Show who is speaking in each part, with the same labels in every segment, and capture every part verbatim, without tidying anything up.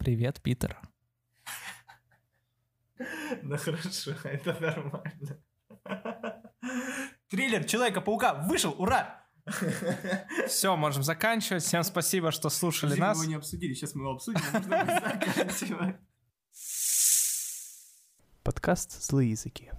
Speaker 1: Привет, Питер.
Speaker 2: Ну хорошо, это нормально. Триллер Человека-паука вышел, ура!
Speaker 1: Все, можем заканчивать. Всем спасибо, что слушали
Speaker 2: Подожди,
Speaker 1: нас.
Speaker 2: Мы его не обсудили, сейчас мы его обсудим, нужно заканчивать.
Speaker 3: Подкаст «Злые языки».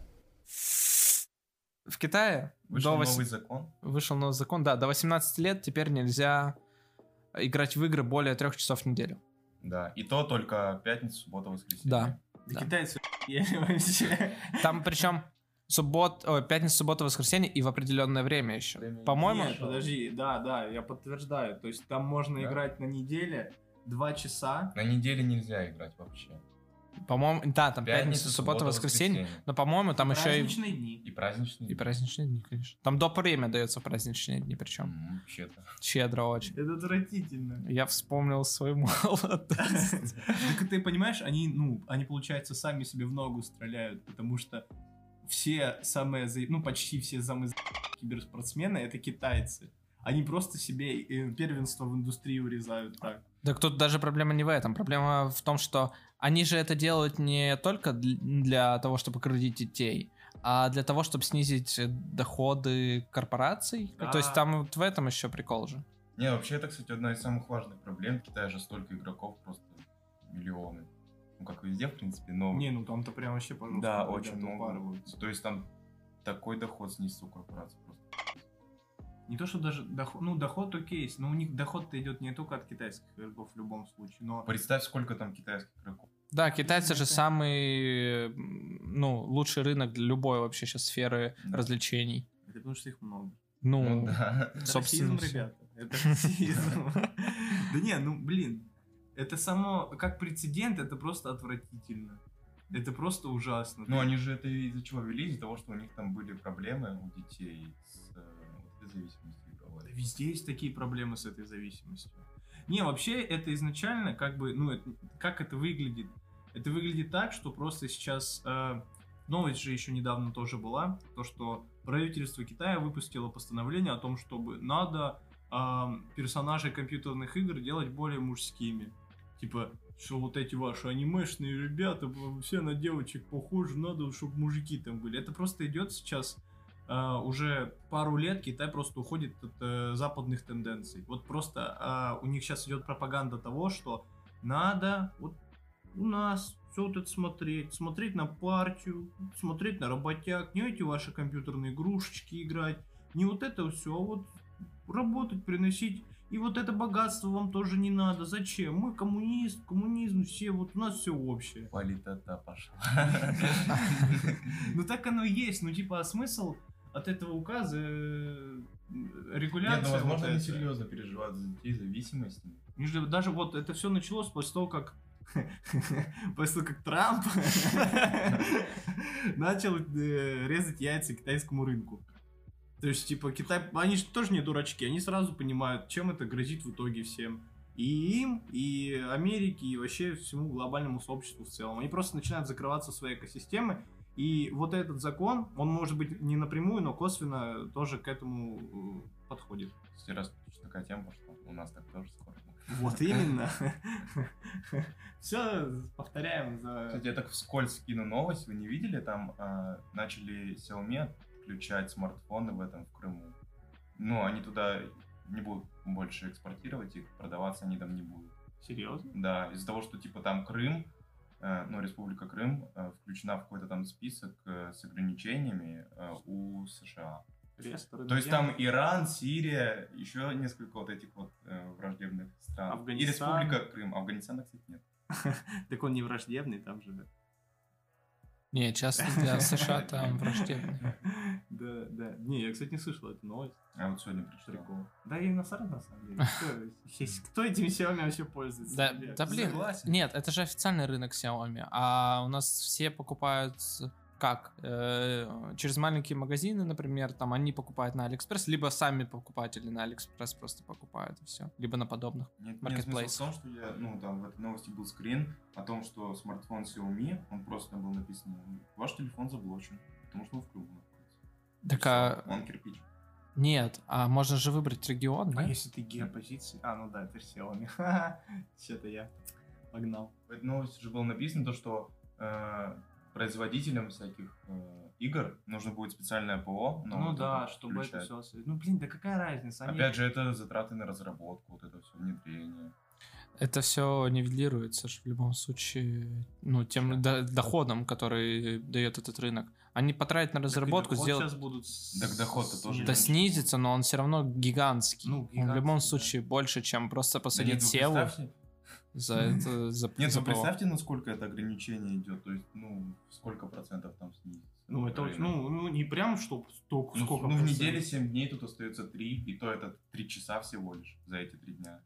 Speaker 1: В Китае
Speaker 4: Вышел
Speaker 1: до вось-
Speaker 4: новый закон.
Speaker 1: вышел новый закон, да, до восемнадцати лет теперь нельзя играть в игры более трех часов в неделю.
Speaker 4: Да, и то только пятница, суббота, воскресенье.
Speaker 1: Да.
Speaker 2: Да
Speaker 1: Да.
Speaker 2: китайцы ели вообще.
Speaker 1: Там причем суббот, ой, пятница, суббота, воскресенье и в определенное время еще.
Speaker 4: Время
Speaker 1: По-моему,
Speaker 2: Нет, подожди, да, да, я подтверждаю. То есть там можно
Speaker 4: Да?
Speaker 2: играть на неделе два часа.
Speaker 4: На неделе нельзя играть вообще.
Speaker 1: по-моему, да, там пятница, суббота, воскресенье. Но, по-моему, там еще и,
Speaker 2: Праздничные дни.
Speaker 4: И праздничные.
Speaker 1: и праздничные дни, конечно. Там доп. Время дается в праздничные дни, причем.
Speaker 4: М, Вообще-то.
Speaker 1: Щедро очень.
Speaker 2: Это отвратительно.
Speaker 1: Я вспомнил свою молодость.
Speaker 2: Так ты понимаешь, они, ну, они, получается, сами себе в ногу стреляют, потому что все самые, за- ну, почти все самые за- киберспортсмены — это китайцы. Они просто себе э, первенство в индустрии урезают так.
Speaker 1: Так тут даже проблема не в этом. Проблема в том, что они же это делают не только дл- для того, чтобы кредить детей, а для того, чтобы снизить э, доходы корпораций.
Speaker 2: Да.
Speaker 1: То есть там вот в этом еще прикол же.
Speaker 4: Не, вообще это, кстати, одна из самых важных проблем. В Китае же столько игроков, просто миллионы. Ну, как везде, в принципе, но...
Speaker 2: Не, ну там-то прям вообще, пожалуйста,
Speaker 4: да,
Speaker 2: ребята
Speaker 4: очень много.
Speaker 2: упарываются.
Speaker 4: То есть там такой доход снизится у корпораций просто.
Speaker 2: Не то, что даже доход, ну, доход окей, но у них доход-то идет не только от китайских игроков в любом случае, но...
Speaker 4: Представь, сколько там китайских игроков.
Speaker 1: Да, китайцы же
Speaker 2: это-
Speaker 1: самый, м, ну, лучший рынок для любой вообще сейчас сферы
Speaker 4: Да.
Speaker 1: развлечений.
Speaker 2: Это потому что их много.
Speaker 1: Ну,
Speaker 4: Ну да.
Speaker 2: Это
Speaker 1: собственно,
Speaker 2: расизм,
Speaker 1: всё.
Speaker 2: ребята. Это расизм. Да не, ну блин, это само, как прецедент, это просто отвратительно. Это просто ужасно.
Speaker 4: Ну, они же это из-за чего вели? Из-за того, что у них там были проблемы у детей с э, вот этой зависимостью
Speaker 2: Да
Speaker 4: игровой.
Speaker 2: везде есть такие проблемы с этой зависимостью. Не, вообще это изначально как бы, ну, это- как это выглядит? Это выглядит так, что просто сейчас... э, новость же еще недавно тоже была, то, что правительство Китая выпустило постановление о том, чтобы надо ам, персонажей компьютерных игр делать более мужскими. Типа, что вот эти ваши анимешные ребята, б- все на девочек похожи, надо, чтобы мужики там были. Это просто идет сейчас а, уже пару лет, Китай просто уходит от э, западных тенденций. Вот просто а, у них сейчас идет пропаганда того, что надо вот у нас все вот это смотреть, смотреть на партию, смотреть на работяг, не эти ваши компьютерные игрушечки играть, не вот это все, а вот работать, приносить. И вот это богатство вам тоже не надо. Зачем? Мы коммунист, коммунизм, все, вот у нас все общее.
Speaker 4: Политота пошла.
Speaker 2: Ну так оно и есть. Ну типа, а смысл от этого указа э,
Speaker 4: Нет,
Speaker 2: регуляция?
Speaker 4: ну, возможно,
Speaker 2: вот
Speaker 4: они
Speaker 2: эта.
Speaker 4: серьезно переживают за детей зависимости.
Speaker 2: Между- Даже вот это все началось после того, как после того, как Трамп начал э, резать яйца китайскому рынку. То есть, типа, Китай, они же тоже не дурачки, они сразу понимают, чем это грозит в итоге всем. И им, и Америке, и вообще всему глобальному сообществу в целом. Они просто начинают закрываться в своей экосистемы. И вот этот закон, он может быть не напрямую, но косвенно тоже к этому э, подходит.
Speaker 4: Кстати, раз уж такая тема пошла, у нас так тоже скоро будет.
Speaker 2: Вот именно. Все повторяем за...
Speaker 4: Кстати, я так вскользь скину новость, вы не видели? Там а, начали Xiaomi включать смартфоны в этом в Крыму. Ну, они туда не будут больше экспортировать их, продаваться они там не будут.
Speaker 2: Серьезно?
Speaker 4: Да, из-за того, что типа там Крым, э, ну, Республика Крым э, включена в какой-то там список э, с ограничениями э, у США.
Speaker 2: Реестры,
Speaker 4: То есть
Speaker 2: я-
Speaker 4: там Иран, Сирия, еще несколько вот этих вот э, враждебных стран.
Speaker 2: Афганистан.
Speaker 4: И Республика Крым. Афганистана, кстати, нет.
Speaker 2: Так он не враждебный, там же, да.
Speaker 1: Не, часто для США там враждебно.
Speaker 2: Да, да. Не, я, кстати, не слышал эту новость.
Speaker 4: А вот сегодня прочитал.
Speaker 2: Прикол. Да и насрать, на самом деле. Кто, кто этими Xiaomi вообще пользуется?
Speaker 1: Да,
Speaker 2: Я
Speaker 1: да блин,
Speaker 2: согласен.
Speaker 1: нет, это же официальный рынок Xiaomi, а у нас все покупают с- как? Э, через маленькие магазины, например, там они покупают на Алиэкспресс, либо сами покупатели на Алиэкспресс просто покупают и все, либо на подобных.
Speaker 4: Нет, нет, смысл
Speaker 1: Marketplace.
Speaker 4: в том, что я, ну, там в этой новости был скрин о том, что смартфон Xiaomi, он просто там был написано, ваш телефон заблочен, потому что он в Крыму находится.
Speaker 1: Так, а,
Speaker 4: Он кирпич.
Speaker 1: нет, а можно же выбрать регион,
Speaker 2: А
Speaker 1: да?
Speaker 2: если ты геопозиции? А, ну да, это же Xiaomi. Что-то я Погнал.
Speaker 4: В этой новости же было написано то, что э, производителям всяких э, игр нужно будет специальное ПО.
Speaker 2: Ну, ну да, чтобы включать. Это все... Ну, блин, да какая разница? Они...
Speaker 4: Опять же, это затраты на разработку, вот это все внедрение.
Speaker 1: Это все нивелируется в любом случае, ну, тем до, доходом, который дает этот рынок. Они потратят на разработку, сделают...
Speaker 2: Будут...
Speaker 4: Так доход-то тоже...
Speaker 1: Да снизится, но он все равно гигантский.
Speaker 2: Ну, гигантский,
Speaker 1: он в любом
Speaker 2: да.
Speaker 1: случае больше, чем просто посадить
Speaker 4: да
Speaker 1: севу
Speaker 4: представьте...
Speaker 1: за это... За,
Speaker 4: Нет,
Speaker 1: за
Speaker 4: ну представьте, насколько это ограничение идет, то есть, ну, сколько процентов там снизится.
Speaker 2: Ну, это очень, ну, ну, не прям, что столько,
Speaker 4: ну,
Speaker 2: сколько
Speaker 4: Ну, в неделе семь дней, тут остается три, и то это три часа всего лишь за эти три дня.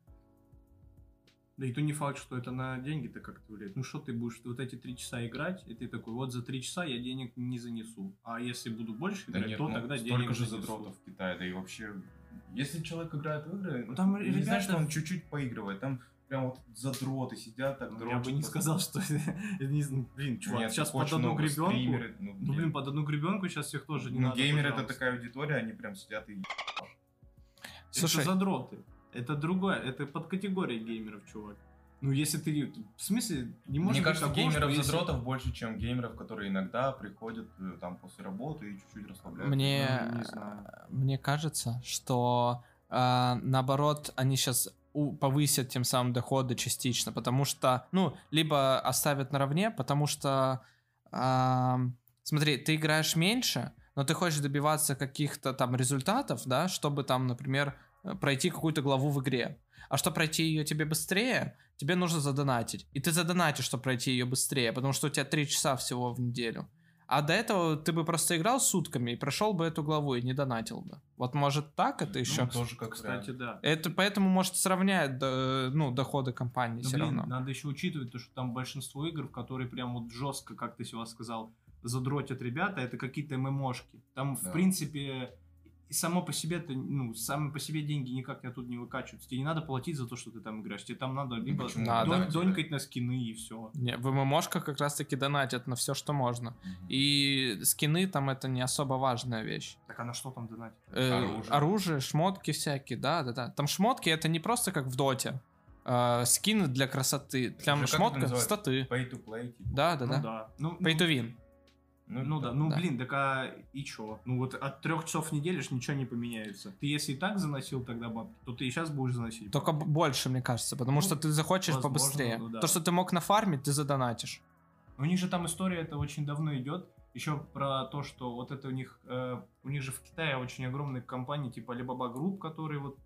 Speaker 2: Да и то не факт, что это на деньги-то как-то влияет. Ну что ты будешь вот эти три часа играть, и ты такой, вот за три часа я денег не занесу. А если буду больше
Speaker 4: да
Speaker 2: играть,
Speaker 4: нет,
Speaker 2: то
Speaker 4: ну,
Speaker 2: тогда денег
Speaker 4: столько же
Speaker 2: занесу.
Speaker 4: задротов в Китае, да и вообще... Если человек играет в игры,
Speaker 2: ну, там
Speaker 4: не
Speaker 2: ребята...
Speaker 4: знаешь, что он чуть-чуть поигрывает, там прям вот задроты сидят, так
Speaker 2: ну,
Speaker 4: дрочат.
Speaker 2: я бы не сказал, что... Блин, чувак,
Speaker 4: нет,
Speaker 2: сейчас под одну гребенку...
Speaker 4: Стримеры, ну,
Speaker 2: ну, блин, под одну гребенку сейчас всех тоже не
Speaker 4: ну,
Speaker 2: надо,
Speaker 4: геймеры
Speaker 2: пожалуйста.
Speaker 4: это такая аудитория, они прям сидят и...
Speaker 1: Слушай...
Speaker 2: Это задроты. Это другое, это подкатегория геймеров, чувак. Ну, если ты... В смысле, не может
Speaker 4: Мне
Speaker 2: быть
Speaker 4: кажется,
Speaker 2: такого,
Speaker 4: геймеров-задротов
Speaker 2: если...
Speaker 4: больше, чем геймеров, которые иногда приходят там после работы и чуть-чуть расслабляются.
Speaker 1: Мне,
Speaker 2: Ну, не знаю.
Speaker 1: мне кажется, что э, наоборот, они сейчас повысят тем самым доходы частично, потому что, ну, либо оставят наравне, потому что, э, смотри, ты играешь меньше, но ты хочешь добиваться каких-то там результатов, да, чтобы там, например, пройти какую-то главу в игре. А чтобы пройти ее тебе быстрее, тебе нужно задонатить. И ты задонатишь, чтобы пройти ее быстрее, потому что у тебя три часа всего в неделю. А до этого ты бы просто играл сутками и прошел бы эту главу и не донатил бы. Вот может так это еще?
Speaker 4: Ну, тоже как
Speaker 2: Кстати, да.
Speaker 1: Это поэтому может сравнять ну, доходы компании
Speaker 2: ну,
Speaker 1: все
Speaker 2: блин,
Speaker 1: равно.
Speaker 2: Надо еще учитывать то, что там большинство игр, в которые прям вот жестко, как ты сегодня сказал, задротят ребята, это какие-то ММОшки. Там,
Speaker 4: да.
Speaker 2: в принципе... И само по себе, ну, сами по себе деньги никак оттуда не выкачиваются. Тебе не надо платить за то, что ты там играешь. Тебе там надо либо
Speaker 1: надо,
Speaker 2: дон-
Speaker 1: да,
Speaker 2: донькать на скины и все.
Speaker 1: Не, в ММОшках как раз-таки донатят на все, что можно.
Speaker 4: Mm-hmm.
Speaker 1: И скины там это не особо важная вещь.
Speaker 2: Так а на что там донатить?
Speaker 1: Э,
Speaker 4: оружие.
Speaker 1: оружие, шмотки всякие, да-да-да. Там шмотки это не просто как в доте. Э, скины для красоты. Там
Speaker 4: Как это
Speaker 1: шмотка,
Speaker 4: называется?
Speaker 1: статы.
Speaker 4: Pay to play, типа.
Speaker 1: Да-да-да.
Speaker 2: Ну да. Ну,
Speaker 1: Pay to win.
Speaker 2: Ну да, ну
Speaker 1: да.
Speaker 2: блин, так а и чё? Ну вот от трех часов в неделю ж ничего не поменяется. Ты если и так заносил тогда бабки, то ты и сейчас будешь заносить.
Speaker 1: Только
Speaker 2: бабки.
Speaker 1: больше, мне кажется, потому
Speaker 2: Ну,
Speaker 1: что ты захочешь
Speaker 2: возможно,
Speaker 1: побыстрее.
Speaker 2: ну да.
Speaker 1: То, что ты мог нафармить, ты задонатишь.
Speaker 2: У них же там история это очень давно идет. Еще про то, что вот это у них, э, у них же в Китае очень огромные компании типа Alibaba Group, которые вот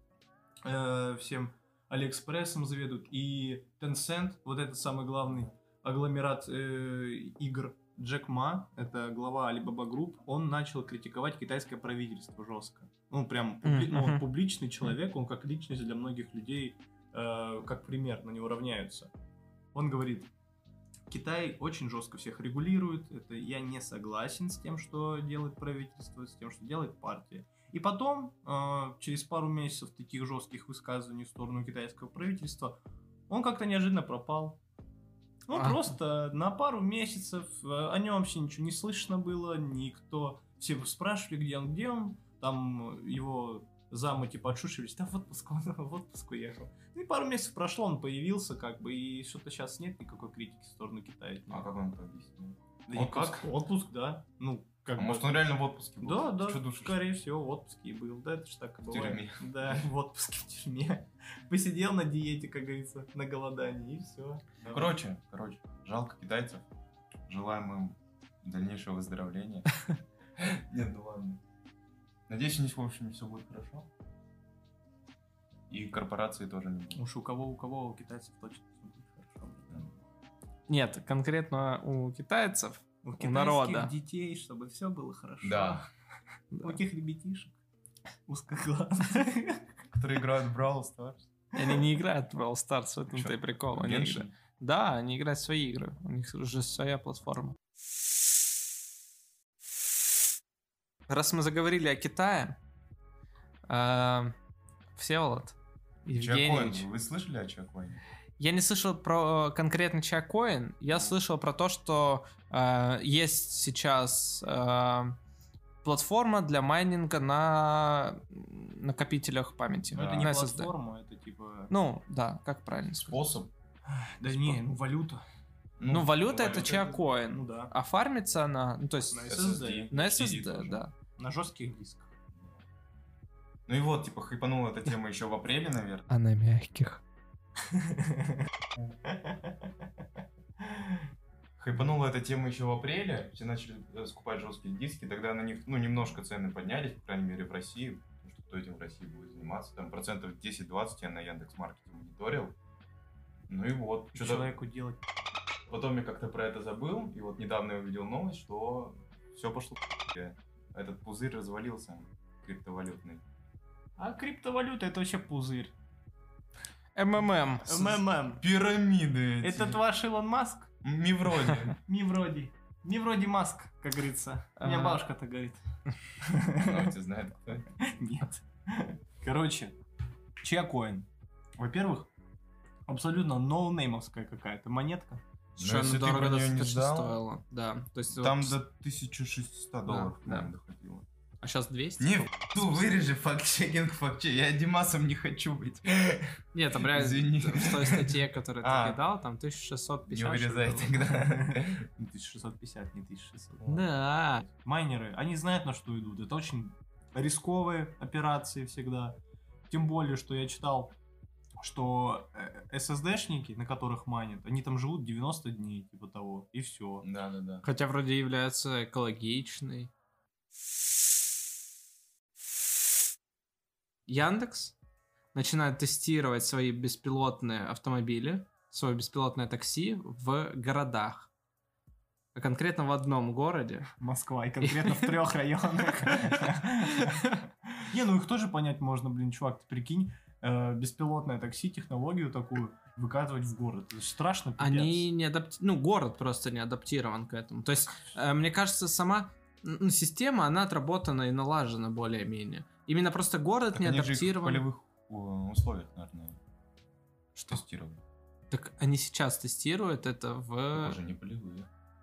Speaker 2: э, всем Алиэкспрессом заведут, и Tencent, вот этот самый главный агломерат э, игр. Джек Ма, это глава Alibaba Group, он начал критиковать китайское правительство жестко. Ну, прям публи...
Speaker 1: Mm-hmm.
Speaker 2: ну, он публичный человек, он как личность для многих людей, э, как пример, на него равняются. Он говорит, Китай очень жестко всех регулирует, это я не согласен с тем, что делает правительство, с тем, что делает партия. И потом, э, через пару месяцев таких жестких высказываний в сторону китайского правительства, он как-то неожиданно пропал. Ну,
Speaker 1: А.
Speaker 2: просто на пару месяцев о нем вообще ничего не слышно было, никто... Все спрашивали, где он, где он. Там его замы типа отшушивались. Да в отпуск, он в отпуск уехал. И пару месяцев прошло, он появился, как бы, и что-то сейчас нет никакой критики в сторону Китая.
Speaker 4: А как он это объяснил?
Speaker 2: Да
Speaker 4: Отпуск?
Speaker 2: никак. Отпуск, да. Ну, как
Speaker 4: А
Speaker 2: бы...
Speaker 4: может, он реально в отпуске был?
Speaker 2: Да, да,
Speaker 4: Чё душишь?
Speaker 2: скорее всего, в отпуске и был. Да, это ж так и
Speaker 4: В
Speaker 2: бывает.
Speaker 4: тюрьме.
Speaker 2: Да, в отпуске в тюрьме. Посидел на диете, как говорится, на голодании, и все.
Speaker 4: Короче, короче, жалко китайцев. Желаем им дальнейшего выздоровления. Нет, ну ладно. Надеюсь, у них, в общем, все будет хорошо. И корпорации тоже не будут.
Speaker 2: Уж у кого, у кого, у китайцев точно все будет хорошо.
Speaker 1: Нет, конкретно у китайцев,
Speaker 2: У,
Speaker 1: у народа.
Speaker 2: детей, чтобы все было хорошо.
Speaker 4: Да.
Speaker 2: У этих ребятишек узкоглазых.
Speaker 4: Которые играют в Brawl Stars.
Speaker 1: Они не играют в Brawl Stars, в этом-то и прикол. Они
Speaker 4: Геншин?
Speaker 1: играют- Да, они играют в свои игры. У них уже своя платформа. Раз мы заговорили о Китае, э, Всеволод Евгеньевич.
Speaker 4: Чакоин. Вы слышали о Чакоине?
Speaker 1: Я не слышал про конкретно Чакоин. Я слышал про то, что э, есть сейчас э, платформа для майнинга на накопителях памяти.
Speaker 2: Но это
Speaker 1: на
Speaker 2: не
Speaker 1: эс эс ди.
Speaker 2: платформа, это типа...
Speaker 1: Ну, да, как правильно сказать?
Speaker 4: Способ.
Speaker 2: Да не, ну валюта.
Speaker 1: Ну, валюта это чиакоин.
Speaker 2: Ну да.
Speaker 1: А фармится она, ну, то есть
Speaker 2: На
Speaker 4: эс эс ди.
Speaker 2: эс эс ди.
Speaker 1: на
Speaker 4: эс эс ди
Speaker 1: эс эс ди,
Speaker 4: тоже.
Speaker 1: да.
Speaker 2: На жестких дисках.
Speaker 4: Ну и вот, типа, хайпанула эта тема еще в апреле, наверное.
Speaker 3: А на мягких.
Speaker 4: Хайпанула эта тема еще в апреле, все начали э, скупать жесткие диски, тогда на них, ну, немножко цены поднялись, по крайней мере, в России, потому что кто этим в России будет заниматься, там процентов десять-двадцать я на Яндекс.Маркете мониторил. Ну и вот, что-то
Speaker 2: Человеку делать.
Speaker 4: потом я как-то про это забыл, и вот недавно я увидел новость, что все пошло к***е. Этот пузырь развалился, криптовалютный.
Speaker 2: А криптовалюта это вообще пузырь.
Speaker 1: МММ.
Speaker 2: МММ.
Speaker 4: Пирамиды эти.
Speaker 2: Это ваш Илон Маск?
Speaker 4: Не вроде.
Speaker 2: Не вроде. Не вроде Маск, как говорится. У меня
Speaker 1: Ага.
Speaker 2: бабушка так говорит.
Speaker 4: Новости знает кто.
Speaker 2: Нет. Короче, чиакоин. Во-первых, абсолютно ноунеймовская какая-то монетка.
Speaker 1: Что
Speaker 4: если
Speaker 1: она
Speaker 4: ты
Speaker 1: дорого
Speaker 4: про неё не
Speaker 1: достаточно
Speaker 4: знал,
Speaker 1: стоила. Да. То есть
Speaker 4: Там
Speaker 1: вот-
Speaker 4: до тысячи шестисот долларов,
Speaker 1: Да,
Speaker 4: по-моему,
Speaker 1: да.
Speaker 4: доходило.
Speaker 1: А сейчас двести?
Speaker 4: Не, ну вырежи факт-чекинг, факт-чекинг. Я Димасом не хочу быть.
Speaker 1: Нет, там реально
Speaker 4: Извини.
Speaker 1: в той статье, которую ты
Speaker 4: А.
Speaker 1: кидал, там тысяча шестьсот
Speaker 4: Не
Speaker 1: пятьдесят.
Speaker 4: вырезай
Speaker 1: что ли, было.
Speaker 4: тогда.
Speaker 2: тысяча шестьсот пятьдесят, не тысяча шестьсот.
Speaker 1: Да.
Speaker 2: Майнеры, они знают, на что идут. Это очень рисковые операции всегда. Тем более, что я читал, что э, эс эс ди-шники, на которых майнят, они там живут девяносто дней, типа того, и все.
Speaker 4: Да, да, да.
Speaker 1: Хотя вроде является экологичной. Яндекс начинает тестировать свои беспилотные автомобили, свое беспилотное такси в городах. А конкретно в одном городе.
Speaker 2: Москва, и конкретно в трех районах. Не, ну их тоже понять можно, блин, чувак, ты прикинь, э, беспилотное такси, технологию такую выкатывать в город. Это ж страшно, пипец.
Speaker 1: Они не адапти... Ну, город просто не адаптирован к этому. То есть, э, мне кажется, сама м, система, она отработана и налажена более-менее. Именно просто город
Speaker 4: Так
Speaker 1: не
Speaker 4: они же их в
Speaker 1: адаптирован.
Speaker 4: полевых э, условиях, наверное,
Speaker 1: Что?
Speaker 4: тестировали.
Speaker 1: Так они сейчас тестируют это в...
Speaker 4: Уже не полевые.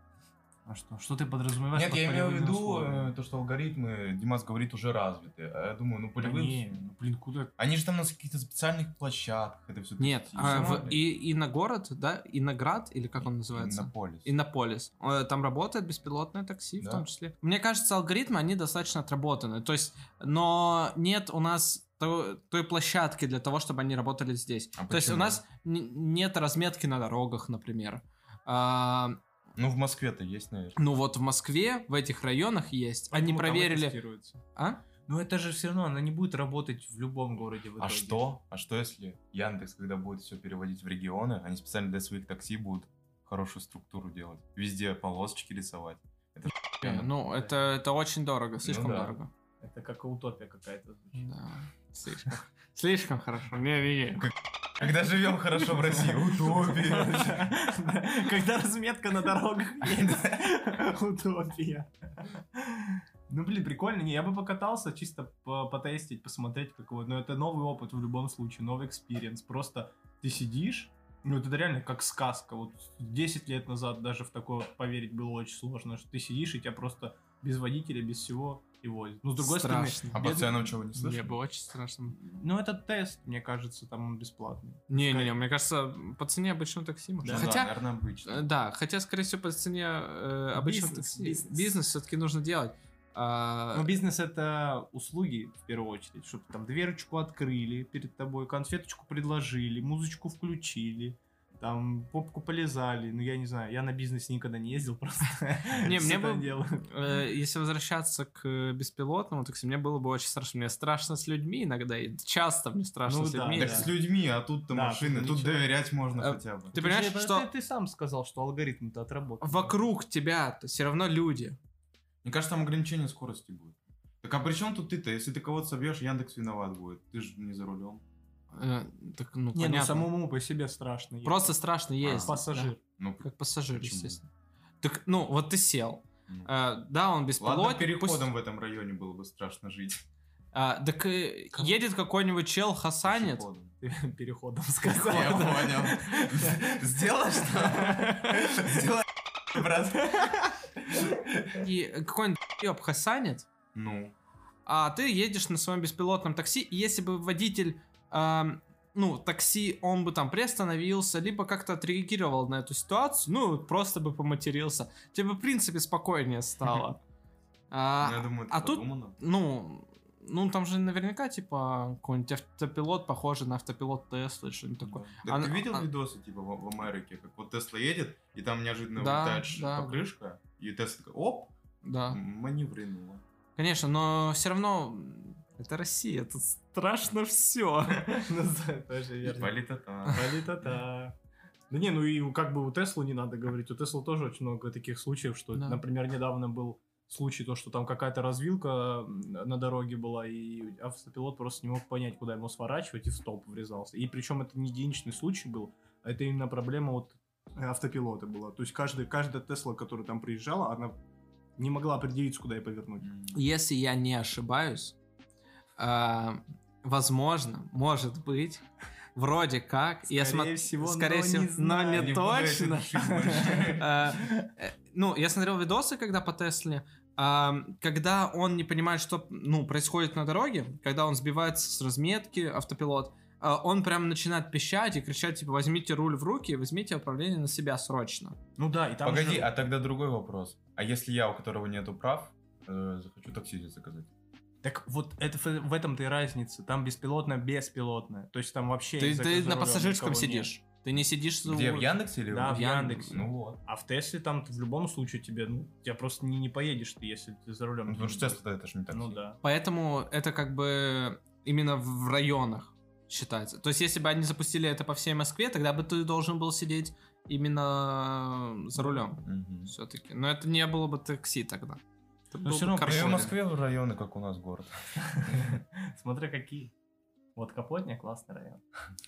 Speaker 2: А что? Что ты подразумеваешь?
Speaker 4: Нет,
Speaker 2: под
Speaker 4: я имею в
Speaker 2: полевыми
Speaker 4: виду
Speaker 2: условиями?
Speaker 4: э, то, что алгоритмы, Димас говорит, уже развиты. А я думаю, ну
Speaker 2: Да
Speaker 4: полевые...
Speaker 2: не, ну, блин, куда?
Speaker 4: Они же там на каких-то специальных площадках это все
Speaker 1: Нет, а, в, и, и на город, да, и на град, или как он называется?
Speaker 4: Иннополис.
Speaker 1: Иннополис. Э, Там работает беспилотное такси,
Speaker 4: Да.
Speaker 1: в том числе. Мне кажется, алгоритмы, они достаточно отработаны. То есть, но нет у нас той, той площадки для того, чтобы они работали здесь.
Speaker 4: А
Speaker 1: То есть у
Speaker 4: почему?
Speaker 1: нас н- нет разметки на дорогах, например. А,
Speaker 4: Ну, в Москве-то есть, наверное.
Speaker 1: ну вот в Москве, в этих районах есть. Они
Speaker 2: Поэтому там и
Speaker 1: проверили...
Speaker 2: тестируется.
Speaker 1: А?
Speaker 2: Ну это же все равно, она не будет работать в любом городе в
Speaker 4: А
Speaker 2: итоге.
Speaker 4: что? А что если Яндекс, когда будет все переводить в регионы, они специально для своих такси будут хорошую структуру делать? Везде полосочки рисовать. Это
Speaker 1: Э, Ну,
Speaker 2: Да.
Speaker 1: это, это очень дорого, слишком
Speaker 4: да.
Speaker 1: дорого.
Speaker 2: Это как утопия какая-то звучит.
Speaker 1: Да, слишком. Слишком хорошо. Не-не-не.
Speaker 4: Когда живем хорошо в России, утопия.
Speaker 2: Когда разметка на дорогах есть. Утопия. Ну, блин, прикольно. Не, я бы покатался, чисто по- потестить, посмотреть, какой. Но это новый опыт в любом случае, новый экспириенс. Просто ты сидишь, ну, это реально как сказка. Вот десять лет назад даже в такое поверить было очень сложно, что ты сидишь, и тебя просто без водителя, без всего и возят. Ну, с другой
Speaker 1: Страшно.
Speaker 2: стороны...
Speaker 4: А по
Speaker 2: бедный-
Speaker 4: ценам чего вы не
Speaker 1: Мне
Speaker 4: слышали?
Speaker 1: было очень страшно.
Speaker 2: Ну, это тест, мне кажется, там он бесплатный.
Speaker 1: Не-не-не, мне кажется, по цене обычного такси можно.
Speaker 4: Ну да,
Speaker 1: Хотя,
Speaker 4: наверное,
Speaker 1: э,
Speaker 4: обычно.
Speaker 1: да, хотя, скорее всего, по цене э, обычного
Speaker 2: Бизнес,
Speaker 1: такси.
Speaker 2: бизнес.
Speaker 1: Бизнес все-таки нужно делать. А,
Speaker 2: Но бизнес это услуги, в первую очередь, чтобы там дверочку открыли перед тобой, конфеточку предложили, музычку включили, там попку полезали. Ну, я не знаю, я на бизнесе никогда не ездил просто.
Speaker 1: Не,
Speaker 2: Все
Speaker 1: мне
Speaker 2: это
Speaker 1: бы-
Speaker 2: делают.
Speaker 1: э, если возвращаться к беспилотному такси, мне было бы очень страшно. Мне страшно с людьми иногда, и часто мне страшно
Speaker 2: Ну
Speaker 1: с
Speaker 2: да,
Speaker 1: людьми.
Speaker 4: Так
Speaker 2: да.
Speaker 4: с людьми, а тут-то
Speaker 2: Да,
Speaker 4: машины,
Speaker 2: тут
Speaker 4: тут
Speaker 2: ничего.
Speaker 4: доверять можно
Speaker 1: Э,
Speaker 4: хотя бы.
Speaker 1: Ты понимаешь,
Speaker 2: Ты-
Speaker 1: что
Speaker 2: Ты, ты сам сказал, что алгоритм-то отработан.
Speaker 1: вокруг тебя все равно люди.
Speaker 4: Мне кажется, там ограничение скорости будет. Так а при чем тут ты-то? Если ты кого-то собьешь, Яндекс виноват будет. Ты же не за рулем.
Speaker 1: Э, так, ну,
Speaker 2: Не, ну
Speaker 1: понятно.
Speaker 2: самому по себе страшно. ехать.
Speaker 1: Просто страшно ездить.
Speaker 2: Как пассажир.
Speaker 4: Ну,
Speaker 1: да. Как пассажир,
Speaker 4: Почему?
Speaker 1: естественно. Так, ну, вот ты сел.
Speaker 4: ну.
Speaker 1: Э, да, он
Speaker 4: Ладно,
Speaker 1: беспилотник.
Speaker 4: переходом
Speaker 1: пусть-
Speaker 4: в этом районе было бы страшно жить.
Speaker 1: А, так э, едет какой-нибудь чел, хасанит.
Speaker 4: Пешеходом.
Speaker 2: Ты переходом сказал.
Speaker 4: Я понял. Сделай что? Сделай, брат.
Speaker 1: И какой-нибудь ёб хасанит.
Speaker 4: Ну,
Speaker 1: А ты едешь на своем беспилотном такси, и если бы водитель ам, ну, такси, он бы там приостановился, либо как-то отреагировал на эту ситуацию, ну, просто бы поматерился. Тебе, в принципе, спокойнее стало. А,
Speaker 4: Ну, я думаю, это
Speaker 1: а тут,
Speaker 4: подумано.
Speaker 1: ну, ну, там же наверняка, типа, какой-нибудь автопилот, похожий на автопилот Теслы, что-нибудь такое.
Speaker 4: Да,
Speaker 1: А-
Speaker 4: ты видел
Speaker 1: а-
Speaker 4: видосы, типа, в, в Америке, как вот Тесла едет, и там неожиданно
Speaker 1: Да,
Speaker 4: вылетает ш-
Speaker 1: да.
Speaker 4: покрышка, и Тесла такая, оп,
Speaker 1: Да.
Speaker 4: м- маневринула.
Speaker 1: Конечно, но все равно это Россия, тут страшно все.
Speaker 2: Ну, да, тоже
Speaker 4: И
Speaker 2: верно.
Speaker 4: политота.
Speaker 2: Политота. Да не, ну и как бы у Теслы не надо говорить. У Теслы тоже очень много таких случаев, что,
Speaker 1: Да.
Speaker 2: например, недавно был случай, то, что там какая-то развилка на дороге была, и автопилот просто не мог понять, куда ему сворачивать, и в столб врезался. И причем это не единичный случай был, а это именно проблема вот автопилота была. То есть каждый, каждая Тесла, которая там приезжала, она не могла определиться, куда ей повернуть.
Speaker 4: М.
Speaker 1: Если я не ошибаюсь, а, возможно, может быть, вроде как, я
Speaker 2: Скорее
Speaker 1: смо-
Speaker 2: всего,
Speaker 1: скорее
Speaker 2: но
Speaker 1: всего,
Speaker 2: не
Speaker 1: но
Speaker 2: знаю.
Speaker 1: не
Speaker 4: Не буду это
Speaker 1: точно.
Speaker 4: решить больше.
Speaker 1: А, э, Ну, я смотрел видосы, когда по Тесле, а, когда он не понимает, что, ну, происходит на дороге, когда он сбивается с разметки, автопилот, а, он прям начинает пищать и кричать, типа, возьмите руль в руки и возьмите управление на себя срочно.
Speaker 2: Ну да, и там
Speaker 4: Погоди,
Speaker 2: же-
Speaker 4: а тогда другой вопрос. А если я, у которого нету прав, э, захочу такси заказать?
Speaker 2: Так вот это в, в этом-то и разница. Там беспилотное, беспилотное. То есть там вообще...
Speaker 1: Ты,
Speaker 2: за-
Speaker 1: ты
Speaker 2: за
Speaker 1: на
Speaker 2: рулем
Speaker 1: пассажирском
Speaker 2: никого нет.
Speaker 1: сидишь. Ты не сидишь за
Speaker 4: Где, в
Speaker 1: рулем.
Speaker 4: Яндексе или
Speaker 2: Да,
Speaker 4: в
Speaker 2: в
Speaker 1: Яндексе.
Speaker 2: Яндексе.
Speaker 4: Ну вот.
Speaker 2: А в Тесле там ты в любом случае тебе, ну, тебя просто не, не поедешь ты, если ты за рулем.
Speaker 4: Ну, потому что Тесла это же не такси.
Speaker 2: Ну да.
Speaker 1: Поэтому это как бы именно в районах считается. То есть, если бы они запустили это по всей Москве, тогда бы ты должен был сидеть именно за рулем.
Speaker 4: Мгм.
Speaker 1: Все-таки. Но это не было бы такси тогда. Это
Speaker 2: Но
Speaker 1: был
Speaker 2: всё
Speaker 1: бы
Speaker 2: равно
Speaker 4: Ну, и в
Speaker 1: каршеринг.
Speaker 4: Москве районы, как у нас город.
Speaker 2: Смотря какие. Вот Капотня классный район.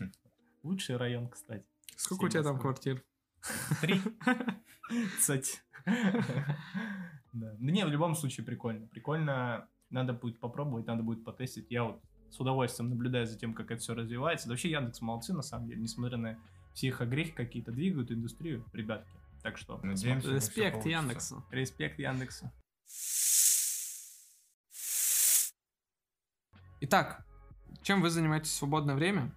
Speaker 2: Лучший район, кстати.
Speaker 1: Сколько у тебя там квартир?
Speaker 4: Три.
Speaker 2: Кстати. Да. Ну не, в любом случае прикольно. Прикольно. Надо будет попробовать, надо будет потестить. Я вот с удовольствием наблюдаю за тем, как это все развивается. Да вообще Яндекс молодцы, на самом деле. Несмотря на все их огрехи какие-то, двигают индустрию, ребятки. Так что,
Speaker 4: Надеемся, что всё
Speaker 1: Респект
Speaker 4: получится.
Speaker 1: Яндексу.
Speaker 2: респект Яндексу.
Speaker 1: Итак, чем вы занимаетесь в свободное время?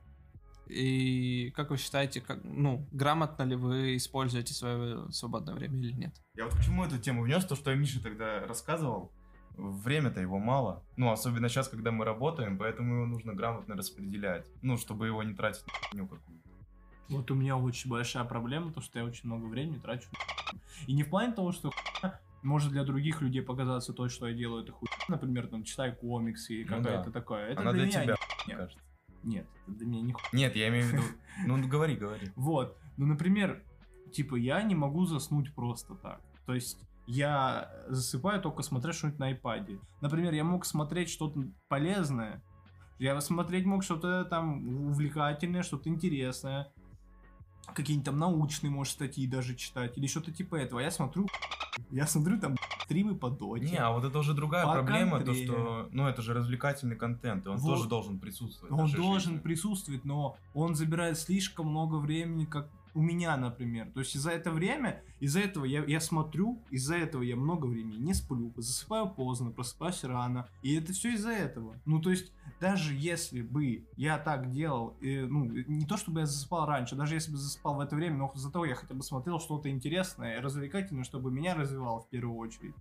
Speaker 1: И как вы считаете, как, ну, грамотно ли вы используете свое свободное время или нет?
Speaker 4: Я вот почему эту тему внес, то, что я Мише тогда рассказывал. Время-то его мало. Ну, особенно сейчас, когда мы работаем, поэтому его нужно грамотно распределять. Ну, чтобы его не тратить на хуйню какую-то.
Speaker 2: Вот у меня очень большая проблема, то, что я очень много времени трачу на И не в плане того, что хуйня может для других людей показаться то, что я делаю, это хуйня. Например, там, читаю комиксы и
Speaker 4: Ну
Speaker 2: какая-то
Speaker 4: да.
Speaker 2: такое. Это
Speaker 4: Она
Speaker 2: для,
Speaker 4: для
Speaker 2: меня
Speaker 4: тебя,
Speaker 2: не-
Speaker 4: мне кажется.
Speaker 2: Нет, это для меня не хуйня.
Speaker 4: Нет, я имею в виду... Ну, говори, говори.
Speaker 2: Вот. Ну, например, типа, я не могу заснуть просто так. То есть, я засыпаю только смотря что-нибудь на айпаде. Например, я мог смотреть что-то полезное. Я смотреть мог что-то там увлекательное, что-то интересное. Какие-нибудь там научные, может, статьи даже читать. Или что-то типа этого. А я смотрю... Я смотрю там стримы по доте.
Speaker 4: Не, а вот это уже другая
Speaker 2: По
Speaker 4: проблема, то
Speaker 2: контре.
Speaker 4: что, ну, это же развлекательный контент, и он
Speaker 2: Вот.
Speaker 4: тоже должен присутствовать. в
Speaker 2: Он
Speaker 4: нашей
Speaker 2: должен
Speaker 4: жизни.
Speaker 2: присутствовать, но он забирает слишком много времени, как у меня, например. То есть из-за это время, из-за этого я, я смотрю, из-за этого я много времени не сплю, засыпаю поздно, просыпаюсь рано. И это все из-за этого. Ну, то есть, даже если бы я так делал, э, ну, не то чтобы я засыпал раньше, даже если бы засыпал в это время, но зато я хотя бы смотрел что-то интересное и развлекательное, чтобы меня развивало в первую очередь,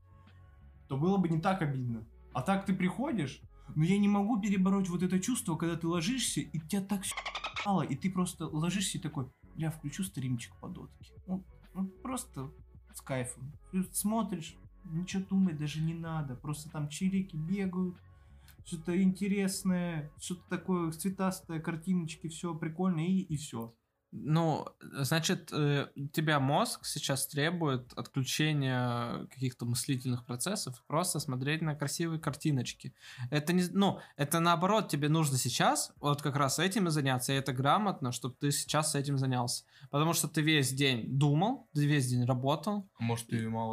Speaker 2: то было бы не так обидно. А так ты приходишь, но я не могу перебороть вот это чувство, когда ты ложишься, и тебя так все***ало, и ты просто ложишься и такой, бля, включу стримчик по дотке. Ну, ну, просто с кайфом. Ты смотришь, ничего думать даже не надо, просто там чирики бегают, что-то интересное, что-то такое цветастое, картиночки, все прикольно, и, и все.
Speaker 1: Ну, значит, э, тебя мозг сейчас требует отключения каких-то мыслительных процессов, просто смотреть на красивые картиночки. Это не, ну, это наоборот, тебе нужно сейчас вот как раз этим и заняться, и это грамотно, чтобы ты сейчас с этим занялся. Потому что ты весь день думал, ты весь день работал.
Speaker 4: Может, ты мало...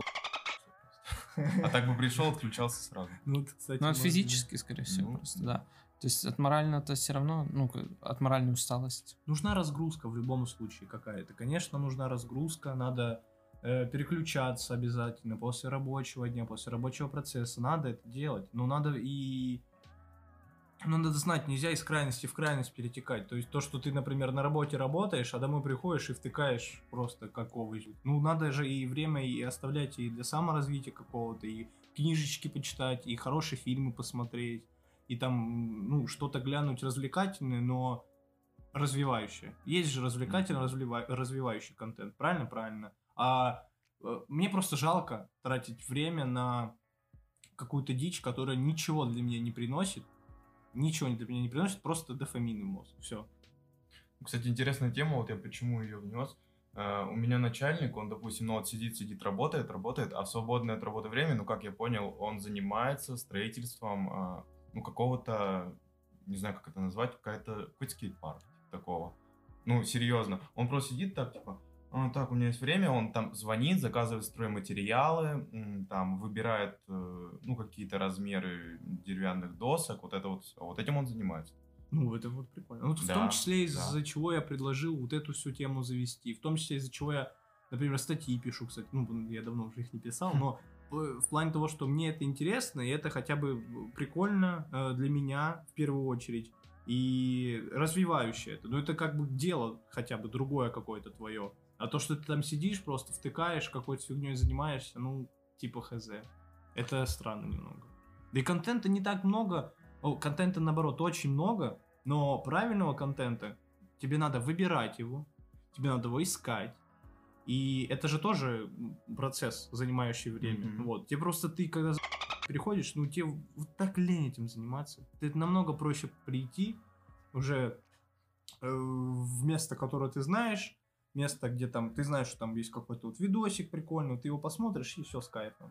Speaker 4: А так бы пришел, отключался сразу.
Speaker 2: Ну, это, кстати,
Speaker 1: Ну, это
Speaker 2: может,
Speaker 1: физически, скорее всего,
Speaker 4: Ну,
Speaker 1: просто, да. То есть от морально-то все равно, ну, как- от моральной усталости.
Speaker 2: Нужна разгрузка в любом случае какая-то. Конечно, нужна разгрузка, надо э, переключаться обязательно после рабочего дня, после рабочего процесса. Надо это делать, но надо и надо знать, нельзя из крайности в крайность перетекать. То есть то, что ты, например, на работе работаешь, а домой приходишь и втыкаешь просто как овощ. Ну, надо же и время и оставлять и для саморазвития какого-то, и книжечки почитать, и хорошие фильмы посмотреть, и там, ну, что-то глянуть развлекательное, но развивающее. Есть же развлекательный, развива- развивающий контент, правильно? Правильно. А э, мне просто жалко тратить время на какую-то дичь, которая ничего для меня не приносит, ничего для меня не приносит, просто дофамин в мозг. Все.
Speaker 4: Кстати, интересная тема, вот я почему ее внес. Uh, у меня начальник, он, допустим, ну вот сидит, сидит, работает, работает, а в свободное от работы время, ну, как я понял, он занимается строительством, uh, ну, какого-то, не знаю, как это назвать, какая-то, какой-то скейт-парк такого. Ну, серьезно. Он просто сидит так, типа, а, так, у меня есть время, он там звонит, заказывает стройматериалы, м, там, выбирает, э, ну, какие-то размеры деревянных досок, вот это вот все. Вот этим он занимается.
Speaker 2: Ну, это вот прикольно. Вот
Speaker 4: Да,
Speaker 2: в том числе из-за
Speaker 4: да.
Speaker 2: чего я предложил вот эту всю тему завести. В том числе из-за чего я, например, статьи пишу, кстати. Ну, я давно уже их не писал, но в плане того, что мне это интересно, и это хотя бы прикольно э, для меня в первую очередь. И развивающее это. Ну, это как бы дело хотя бы другое какое-то твое. А то, что ты там сидишь, просто втыкаешь, какой-то фигней занимаешься, ну, типа хз. Это странно немного. Да и контента не так много. О, контента, наоборот, очень много, но правильного контента тебе надо выбирать его, тебе надо его искать. И это же тоже процесс, занимающий время. Mm-hmm. Вот. Тебе просто ты, когда приходишь, ну, тебе вот так лень этим заниматься. Это намного проще прийти уже э, в место, которое ты знаешь, место, где там, ты знаешь, что там есть какой-то вот видосик прикольный, ты его посмотришь, и все с кайфом.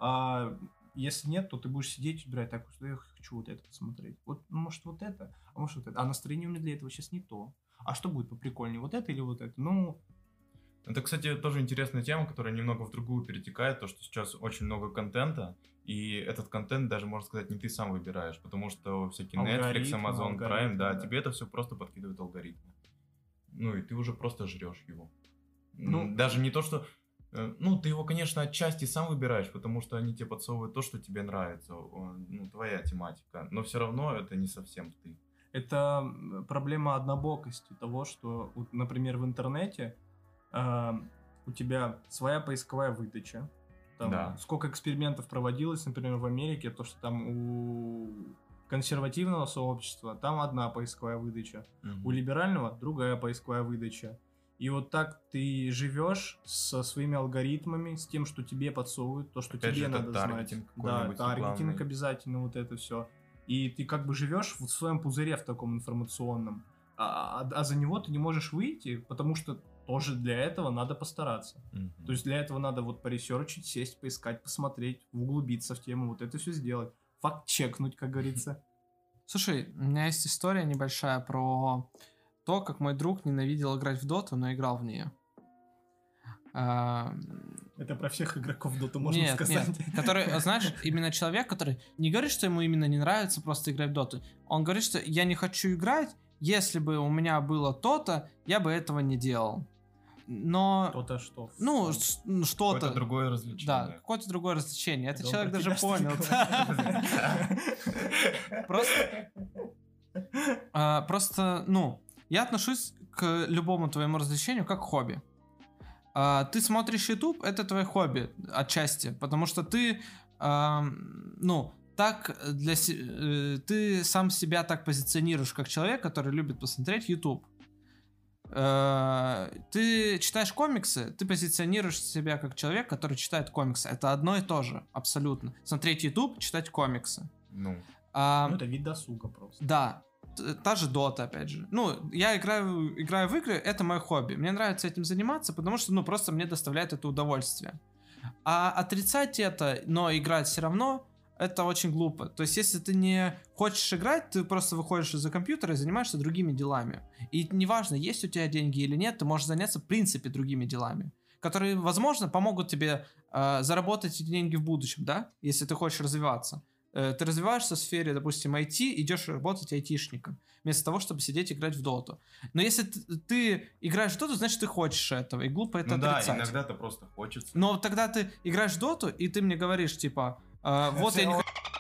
Speaker 2: А если нет, то ты будешь сидеть и брать так, что я хочу вот это посмотреть. Вот, ну, может, вот это, а может, вот это. А настроение у меня для этого сейчас не то. А что будет поприкольнее, вот это или вот это? Ну...
Speaker 4: Это, кстати, тоже интересная тема, которая немного в другую перетекает, то, что сейчас очень много контента, и этот контент даже, можно сказать, не ты сам выбираешь, потому что всякие Netflix, Amazon Prime, да, да, тебе это все просто подкидывают алгоритмы. Ну, и ты уже просто жрешь его. Ну, даже не то, что... Ну, ты его, конечно, отчасти сам выбираешь, потому что они тебе подсовывают то, что тебе нравится, ну, твоя тематика, но все равно это не совсем ты.
Speaker 2: Это проблема однобокости того, что, вот, например, в интернете э, у тебя своя поисковая выдача. Там, да. Сколько экспериментов проводилось, например, в Америке, то, что там у консервативного сообщества там одна поисковая выдача, угу. У либерального другая поисковая выдача. И вот так ты живешь со своими алгоритмами, с тем, что тебе подсовывают, то, что
Speaker 4: Опять
Speaker 2: тебе
Speaker 4: же,
Speaker 2: надо знать. Да, таргетинг обязательно, вот это все. И ты как бы живешь в своем пузыре в таком информационном, а, а, а за него ты не можешь выйти, потому что тоже для этого надо постараться. Mm-hmm. То есть для этого надо вот поресерчить, сесть, поискать, посмотреть, углубиться в тему, вот это все сделать. Факт-чекнуть, как говорится.
Speaker 1: Слушай, у меня есть история небольшая про то, как мой друг ненавидел играть в доту, но играл в нее.
Speaker 2: Это про всех игроков доту можно
Speaker 1: нет,
Speaker 2: сказать.
Speaker 1: Нет, который, знаешь, именно человек, который не говорит, что ему именно не нравится просто играть в доту. Он говорит, что я не хочу играть, если бы у меня было то-то, я бы этого не делал. Но...
Speaker 2: То-то что?
Speaker 1: Ну, что-то...
Speaker 4: Какое-то другое развлечение.
Speaker 1: Да, какое-то другое развлечение. Этот человек даже понял. Просто... Просто, ну, я отношусь к любому твоему развлечению как к хобби. Ты смотришь YouTube, это твое хобби отчасти, потому что ты, ну, так для ты сам себя так позиционируешь как человек, который любит посмотреть YouTube. Ты читаешь комиксы, ты позиционируешь себя как человек, который читает комиксы. Это одно и то же, абсолютно. Смотреть YouTube, читать комиксы.
Speaker 4: Ну,
Speaker 1: а,
Speaker 2: ну это вид досуга просто.
Speaker 1: Да. Та же Дота, опять же. Ну, я играю, играю в игры, это мое хобби. Мне нравится этим заниматься, потому что, ну, просто мне доставляет это удовольствие. А отрицать это, но играть все равно, это очень глупо. То есть, если ты не хочешь играть, ты просто выходишь из-за компьютера и занимаешься другими делами. И неважно, есть у тебя деньги или нет, ты можешь заняться, в принципе, другими делами, которые, возможно, помогут тебе э, заработать эти деньги в будущем, да, если ты хочешь развиваться. Ты развиваешься в сфере, допустим, ай ти, идешь работать айтишником, вместо того, чтобы сидеть и играть в доту. Но если ты, ты играешь в доту, значит, ты хочешь этого, и глупо это
Speaker 4: ну
Speaker 1: отрицать.
Speaker 4: Да, иногда это просто хочется.
Speaker 1: Но тогда ты играешь в доту, и ты мне говоришь, типа, э, вот я не хочу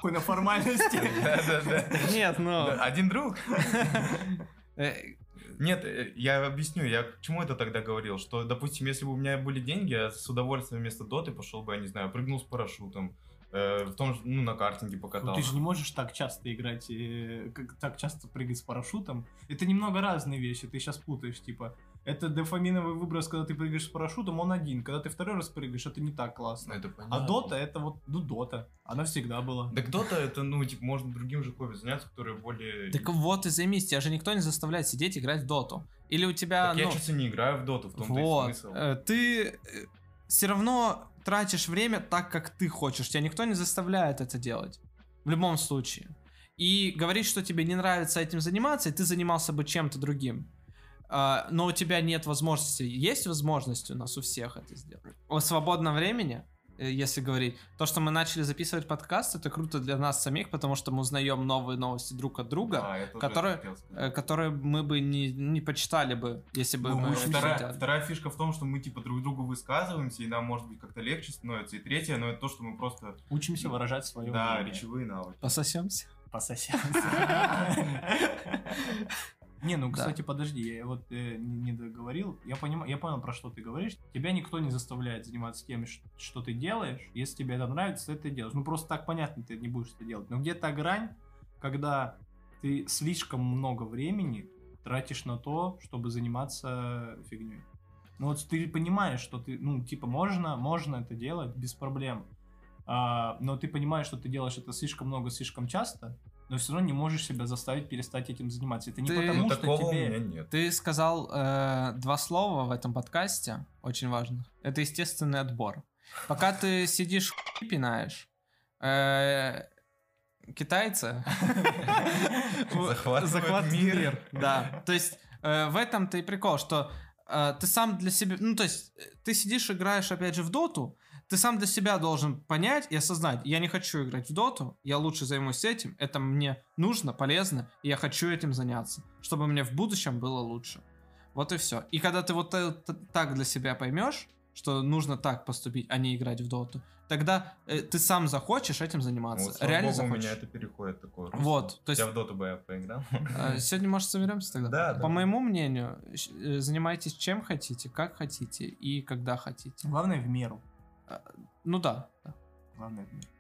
Speaker 2: похуй на формальности.
Speaker 4: Да-да-да.
Speaker 1: Нет, ну...
Speaker 4: Один друг?
Speaker 1: э,
Speaker 4: Нет, э, я объясню, я к чему это тогда говорил, что, допустим, если бы у меня были деньги, я с удовольствием вместо доты пошел бы, я не знаю, прыгнул с парашютом, э, в том же, ну, на картинге
Speaker 2: Ну,
Speaker 4: покатался.
Speaker 2: ты же не можешь так часто играть, э, как, так часто прыгать с парашютом. Это немного разные вещи, ты сейчас путаешь, типа. Это дофаминовый выброс, когда ты прыгаешь с парашютом, он один. Когда ты второй раз прыгаешь, это не так классно.
Speaker 4: Ну, это понятно.
Speaker 2: А дота это вот, ну, дота. Она всегда была.
Speaker 4: Так дота это, ну, типа, можно другим же хобби заняться, которые более...
Speaker 1: Так вот и займись, тебя же никто не заставляет сидеть играть в доту. Или у тебя,
Speaker 4: Так я
Speaker 1: ну...
Speaker 4: честно не играю в доту, в том-то
Speaker 1: Вот,
Speaker 4: и смысл.
Speaker 1: э, ты все равно тратишь время так, как ты хочешь. Тебя никто не заставляет это делать. В любом случае. И говорить, что тебе не нравится этим заниматься, и ты занимался бы чем-то другим. А, но у тебя нет возможности. Есть возможность у нас у всех это сделать. О свободном времени, э, если говорить, то, что мы начали записывать подкаст, это круто для нас самих, потому что мы узнаем новые новости друг от друга,
Speaker 4: Да, я тоже
Speaker 1: которые,
Speaker 4: это хотел сказать.
Speaker 1: э, которые мы бы не, не почитали бы, если бы
Speaker 4: Ну,
Speaker 1: мы...
Speaker 4: вот
Speaker 1: это
Speaker 4: вторая,
Speaker 1: делали.
Speaker 4: вторая фишка в том, что мы типа друг другу высказываемся, и нам может быть как-то легче становится. И третья, но это то, что мы просто,
Speaker 2: Учимся выражать свое
Speaker 4: да,
Speaker 2: мнение.
Speaker 4: речевые навыки.
Speaker 1: Пососемся.
Speaker 2: Не, ну,
Speaker 1: Да.
Speaker 2: кстати, подожди, я вот э, не, не договорил. Я понимаю, я понял, про что ты говоришь. Тебя никто не заставляет заниматься тем, ш- что ты делаешь. Если тебе это нравится, ты это делаешь. Ну, просто так понятно, ты не будешь это делать. Но где-то грань, когда ты слишком много времени тратишь на то, чтобы заниматься фигней. Ну, вот ты понимаешь, что ты, ну, типа, можно, можно это делать без проблем. А, но ты понимаешь, что ты делаешь это слишком много, слишком часто, но все равно не можешь себя заставить перестать этим заниматься. Это не
Speaker 1: Ты-
Speaker 2: потому,
Speaker 4: Ну,
Speaker 2: что
Speaker 4: такого у
Speaker 2: тебе...
Speaker 4: меня нет.
Speaker 1: Ты сказал э, два слова в этом подкасте, очень важных. Это естественный отбор. Пока ты сидишь хуй пинаешь, э, китайцы
Speaker 4: Захватывают
Speaker 1: захватывают
Speaker 4: мир.
Speaker 1: Да, то есть э, в этом-то и прикол, что э, ты сам для себя, ну то есть э, ты сидишь, играешь опять же в доту, ты сам для себя должен понять и осознать, я не хочу играть в доту, я лучше займусь этим, это мне нужно, полезно, и я хочу этим заняться, чтобы мне в будущем было лучше. Вот и все. И когда ты вот это так для себя поймешь, что нужно так поступить, а не играть в доту, тогда э, ты сам захочешь этим заниматься.
Speaker 4: Вот, слава
Speaker 1: Реально
Speaker 4: богу, у
Speaker 1: захочешь.
Speaker 4: меня это переходит такое.
Speaker 1: Вот, то есть-
Speaker 4: Я в доту бы я поиграл.
Speaker 1: Э, Сегодня, может, соберемся тогда?
Speaker 4: Да,
Speaker 1: По
Speaker 4: да.
Speaker 1: моему мнению, щ- э, занимайтесь чем хотите, как хотите и когда хотите.
Speaker 2: Главное в меру.
Speaker 1: Ну да. да.
Speaker 2: Главное в меру.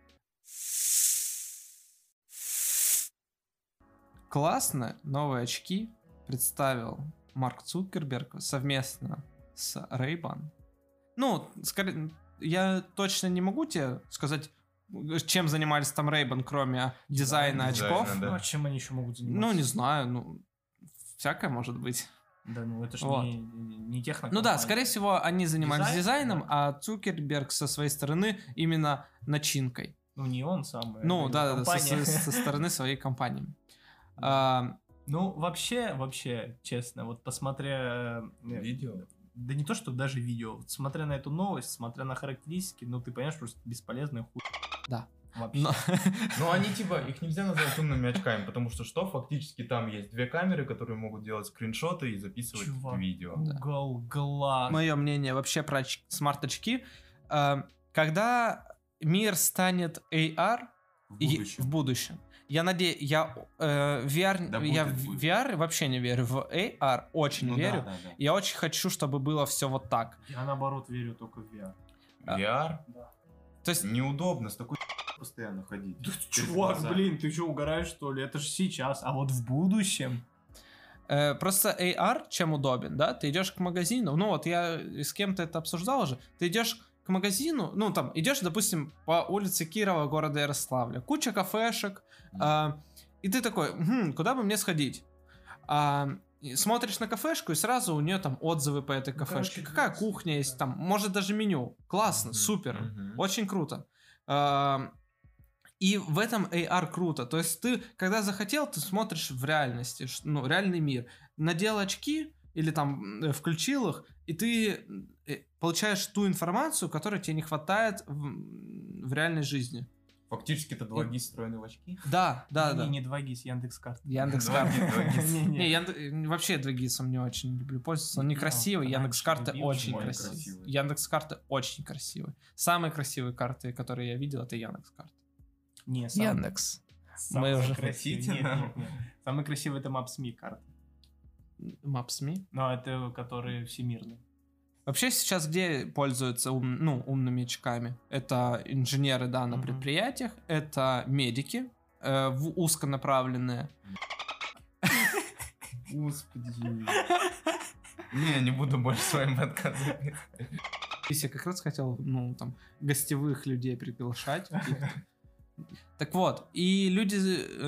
Speaker 1: Классно, новые очки представил Марк Цукерберг совместно с Ray-Ban. Ну, скорее, я точно не могу тебе сказать, чем занимались там Ray-Ban, кроме дизайна
Speaker 4: Дизайна,
Speaker 1: очков.
Speaker 4: да.
Speaker 2: Ну, а чем они еще могут заниматься?
Speaker 1: Ну, не знаю, ну, всякое может быть.
Speaker 2: Да, ну это же
Speaker 1: Вот.
Speaker 2: не, не техно.
Speaker 1: Ну да, скорее всего, они занимались
Speaker 2: Дизайн,
Speaker 1: дизайном,
Speaker 2: да.
Speaker 1: а Цукерберг со своей стороны именно начинкой.
Speaker 2: Ну, не он сам. а
Speaker 1: Ну
Speaker 2: его
Speaker 1: да, да, да, со,
Speaker 2: компания.
Speaker 1: со- со стороны своей компании. А,
Speaker 2: Ну, вообще, вообще, честно, вот посмотря... э,
Speaker 4: Видео.
Speaker 2: Да не то, что даже видео. Вот смотря на эту новость, смотря на характеристики, ну, ты понимаешь, просто бесполезная хуй.
Speaker 1: Да.
Speaker 2: Вообще.
Speaker 1: но-
Speaker 4: Ну, они типа, их нельзя назвать умными очками, потому что что, фактически там есть две камеры, которые могут делать скриншоты и записывать
Speaker 2: Чувак,
Speaker 4: видео.
Speaker 2: угол глаз.
Speaker 1: Мое мнение вообще про оч- смарт-очки. а, Когда мир станет эй ар
Speaker 4: В
Speaker 1: и-
Speaker 4: будущем.
Speaker 1: в будущем, я надеюсь, я э, ви ар,
Speaker 4: Да
Speaker 1: я
Speaker 4: будет,
Speaker 1: в
Speaker 4: будет.
Speaker 1: ви ар вообще не верю, в эй ар очень
Speaker 4: Ну
Speaker 1: верю.
Speaker 4: да, да, да.
Speaker 1: Я очень хочу, чтобы было все вот так.
Speaker 2: Я, наоборот, верю только в ви ар.
Speaker 1: А.
Speaker 4: ви ар?
Speaker 1: То есть,
Speaker 4: Неудобно с такой постоянно ходить.
Speaker 2: Да,
Speaker 4: Перед
Speaker 2: чувак,
Speaker 4: глазами.
Speaker 2: блин, ты что, угораешь, что ли? Это же сейчас. А вот в будущем...
Speaker 1: Э, просто эй ар чем удобен, да? Ты идешь к магазину, ну вот я с кем-то это обсуждал уже. Ты идешь к магазину, ну там идешь, допустим, по улице Кирова, города Ярославля, куча кафешек, а, и ты такой, «Хм, куда бы мне сходить? А, и смотришь на кафешку, и сразу у нее там отзывы по этой
Speaker 4: Ну,
Speaker 1: кафешке.
Speaker 4: короче,
Speaker 1: Какая
Speaker 4: да,
Speaker 1: кухня есть там, может даже меню. Классно,
Speaker 4: Мгм,
Speaker 1: супер,
Speaker 4: мгм.
Speaker 1: очень круто. А, и в этом эй ар круто. То есть ты, когда захотел, ты смотришь в реальности, ш- ну, реальный мир. Надел очки или там э, включил их, и ты э, получаешь ту информацию, которой тебе не хватает в, в реальной жизни.
Speaker 4: Фактически это два джи встроены в очки.
Speaker 1: Да, да,
Speaker 2: не,
Speaker 1: да.
Speaker 2: не два гис, Яндекс.Карт.
Speaker 1: Яндекс.Карта.
Speaker 4: два джи.
Speaker 2: Не-не.
Speaker 1: Не, Янд- э, вообще двигисом не очень люблю пользоваться. Он
Speaker 2: Ну,
Speaker 1: некрасивый.
Speaker 2: раньше
Speaker 1: Яндекс.Карта
Speaker 2: любил,
Speaker 1: очень
Speaker 2: очень
Speaker 1: красивый.
Speaker 4: красивый.
Speaker 1: Яндекс.Карта очень красивый. Самые красивые карты, которые я видел, это Яндекс.Карта.
Speaker 2: Не, сам-
Speaker 1: Яндекс.
Speaker 2: самый
Speaker 1: Мы уже-
Speaker 2: красивый.
Speaker 4: Хотите
Speaker 2: Нет,
Speaker 4: нам?
Speaker 2: нет, нет. Самый красивый это Maps.me карта.
Speaker 1: Maps.me.
Speaker 2: Но это которые всемирные.
Speaker 1: Вообще сейчас где пользуются ум- ну, умными очками? Это инженеры, да, на
Speaker 2: Мгм.
Speaker 1: предприятиях, это медики, э, в узконаправленные.
Speaker 4: Господи. Не, не буду больше с вами подкаст записывать.
Speaker 1: Я как раз хотел, ну, там, гостевых людей приглашать. каких-то. Так вот, и люди,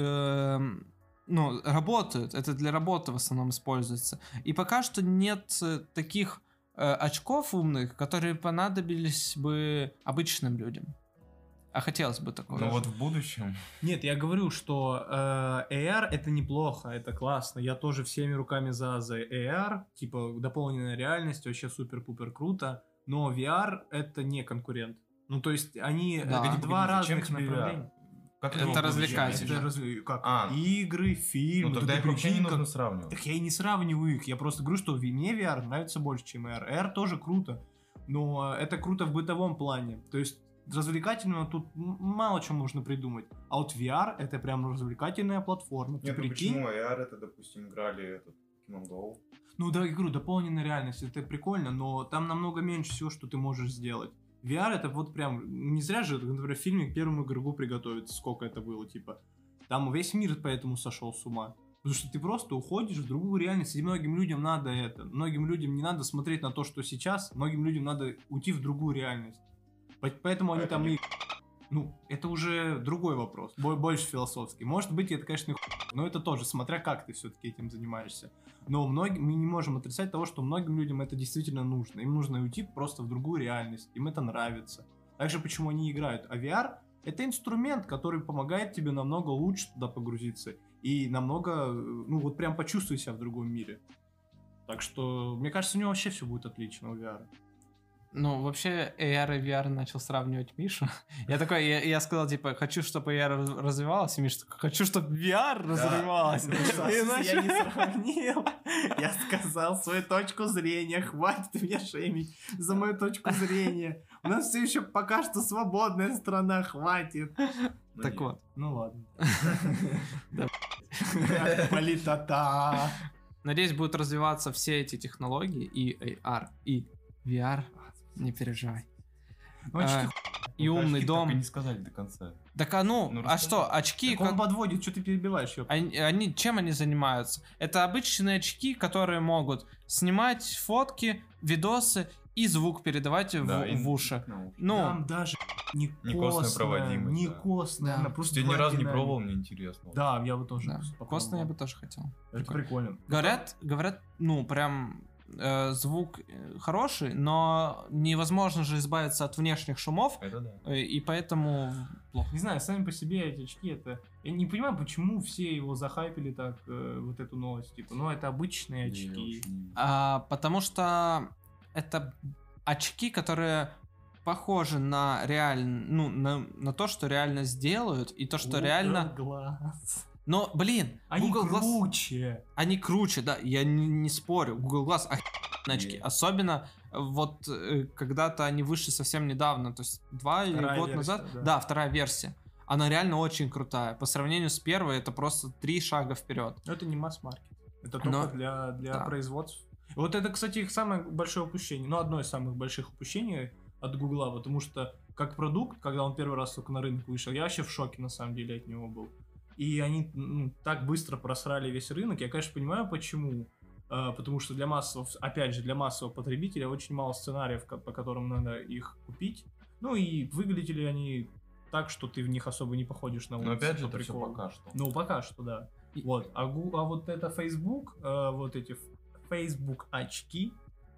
Speaker 1: эм, ну, работают, это для работы в основном используется. И пока что нет э, таких э, очков умных, которые понадобились бы обычным людям. А хотелось бы такого.
Speaker 4: Ну вот в будущем.
Speaker 2: Нет, я говорю, что э, эй ар это неплохо, это классно. Я тоже всеми руками за, за эй ар, типа дополненная реальность, вообще супер-пупер круто. Но ви ар это не конкурент. Ну, то есть они
Speaker 1: Да.
Speaker 2: э,
Speaker 1: Погоди,
Speaker 2: два
Speaker 4: зачем
Speaker 2: разных
Speaker 4: тебе ви ар?
Speaker 2: направления.
Speaker 4: Как
Speaker 1: Это
Speaker 4: будущее?
Speaker 1: развлекательно.
Speaker 2: Это раз- как
Speaker 4: А.
Speaker 2: игры, фильмы.
Speaker 4: Ну
Speaker 2: да
Speaker 4: тогда
Speaker 2: ты
Speaker 4: их вообще не
Speaker 2: прикинь,
Speaker 4: нужно
Speaker 2: как-
Speaker 4: сравнивать.
Speaker 2: Так я и не сравниваю их, я просто говорю, что ви- мне ви ар нравится больше, чем эй ар. эй ар тоже круто, но это круто в бытовом плане. То есть развлекательного тут м- мало чего можно придумать. А вот ви ар это прям развлекательная платформа. Ты
Speaker 4: Нет, ну
Speaker 2: прикинь?
Speaker 4: почему? эй ар это, допустим, играли этот Pokemon Go.
Speaker 2: Ну да, я говорю, дополненная реальность, это прикольно, но там намного меньше всего, что ты можешь сделать. ви ар это вот прям, не зря же, например, в фильме к первому игроку приготовиться, сколько это было, типа. Там весь мир поэтому сошел с ума. Потому что ты просто уходишь в другую реальность, и многим людям надо это. Многим людям не надо смотреть на то, что сейчас, многим людям надо уйти в другую реальность. По- Поэтому они
Speaker 4: Это
Speaker 2: там
Speaker 4: не
Speaker 2: и... Ну, это уже другой вопрос, бо- больше философский. Может быть, это, конечно, и хуй, но это тоже, смотря как ты все-таки этим занимаешься. Но многим, мы не можем отрицать того, что многим людям это действительно нужно. Им нужно уйти просто в другую реальность, им это нравится. Также почему они играют. А ви ар это инструмент, который помогает тебе намного лучше туда погрузиться. И намного, э, ну вот прям почувствуй себя в другом мире. Так что, мне кажется, у него вообще все будет отлично у ви ар.
Speaker 1: Ну, вообще, эй ар и ви ар начал сравнивать Мишу. Я такой, я, я сказал, типа, хочу, чтобы эй ар раз- развивалась, и Миша такой, хочу, чтобы ви ар развивалась. И начал-
Speaker 2: Я не сравнил. Я сказал свою точку зрения. Хватит меня шеймить за мою точку зрения. У нас все еще пока что свободная страна. Хватит.
Speaker 4: Ну,
Speaker 1: Так
Speaker 4: нет.
Speaker 1: вот.
Speaker 2: Ну ладно.
Speaker 1: Да.
Speaker 2: Политота.
Speaker 1: Надеюсь, будут развиваться все эти технологии, и эй ар, и ви ар. Не переживай.
Speaker 2: Ну, очки
Speaker 1: А, И
Speaker 4: Ну,
Speaker 1: умный
Speaker 4: очки
Speaker 1: дом.
Speaker 4: так и не сказали до конца.
Speaker 1: Так, а ну,
Speaker 4: Ну,
Speaker 1: а
Speaker 4: расскажи.
Speaker 1: что, очки,
Speaker 2: Так он
Speaker 1: как-
Speaker 2: подводит, что ты перебиваешь, ёп.
Speaker 1: они, они- чем они занимаются? Это обычные очки, которые могут снимать фотки, видосы и звук передавать в,
Speaker 4: Да, и-
Speaker 1: в уши.
Speaker 4: Ну,
Speaker 1: Ну,
Speaker 2: Там даже не
Speaker 4: Не
Speaker 2: костная,
Speaker 4: костная проводимость,
Speaker 2: не
Speaker 4: да.
Speaker 2: костная,
Speaker 1: Да.
Speaker 2: она просто
Speaker 4: я ни разу не
Speaker 2: два
Speaker 4: пробовал, мне интересно.
Speaker 2: Да, я бы тоже
Speaker 1: да.
Speaker 2: попробовал.
Speaker 1: Костный я бы тоже хотел.
Speaker 2: Это прикольно.
Speaker 1: Говорят, говорят, ну, прям э, звук э, хороший, но невозможно же избавиться от внешних шумов,
Speaker 4: Это да.
Speaker 1: э, и поэтому плохо.
Speaker 2: Не знаю, сами по себе эти очки, это... Я не понимаю, почему все его захайпили так, э, вот эту новость. Типа, ну, это обычные
Speaker 4: Я
Speaker 2: очки.
Speaker 4: вообще не-
Speaker 1: А, потому что это очки, которые похожи на реально, ну, на, на то, что реально сделают, и то, что
Speaker 2: Google
Speaker 1: реально...
Speaker 2: Glass.
Speaker 1: Но, блин,
Speaker 2: Они
Speaker 1: Google Glass...
Speaker 2: круче.
Speaker 1: Они круче, да, я не, не спорю. Google Glass охуенные очки.
Speaker 4: Yeah.
Speaker 1: Особенно э, вот э, когда-то они вышли совсем недавно, то есть два или
Speaker 2: Вторая
Speaker 1: год
Speaker 2: версия,
Speaker 1: назад.
Speaker 2: да.
Speaker 1: Да. вторая версия. Она реально очень крутая. По сравнению с первой, это просто три шага вперед.
Speaker 2: Но это не масс-маркет. Это только
Speaker 1: Но-
Speaker 2: для, для
Speaker 1: да.
Speaker 2: производств. Вот это, кстати, их самое большое упущение. Ну, одно из самых больших упущений от Гугла, потому что как продукт, когда он первый раз только на рынок вышел, я вообще в шоке, на самом деле, от него был. И они ну, так быстро просрали весь рынок. Я, конечно, понимаю, почему. Э, потому что для массового, опять же, для массового потребителя очень мало сценариев, ко- по которым надо их купить. Ну и выглядели они так, что ты в них особо не походишь на улице.
Speaker 4: Но опять же,
Speaker 2: по
Speaker 4: это все
Speaker 2: приколу.
Speaker 4: пока что.
Speaker 2: Ну, пока что, да.
Speaker 1: И-
Speaker 2: Вот. А, гу- а вот это Facebook, э, вот эти ф- Facebook очки,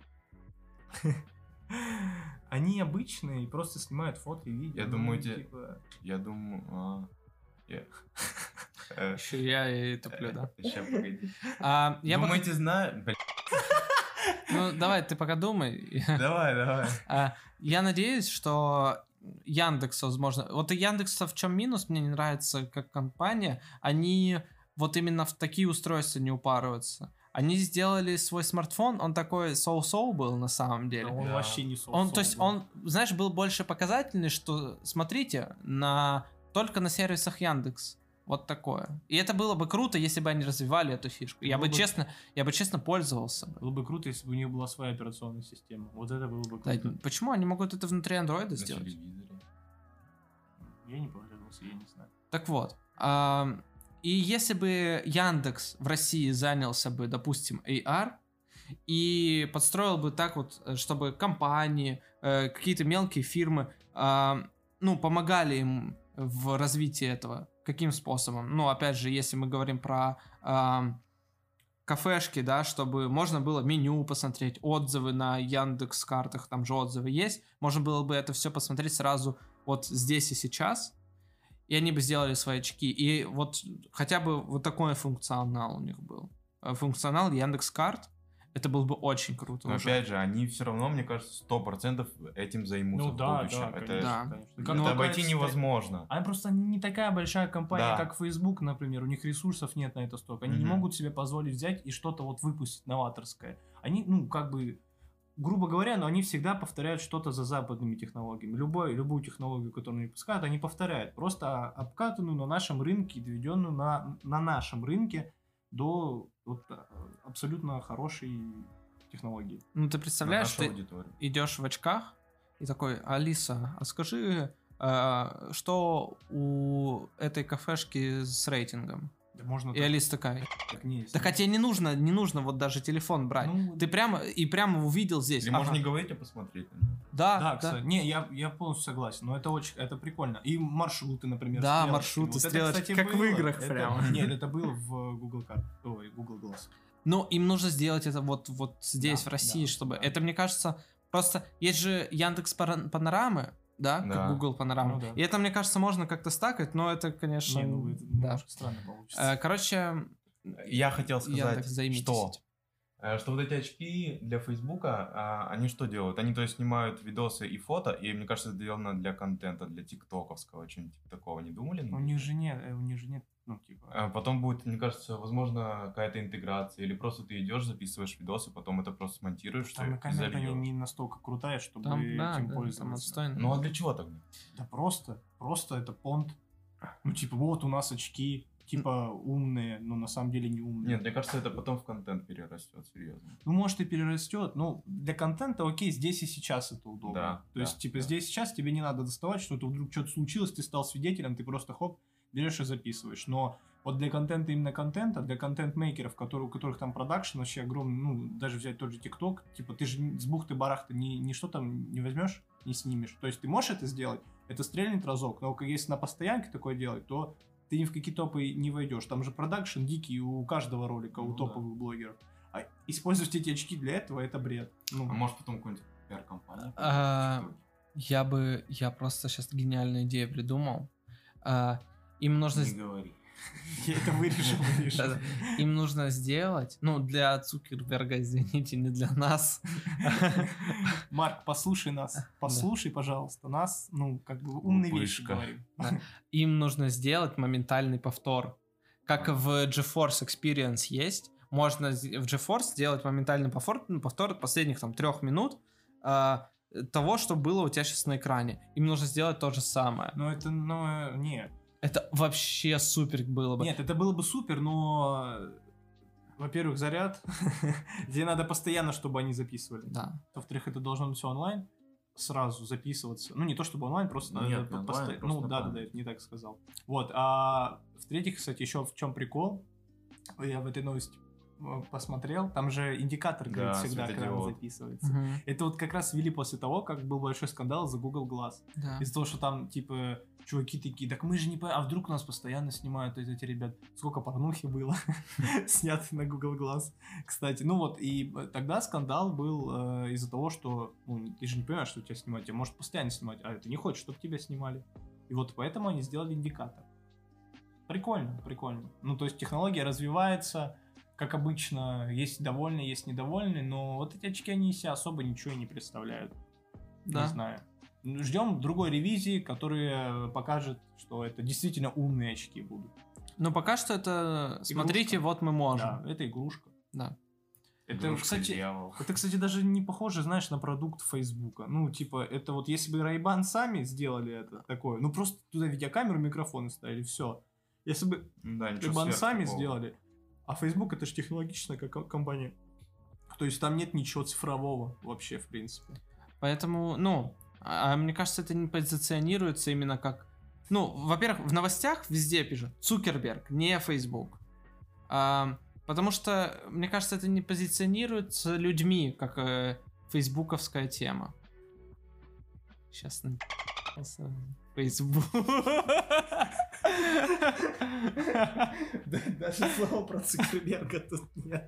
Speaker 2: они обычные и просто снимают фото и видео.
Speaker 4: Я
Speaker 2: Ну,
Speaker 4: думаю, те-
Speaker 2: типа,
Speaker 4: Я думаю... а, я- Э,
Speaker 1: Еще я и туплю, да.
Speaker 4: Ща, погоди.
Speaker 1: А, я бы
Speaker 4: Думаете, знаю? Блин,
Speaker 1: хот- Ну, давай, ты пока думай.
Speaker 4: Давай, давай.
Speaker 1: А, Я надеюсь, что Яндекс, возможно... Вот и Яндекса в чем минус, мне не нравится как компания, они вот именно в такие устройства не упарываются. Они сделали свой смартфон, он такой соу-соу был на самом
Speaker 2: а
Speaker 1: деле.
Speaker 2: он
Speaker 4: Да.
Speaker 2: вообще не соус.
Speaker 1: Он, то есть, он, знаешь, был больше показательный, что, смотрите, на только на сервисах Яндекс. Вот такое. И это было бы круто, если бы они развивали эту фишку. Я
Speaker 2: Было
Speaker 1: бы
Speaker 2: бы-
Speaker 1: честно, я бы честно пользовался бы.
Speaker 2: Было бы круто, если бы у них была своя операционная система. Вот это было бы
Speaker 1: Да,
Speaker 2: круто.
Speaker 1: почему они могут это внутри андроида
Speaker 4: На
Speaker 1: сделать?
Speaker 4: телевизоре.
Speaker 2: Я не пользовался, я не знаю.
Speaker 1: Так вот, ам, и если бы Яндекс в России занялся бы, допустим, эй ар и подстроил бы так вот, э, чтобы компании, э, какие-то мелкие фирмы, ам, ну, помогали им в развитии этого. Каким способом? Ну, опять же, если мы говорим про ам, кафешки, да, чтобы можно было меню посмотреть, отзывы на Яндекс.Картах, там же отзывы есть, можно было бы это все посмотреть сразу вот здесь и сейчас, и они бы сделали свои очки. И вот хотя бы вот такой функционал у них был. Э, Функционал Яндекс.Карт, это было бы очень круто
Speaker 4: Но
Speaker 1: уже.
Speaker 4: опять же, они все равно, мне кажется, сто процентов этим займутся
Speaker 2: Ну
Speaker 4: в
Speaker 2: да,
Speaker 4: будущем.
Speaker 2: да,
Speaker 4: это
Speaker 2: конечно,
Speaker 1: Да.
Speaker 2: конечно.
Speaker 4: это
Speaker 2: Как
Speaker 1: Ну,
Speaker 4: обойти
Speaker 2: какая-то
Speaker 4: невозможно.
Speaker 2: Она просто не такая большая компания,
Speaker 4: Да.
Speaker 2: как Facebook, например. У них ресурсов нет на это столько. Они не
Speaker 4: Мгм.
Speaker 2: могут себе позволить взять и что-то вот выпустить новаторское. Они, ну, как бы, грубо говоря, но они всегда повторяют что-то за западными технологиями. Любой, любую технологию, которую они выпускают, они повторяют. Просто обкатанную на нашем рынке, доведенную на, на нашем рынке до вот, а, абсолютно хорошей технологии.
Speaker 1: Ну, ты
Speaker 4: На
Speaker 1: представляешь,
Speaker 4: нашу
Speaker 1: ты
Speaker 4: аудиторию.
Speaker 1: идешь в очках и такой: Алиса, а скажи, э, что у этой кафешки с рейтингом?
Speaker 2: Да можно
Speaker 1: И
Speaker 2: так,
Speaker 1: Алиса такая:
Speaker 2: так не есть.
Speaker 1: да хотя не нужно, не нужно вот даже телефон брать.
Speaker 2: Ну,
Speaker 1: Ты прямо и прямо увидел здесь.
Speaker 4: Или
Speaker 1: ага.
Speaker 4: можно не говорить, а посмотреть на него.
Speaker 1: Да,
Speaker 2: Да,
Speaker 1: да.
Speaker 2: кстати. Не, я, я полностью согласен, но это очень, это прикольно. И маршруты, например.
Speaker 1: Да,
Speaker 2: стрелочки.
Speaker 1: маршруты,
Speaker 2: это,
Speaker 1: стрелочки,
Speaker 2: кстати,
Speaker 1: как в
Speaker 2: было.
Speaker 1: играх
Speaker 2: Это-
Speaker 1: прямо.
Speaker 2: Нет, это было в Google Card, ой, Google Glass.
Speaker 1: Но им нужно сделать это вот, вот здесь,
Speaker 2: Да,
Speaker 1: в России,
Speaker 2: да,
Speaker 1: чтобы...
Speaker 2: да.
Speaker 1: Это, мне кажется, просто... Есть же Яндекс Пара- Панорамы, да,
Speaker 4: Да.
Speaker 1: как Google Панорама.
Speaker 2: Ну да.
Speaker 1: И это, мне кажется, можно как-то стакать, но это, конечно...
Speaker 2: Не, ну это
Speaker 1: да.
Speaker 2: немножко странно получится.
Speaker 1: Э, Короче,
Speaker 4: Я хотел сказать,
Speaker 1: Яндекс, займитесь
Speaker 4: что,
Speaker 1: этим.
Speaker 4: э, что вот эти очки для Фейсбука, а, они что делают? Они, то есть, снимают видосы и фото, и, мне кажется, это сделано для контента, для тиктоковского, что-нибудь типа такого. Не думали?
Speaker 2: У них же нет, э, у них же нет, ну, типа...
Speaker 4: А Потом будет, мне кажется, возможно, какая-то интеграция, или просто ты идешь, записываешь видосы, потом это просто смонтируешь,
Speaker 2: Там и
Speaker 4: и
Speaker 2: камера не,
Speaker 4: зальешь.
Speaker 2: не настолько крутая, чтобы
Speaker 1: Там,
Speaker 2: этим
Speaker 1: да, да, там
Speaker 2: пользоваться.
Speaker 1: отстойно.
Speaker 4: Ну а для чего тогда?
Speaker 2: Да просто, просто это понт. Ну, типа, вот у нас очки, типа, умные, но на самом деле не умные.
Speaker 4: Нет, мне кажется, это потом в контент перерастет, серьезно.
Speaker 2: Ну, может, и перерастет. Ну, для контента, окей, здесь и сейчас это удобно.
Speaker 4: Да,
Speaker 2: То
Speaker 4: да,
Speaker 2: есть, типа,
Speaker 4: да.
Speaker 2: здесь и сейчас тебе не надо доставать, что-то вдруг что-то случилось, ты стал свидетелем, ты просто хоп, берешь и записываешь. Но вот для контента именно контента, для контент-мейкеров, которые, у которых там продакшн вообще огромный, ну, даже взять тот же ТикТок, типа, ты же с бухты-барахты ни, ничто там не возьмешь, не снимешь. То есть, ты можешь это сделать, это стрельнет разок, но если на постоянке такое делать, то ты ни в какие топы не войдешь. Там же продакшн дикий у каждого ролика, у
Speaker 4: Ну да.
Speaker 2: топовых блогеров. А использовать эти очки для этого, это бред. Ну,
Speaker 4: А может потом какую-нибудь пиар-компанию?
Speaker 1: А, Я бы... Я просто сейчас гениальную идею придумал. А, Им нужно...
Speaker 4: Не говори.
Speaker 2: я это вырежу, вырежу.
Speaker 1: Да-да. Им нужно сделать, ну, для Цукерберга, извините, не для нас.
Speaker 2: Марк, послушай нас. Послушай, пожалуйста, нас. Ну, как бы умные вещи
Speaker 4: Глупышка.
Speaker 2: говорим.
Speaker 1: Да. Им нужно сделать моментальный повтор. Как в GeForce Experience есть, можно з- в GeForce сделать моментальный повтор, ну, повтор последних там трех минут а, того, что было у тебя сейчас на экране. Им нужно сделать то же самое.
Speaker 2: Но это, ну, э, нет.
Speaker 1: Это вообще супер было бы.
Speaker 2: Нет, это было бы супер, но, э, во-первых, заряд. Где надо постоянно, чтобы они записывали.
Speaker 1: Да.
Speaker 2: Во-вторых, это должно быть все онлайн. Сразу записываться. Ну, не то чтобы онлайн, просто
Speaker 4: Нет,
Speaker 2: надо
Speaker 4: не
Speaker 2: по-
Speaker 4: онлайн,
Speaker 2: посто-
Speaker 4: просто
Speaker 2: Ну,
Speaker 4: на
Speaker 2: да, да,
Speaker 4: память.
Speaker 2: да, это не так сказал. Вот. А в-третьих, кстати, еще в чем прикол? Я в этой новости э, посмотрел. Там же индикатор горит
Speaker 4: Да,
Speaker 2: всегда, когда он
Speaker 4: светодиод.
Speaker 2: записывается.
Speaker 1: Мгм.
Speaker 2: Это вот как раз ввели после того, как был большой скандал за Google Glass.
Speaker 1: Да.
Speaker 2: Из-за того, что там, типа, чуваки такие, так мы же не понимаем, а вдруг нас постоянно снимают эти ребят. Сколько порнухи было снято на Google Glass, кстати. Ну вот, и э, тогда скандал был э, из-за того, что, ну, ты же не понимаешь, что тебя снимать, тебя может постоянно снимать, а ты не хочешь, чтобы тебя снимали. И вот поэтому они сделали индикатор. Прикольно, прикольно. Ну, то есть технология развивается, как обычно, есть довольные, есть недовольные, но вот эти очки, они из себя особо ничего и не представляют.
Speaker 1: Да.
Speaker 2: Не знаю. Ждем другой ревизии, которая покажет, что это действительно умные очки будут.
Speaker 1: Но пока что это... Смотрите, вот мы можем.
Speaker 2: Да, это игрушка.
Speaker 1: Да.
Speaker 2: Это,
Speaker 4: Дружка
Speaker 2: кстати,
Speaker 4: дьявол.
Speaker 2: это, кстати, даже не похоже, знаешь, на продукт Фейсбука. Ну, типа, это вот если бы Ray-Ban сами сделали это такое, ну, просто туда видеокамеру, микрофоны ставили, все. Если бы
Speaker 4: Да, ничего
Speaker 2: Ray-Ban
Speaker 4: сверх
Speaker 2: сами
Speaker 4: такого.
Speaker 2: сделали, а Facebook это же технологичная как компания. То есть там нет ничего цифрового вообще, в принципе.
Speaker 1: Поэтому, ну, а, а мне кажется, это не позиционируется именно как... Ну, во-первых, в новостях везде пишут Цукерберг, не Facebook. А, потому что, мне кажется, это не позиционируется людьми, как э, фейсбуковская тема. Сейчас на... Facebook.
Speaker 2: Даже слова про Цукерберга тут нет.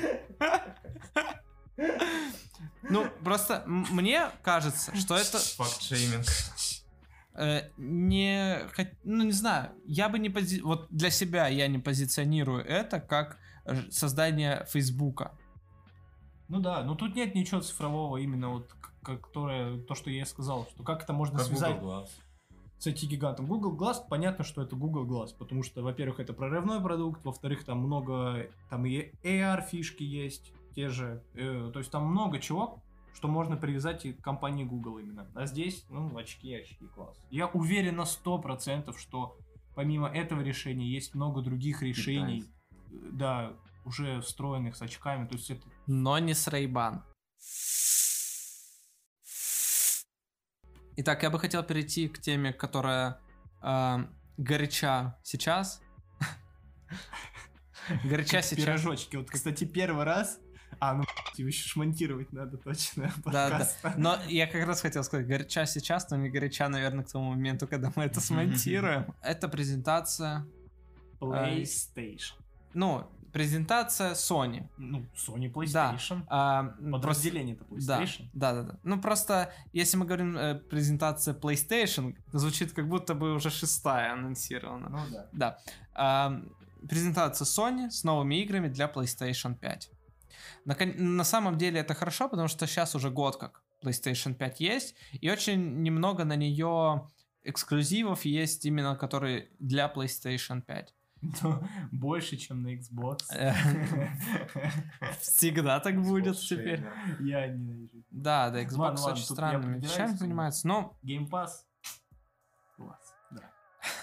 Speaker 1: Ну, просто м- мне кажется, что это
Speaker 4: Факт-шейминг.
Speaker 1: э, не... хот- Ну, не знаю, я бы не... Пози... Вот для себя я не позиционирую это как э, создание Фейсбука.
Speaker 2: Ну да, но тут нет ничего цифрового именно вот, к- которое, то, что я и сказал, что как это можно
Speaker 4: Как
Speaker 2: связать
Speaker 4: Google Glass.
Speaker 2: с ай ти-гигантом. Google Glass, понятно, что это Google Glass, потому что, во-первых, это прорывной продукт, во-вторых, там много, там и эй ар фишки есть, те же, э, то есть там много чего, что можно привязать и к компании Google именно. А здесь, ну, очки, очки, класс. Я уверен на сто процентов, что помимо этого решения есть много других решений, э, да, уже встроенных с очками, то есть это
Speaker 1: Но не с Ray-Ban. Итак, я бы хотел перейти к теме, которая э, горяча сейчас. Горяча
Speaker 2: как
Speaker 1: сейчас.
Speaker 2: пирожочки. Вот, кстати, первый раз... А, ну, тебе еще шмонтировать надо точно.
Speaker 1: Да, да.
Speaker 2: подкаст.
Speaker 1: Но я как раз хотел сказать, горяча сейчас, но не горяча, наверное, к тому моменту, когда мы это смонтируем. Это презентация,
Speaker 2: PlayStation.
Speaker 1: ну, презентация Sony.
Speaker 2: Ну, Sony
Speaker 1: Да.
Speaker 2: PlayStation.
Speaker 1: А, просто-
Speaker 2: Подразделение-то
Speaker 1: Да,
Speaker 2: PlayStation.
Speaker 1: да, да, да. Ну просто, если мы говорим э, презентация PlayStation, звучит как будто бы уже шестая анонсирована.
Speaker 2: Ну да.
Speaker 1: Да. А, презентация Sony с новыми играми для PlayStation пять. На, кон- на самом деле это хорошо, потому что сейчас уже год как PlayStation пять есть, и очень немного на нее эксклюзивов есть именно, которые для PlayStation пять.
Speaker 2: Но больше, чем на Xbox.
Speaker 1: Э, Всегда так будет
Speaker 4: Xbox
Speaker 1: теперь.
Speaker 4: шеймер.
Speaker 2: Я ненавижу.
Speaker 1: Да, да, Xbox
Speaker 2: Ладно, ладно,
Speaker 1: очень
Speaker 2: тут
Speaker 1: странными
Speaker 2: я
Speaker 1: вещами
Speaker 2: придираюсь,
Speaker 1: занимается, но
Speaker 2: Game Pass. Класс. Да.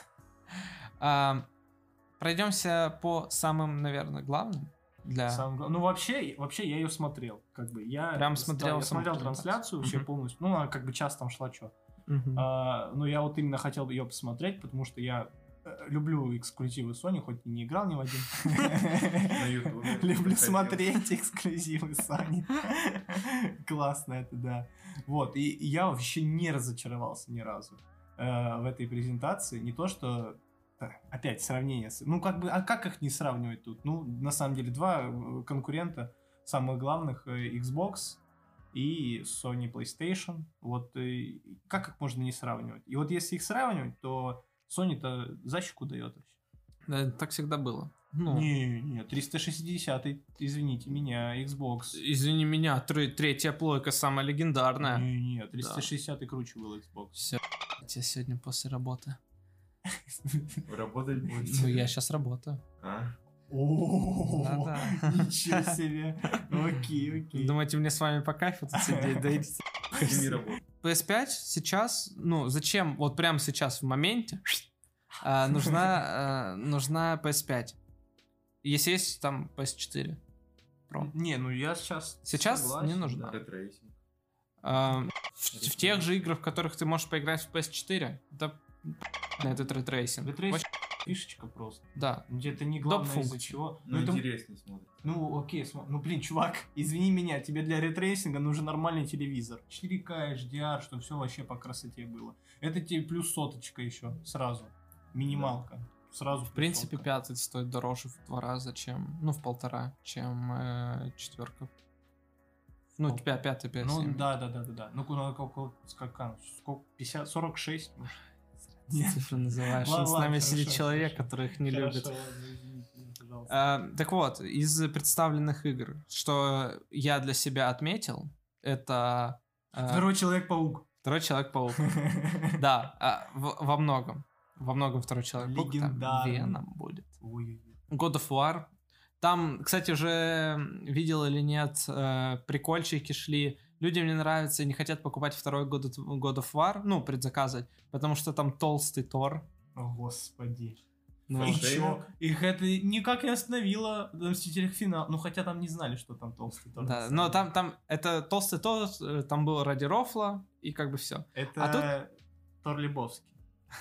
Speaker 1: а, пройдемся по самым, наверное, главным для...
Speaker 2: Самое главное- Ну, вообще, вообще я ее смотрел. Как бы я
Speaker 1: Прям
Speaker 2: да,
Speaker 1: смотрел
Speaker 2: я
Speaker 1: саму
Speaker 2: смотрел
Speaker 1: презентацию.
Speaker 2: трансляцию вообще
Speaker 1: Мгм.
Speaker 2: полностью. Ну, она как бы час там шла, что.
Speaker 1: Мгм.
Speaker 2: А, но я вот именно хотел ее посмотреть, потому что я э, люблю эксклюзивы Sony, хоть и не играл ни в один.
Speaker 4: На Ютубе.
Speaker 2: Люблю
Speaker 4: Заходил.
Speaker 2: смотреть эксклюзивы Sony. Классно это, да. Вот, и я вообще не разочаровался ни разу э, в этой презентации. Не то, что... э, Опять сравнение. с- Ну, как бы, а как их не сравнивать тут? Ну, на самом деле, два э, конкурента самых главных, э, Xbox и Sony PlayStation. Вот, э, как их можно не сравнивать? И вот если их сравнивать, то Sony-то за щеку дает вообще.
Speaker 1: Да, так всегда было. Ну,
Speaker 2: Не, не, триста шестьдесят, извините меня, Xbox.
Speaker 1: извини меня, тр- третья плойка самая легендарная.
Speaker 2: Не, не, триста шестьдесят и круче был Xbox.
Speaker 1: Все, я сегодня после работы.
Speaker 4: Вы работать будете?
Speaker 1: Ну, я сейчас работаю.
Speaker 4: А?
Speaker 2: О,
Speaker 1: Да-да.
Speaker 2: ничего себе. Окей, окей.
Speaker 1: Думаете, мне с вами по кайфу тут сидеть? Да идите.
Speaker 4: Сними работу.
Speaker 1: пи эс пять сейчас, ну, зачем, вот прямо сейчас в моменте а, нужна, а, нужна пи эс пять. Если есть там пи эс четыре Pro.
Speaker 2: Не, ну я сейчас
Speaker 1: Сейчас
Speaker 2: согласен,
Speaker 1: не нужно.
Speaker 2: да.
Speaker 4: Ретрейсинг.
Speaker 1: А, в, в тех же играх, в которых ты можешь поиграть в пи эс четыре, да, на этот ретрейсинг.
Speaker 2: Ретрейсинг
Speaker 1: Очень-
Speaker 2: фишечка просто.
Speaker 1: Да.
Speaker 2: Где-то не главное из-за
Speaker 1: функция.
Speaker 2: чего.
Speaker 4: Ну,
Speaker 2: Ну, это-
Speaker 4: интереснее смотрится.
Speaker 2: ну, окей, см- ну, блин, чувак, извини меня, тебе для ретрейсинга нужен нормальный телевизор. четыре ка, эйч ди ар, чтобы все вообще по красоте было. Это тебе плюс соточка еще, сразу. Минималка. Сразу
Speaker 1: В принципе, пятый стоит дороже в два раза, чем, ну, в полтора, чем э, четверка. Ну,
Speaker 2: Пол-
Speaker 1: пя- пятый, пятый.
Speaker 2: Ну, да, да, да, да, да. Ну, куда, сколько, сколько, сколько, пятьдесят, сорок шесть? Нет.
Speaker 1: Цифры называешь.
Speaker 2: Ладно,
Speaker 1: Он с
Speaker 2: ладно,
Speaker 1: нами
Speaker 2: хорошо,
Speaker 1: сидит человек,
Speaker 2: хорошо.
Speaker 1: который их не
Speaker 2: Хорошо,
Speaker 1: любит.
Speaker 2: ладно, извините меня, пожалуйста.
Speaker 1: А, так вот, из представленных игр, что я для себя отметил, это а,
Speaker 2: Второй Человек-паук.
Speaker 1: второй Человек-паук. Да, а, в- во многом. Во многом второй Человек-паук. Там
Speaker 2: Легендарный.
Speaker 1: Веном будет.
Speaker 2: Ой-ой-ой.
Speaker 1: God of War Там, кстати, уже видел или нет, э, прикольчики шли. Людям не нравится и не хотят покупать второй God of, God of War, ну, предзаказывать, потому что там толстый Тор.
Speaker 2: О, господи.
Speaker 1: Ну,
Speaker 2: И
Speaker 4: Фаншейминг?
Speaker 2: чё? Их это никак не остановило в Мстителях финал. Ну, хотя там не знали, что там толстый Тор.
Speaker 1: да, но там, там это толстый Тор, э, там был ради рофла, и как бы все.
Speaker 2: Это
Speaker 1: А
Speaker 2: Тор Лебовский.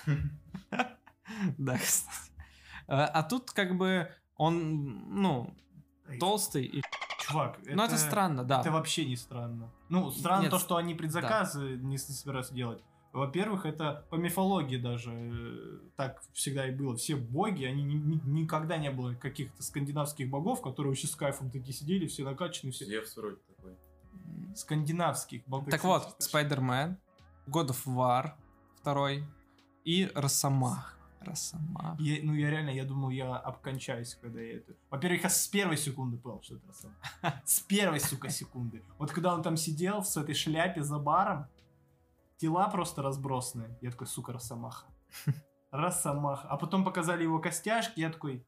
Speaker 1: Да, кстати. Э, А тут как бы он, ну, толстый. И...
Speaker 2: Чувак,
Speaker 1: Ну, это странно, да.
Speaker 2: Это вообще не странно. Ну, странно
Speaker 1: Нет,
Speaker 2: то, что они предзаказы не с- собираются делать. Во-первых, это по мифологии даже э, так всегда и было. Все боги, они ни- ни- никогда не было каких-то скандинавских богов, которые вообще с кайфом такие сидели, все накачаны, все.
Speaker 4: Зевс вроде такой.
Speaker 2: Скандинавских богов.
Speaker 1: Так вот, Spider-Man, God of War второй и Росомах. Росомах.
Speaker 2: Я, ну, я реально, я думал, я обкончаюсь, когда я это... Во-первых, я с первой секунды понял, что это Росомаха. С первой, сука, секунды. Вот когда он там сидел с этой шляпе за баром, тела просто разбросанные. Я такой, сука, Росомаха. Росомаха. А потом показали его костяшки, я такой,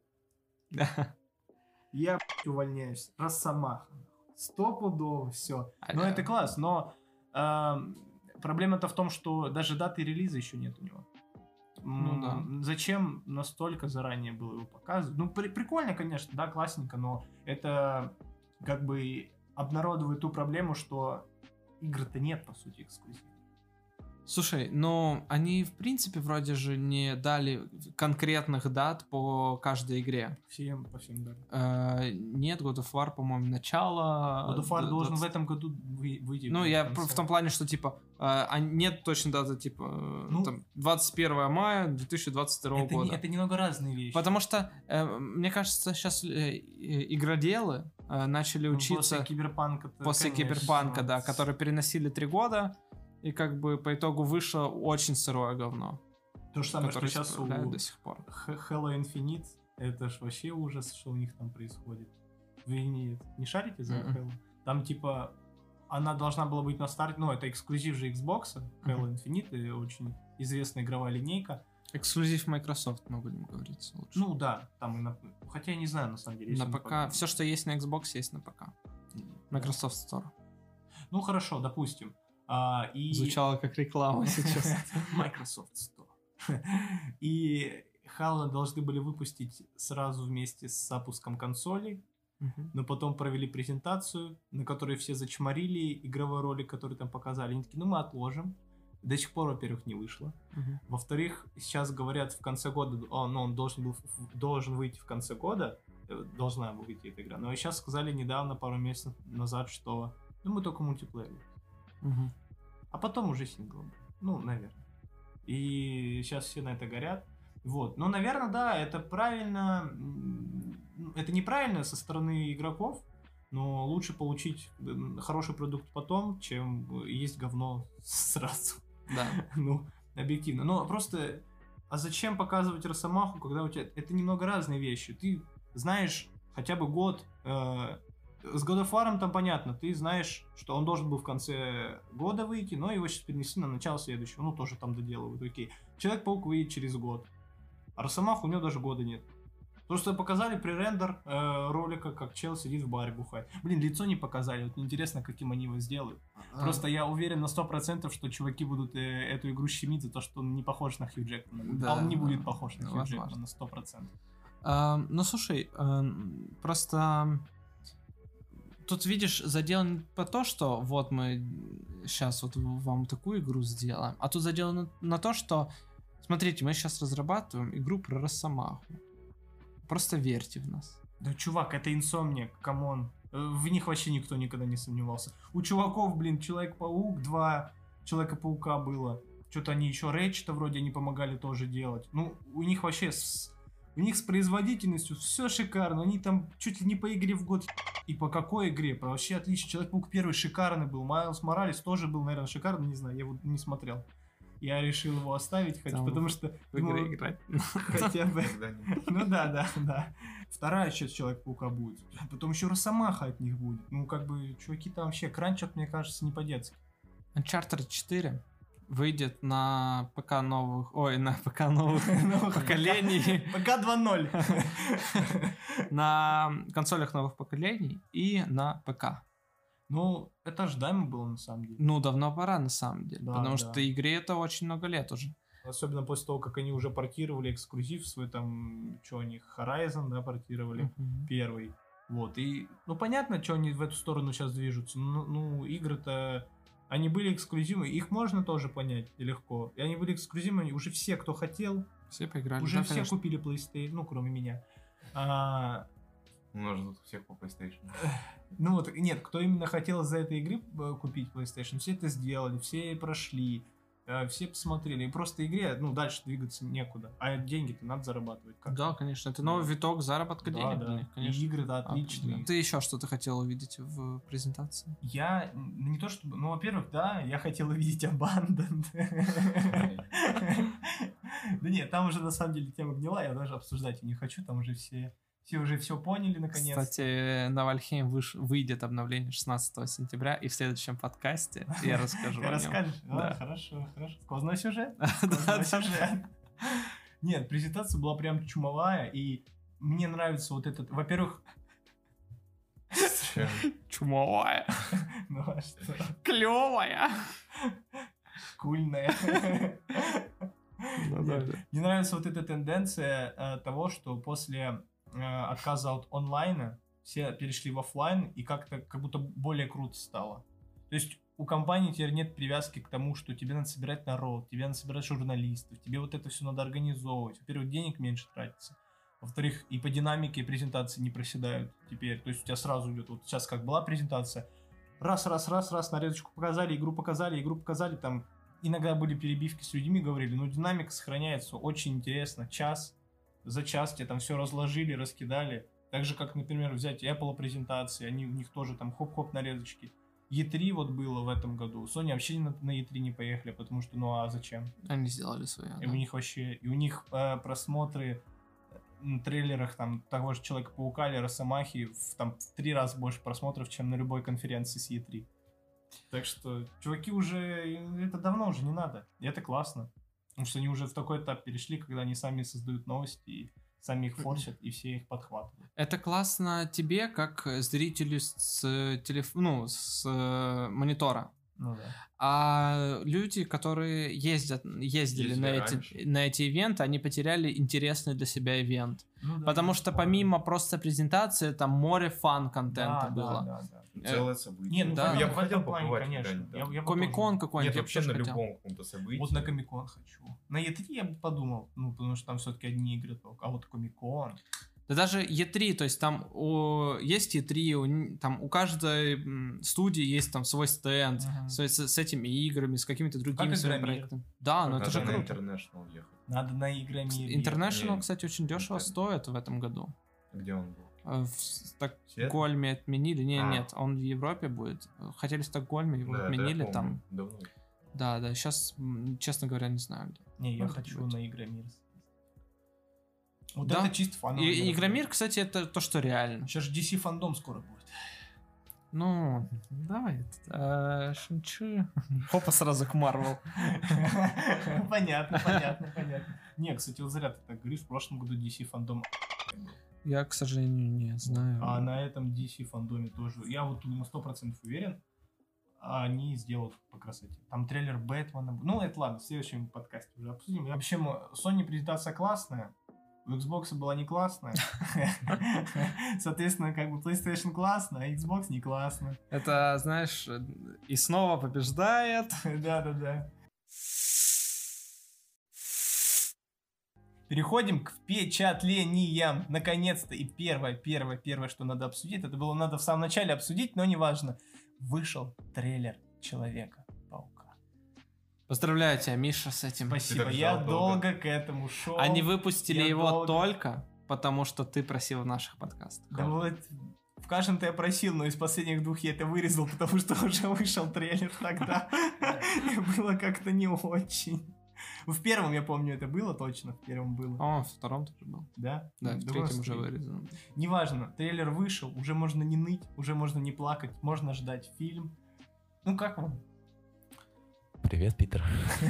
Speaker 2: я, блядь, увольняюсь. Росомаха. Стопудово, все. Ну, это класс, но эм, проблема-то в том, что даже даты релиза еще нет у него.
Speaker 1: Ну
Speaker 2: М,
Speaker 1: да.
Speaker 2: Зачем настолько заранее было его показывать? Ну, при- прикольно, конечно, да, классненько, но это как бы обнародовает ту проблему, что игр-то нет, по сути, эксклюзивных.
Speaker 1: Слушай, ну они в принципе вроде же не дали конкретных дат по каждой игре.
Speaker 2: Всем, по всем дали.
Speaker 1: Э, нет, God of War, по-моему, начало.
Speaker 2: God of War
Speaker 1: д-
Speaker 2: должен в
Speaker 1: двадцать
Speaker 2: этом году вы- выйти.
Speaker 1: Ну,
Speaker 2: в
Speaker 1: я
Speaker 2: конце.
Speaker 1: пр- в том плане, что, типа, э, а нет точной даты, типа, э,
Speaker 2: Ну,
Speaker 1: там, двадцать первого мая две тысячи двадцать второго
Speaker 2: это,
Speaker 1: года.
Speaker 2: не- это немного разные вещи.
Speaker 1: Потому что, э, мне кажется, сейчас игроделы э, начали
Speaker 2: Ну,
Speaker 1: учиться
Speaker 2: после киберпанка.
Speaker 1: после киберпанка, да, который переносили три года, и как бы по итогу вышло очень сырое говно,
Speaker 2: То же самое, что
Speaker 1: которое
Speaker 2: сейчас у
Speaker 1: исправляют до сих пор.
Speaker 2: Х- Halo Infinite. Это ж вообще ужас, что у них там происходит. Вы не, не шарите за
Speaker 1: Мгм.
Speaker 2: Halo? Там типа она должна была быть на старте, ну это эксклюзив же Xbox, Halo
Speaker 1: Мгм.
Speaker 2: Infinite, и очень известная игровая линейка.
Speaker 1: Эксклюзив Microsoft, мы будем говорить лучше.
Speaker 2: Ну да, там и на... Хотя я не знаю на самом деле.
Speaker 1: на
Speaker 2: если мы
Speaker 1: ПК,
Speaker 2: поговорим.
Speaker 1: все, что есть на Xbox, есть на ПК. Microsoft Store.
Speaker 2: Ну хорошо, допустим. А, и...
Speaker 1: Звучало как реклама сейчас.
Speaker 2: Microsoft Store. И Halo должны были выпустить сразу вместе с запуском консолей,
Speaker 1: Мгм.
Speaker 2: но потом провели презентацию, на которой все зачморили игровой ролик, который там показали. Они такие, ну мы отложим. До сих пор, во-первых, не вышло.
Speaker 1: Мгм.
Speaker 2: Во-вторых, сейчас говорят в конце года, о, ну, он должен был в- должен выйти в конце года, э, должна была выйти эта игра. Но сейчас сказали недавно, пару месяцев назад, что ну мы только мультиплеер.
Speaker 1: Мгм.
Speaker 2: А потом уже сингл. Ну, наверное. И сейчас все на это горят. Вот. Ну, наверное, да, это правильно. м, Это неправильно со стороны игроков, но лучше получить м, хороший продукт потом, чем есть говно сразу.
Speaker 1: Да.
Speaker 2: Ну, объективно. Но просто, а зачем показывать Росомаху, когда у тебя... Это немного разные вещи. Ты знаешь хотя бы год... э, С God of War там понятно, ты знаешь, что он должен был в конце года выйти, но его сейчас перенесли на начало следующего. Ну, тоже там доделывают, окей. Человек-паук выйдет через год. А Росомаху у него даже года нет. Просто показали пререндер э, ролика, как чел сидит в баре бухает. Блин, лицо не показали, вот интересно, каким они его сделают. Просто я уверен на сто процентов, что чуваки будут э, эту игру щемить за то, что он не похож на Хью Джекмана.
Speaker 1: Да,
Speaker 2: а он не будет похож на Хью
Speaker 1: возможно.
Speaker 2: Джекмана на сто процентов.
Speaker 1: А, ну, слушай, а, просто тут, видишь, задел не по то, что вот мы сейчас вот вам такую игру сделаем, а тут задел на, на то, что, смотрите, мы сейчас разрабатываем игру про Росомаху. Просто верьте в нас.
Speaker 2: Да, чувак, это Insomniac, камон. Э, В них вообще никто никогда не сомневался. У чуваков, блин, Человек-паук, два Человека-паука было. Что-то они еще Рэйчета вроде они помогали тоже делать. Ну, у них вообще с... У них с производительностью все шикарно. Они там чуть ли не по игре в год. И по какой игре? Про вообще отлично. Человек-паук первый шикарный был. Майлз Моралес тоже был, наверное, шикарный. Не знаю, я его не смотрел. Я решил его оставить, хоть,
Speaker 1: Там
Speaker 2: потому что...
Speaker 1: В игре
Speaker 2: думаю,
Speaker 1: играть.
Speaker 2: хотя бы...
Speaker 4: Когда-нибудь.
Speaker 2: Ну да, да, да. Вторая часть Человек-паука будет. Потом еще Росомаха от них будет. Ну, как бы, чуваки там вообще кранчат, мне кажется, не по-детски.
Speaker 1: Uncharted четыре. выйдет на ПК новых... Ой, на ПК новых поколений.
Speaker 2: ПК два ноль.
Speaker 1: На консолях новых поколений и на ПК.
Speaker 2: Ну, это ожидаемо было на самом деле.
Speaker 1: Ну, давно пора на самом деле.
Speaker 2: Да,
Speaker 1: потому
Speaker 2: да.
Speaker 1: что игре это очень много лет уже.
Speaker 2: Особенно после того, как они уже портировали эксклюзив свой, там, что у них, Horizon, да, портировали,
Speaker 1: Мгм.
Speaker 2: первый. Вот, и, ну, понятно, что они в эту сторону сейчас движутся. Ну, ну, игры-то, они были эксклюзивны, их можно тоже понять легко. И они были эксклюзивны, уже все, кто хотел,
Speaker 1: Все поиграли.
Speaker 2: уже
Speaker 1: Да,
Speaker 2: все
Speaker 1: конечно.
Speaker 2: купили PlayStation, ну, кроме меня. А,
Speaker 4: У нас же тут у всех по PlayStation.
Speaker 2: ну, вот, нет, кто именно хотел из-за этой игры э, купить PlayStation, все это сделали, все прошли. э, Все посмотрели. И просто игре, ну, дальше двигаться некуда. А деньги-то надо зарабатывать. Как?
Speaker 1: Да, конечно. Это новый виток заработка
Speaker 2: Да,
Speaker 1: денег
Speaker 2: да.
Speaker 1: для них,
Speaker 2: И
Speaker 1: конечно.
Speaker 2: игры-то отличные.
Speaker 1: Ты еще что-то хотел увидеть в презентации?
Speaker 2: Я м, не то чтобы... Ну, во-первых, да, я хотел увидеть Abandoned. Да нет, там уже на самом деле тема гнила, я даже обсуждать и не хочу, там уже все... Все уже все поняли, наконец.
Speaker 1: Кстати, на Вальхейм выш- выйдет обновление шестнадцатого сентября, и в следующем подкасте я расскажу
Speaker 2: Ты
Speaker 1: о нем.
Speaker 2: расскажешь? А,
Speaker 1: Да.
Speaker 2: Хорошо, хорошо. Сквозной сюжет?
Speaker 1: Да,
Speaker 2: Сквозной
Speaker 1: да.
Speaker 2: сюжет. Нет, презентация была прям чумовая, и мне нравится вот этот... Во-первых,
Speaker 1: Чумовая,
Speaker 2: ну а что?
Speaker 1: клевая.
Speaker 2: Кульная.
Speaker 1: Ну, да,
Speaker 2: Нет,
Speaker 1: да.
Speaker 2: мне нравится вот эта тенденция э, того, что после э, отказа от онлайна все перешли в оффлайн, и как-то как будто более круто стало. То есть у компании теперь нет привязки к тому, что тебе надо собирать народ, тебе надо собирать журналистов, тебе вот это все надо организовывать. Во-первых, денег меньше тратится. Во-вторых, и по динамике презентации не проседают теперь. То есть у тебя сразу идет, вот сейчас как была презентация, раз, раз, раз, раз, нарезочку показали, игру показали, игру показали, там иногда были перебивки с людьми, говорили, ну динамика сохраняется, очень интересно, час, за час тебе там все разложили, раскидали. Так же, как, например, взять Apple презентации, они, у них тоже там хоп-хоп нарезочки. и три вот было в этом году, Sony вообще на, на и три не поехали, потому что, ну а зачем?
Speaker 1: Они сделали свое.
Speaker 2: И у них вообще, и у них э, просмотры на трейлерах там того же Человека-паука или Росомахи в, там, в три раза больше просмотров, чем на любой конференции с и три. Так что, чуваки уже, это давно уже не надо. И это классно. Потому что они уже в такой этап перешли, когда они сами создают новости, и сами их форсят, и все их подхватывают.
Speaker 1: Это классно тебе, как зрителю с телеф... ну, с э, монитора.
Speaker 2: Ну да.
Speaker 1: А люди, которые ездят, ездили
Speaker 4: Ездили
Speaker 1: на эти,
Speaker 4: раньше.
Speaker 1: на эти ивенты, они потеряли интересный для себя ивент.
Speaker 2: Ну да,
Speaker 1: Потому
Speaker 2: я
Speaker 1: что
Speaker 2: понял.
Speaker 1: помимо просто презентации, там море фан-контента
Speaker 2: Да,
Speaker 1: было.
Speaker 2: Да, да, да.
Speaker 4: Целое событие.
Speaker 2: Не, ну
Speaker 1: Да.
Speaker 2: в
Speaker 4: я
Speaker 2: этом
Speaker 4: бы хотел
Speaker 2: плане,
Speaker 4: побывать
Speaker 2: конечно.
Speaker 4: когда-нибудь
Speaker 2: Я-
Speaker 4: там.
Speaker 2: я бы
Speaker 1: Комик-кон
Speaker 2: тоже.
Speaker 1: какой-нибудь.
Speaker 4: Нет,
Speaker 1: я бы
Speaker 4: вообще
Speaker 1: тоже
Speaker 4: на
Speaker 1: хотел.
Speaker 4: любом каком-то событии.
Speaker 2: Вот на Комик-кон хочу. На и три я бы подумал, ну, потому что там все-таки одни игры только. А вот Комик-кон...
Speaker 1: Да даже и три, то есть там у, есть и три, у, н- там у каждой м, студии есть там свой стенд
Speaker 2: Мгм.
Speaker 1: с, с- с этими играми, с какими-то другими
Speaker 2: Как
Speaker 1: своими
Speaker 2: Игромир.
Speaker 1: проектами. Да, ну это
Speaker 4: Надо
Speaker 1: же
Speaker 4: на
Speaker 1: круто.
Speaker 4: International ехать.
Speaker 2: Надо на Игромире.
Speaker 1: International,
Speaker 4: Не,
Speaker 1: кстати, очень дешево
Speaker 4: это-
Speaker 1: стоит в этом году.
Speaker 4: Где он был?
Speaker 1: Э, В
Speaker 4: Сиэтл?
Speaker 1: Стокгольме отменили. Не,
Speaker 4: А.
Speaker 1: нет, он в Европе будет. Хотели в Стокгольме, его
Speaker 4: Да, да, я
Speaker 1: отменили
Speaker 4: помню.
Speaker 1: там.
Speaker 4: Давно.
Speaker 1: Да, да, сейчас, честно говоря, не знаю где.
Speaker 2: Не, я
Speaker 1: Может
Speaker 2: хочу
Speaker 1: быть.
Speaker 2: на Игромир. Вот
Speaker 1: Да.
Speaker 2: это чисто фановый.
Speaker 1: И Игромир, кстати, это то, что реально.
Speaker 2: Сейчас же ди си фандом скоро будет.
Speaker 1: Ну, давай. э, Шинчи. Хопа сразу к Марвел.
Speaker 2: Понятно, понятно, понятно. Не, кстати, вот зря ты так говоришь, в прошлом году ди си фандом был.
Speaker 1: Я, к сожалению, не знаю.
Speaker 2: А на этом ди си фандоме тоже. Я вот на сто процентов уверен, они сделают по красоте. Там трейлер Бэтмена. бу- Ну, это ладно, в следующем подкасте уже обсудим. В общем, Sony презентация классная. У Xbox была не классная. Соответственно, как бы PlayStation классно, а Xbox не классно.
Speaker 1: Это, знаешь, и снова побеждает.
Speaker 2: Да-да-да. Переходим к впечатлениям. Наконец-то. И первое, первое, первое, что надо обсудить, это было надо в самом начале обсудить, но неважно. Вышел трейлер Человека-паука.
Speaker 1: Поздравляю тебя, Миша, с этим.
Speaker 2: Спасибо,
Speaker 4: так
Speaker 2: я
Speaker 4: ждал
Speaker 2: долго
Speaker 4: долго.
Speaker 2: к этому шел.
Speaker 1: Они выпустили
Speaker 2: Я
Speaker 1: его
Speaker 2: долго-
Speaker 1: только потому, что ты просил в наших подкастах.
Speaker 2: Да вот, в каждом-то я просил, но из последних двух я это вырезал, потому что уже вышел трейлер тогда. И было как-то не очень. В первом, я помню, это было точно, в первом было.
Speaker 1: По-моему, в втором тоже был.
Speaker 2: Да?
Speaker 1: Да, в
Speaker 2: Ну,
Speaker 1: третьем
Speaker 2: у
Speaker 1: уже
Speaker 2: нас три.
Speaker 1: вырезан.
Speaker 2: Неважно, трейлер вышел, уже можно не ныть, уже можно не плакать, можно ждать фильм. Ну как вам?
Speaker 3: Привет, Питер.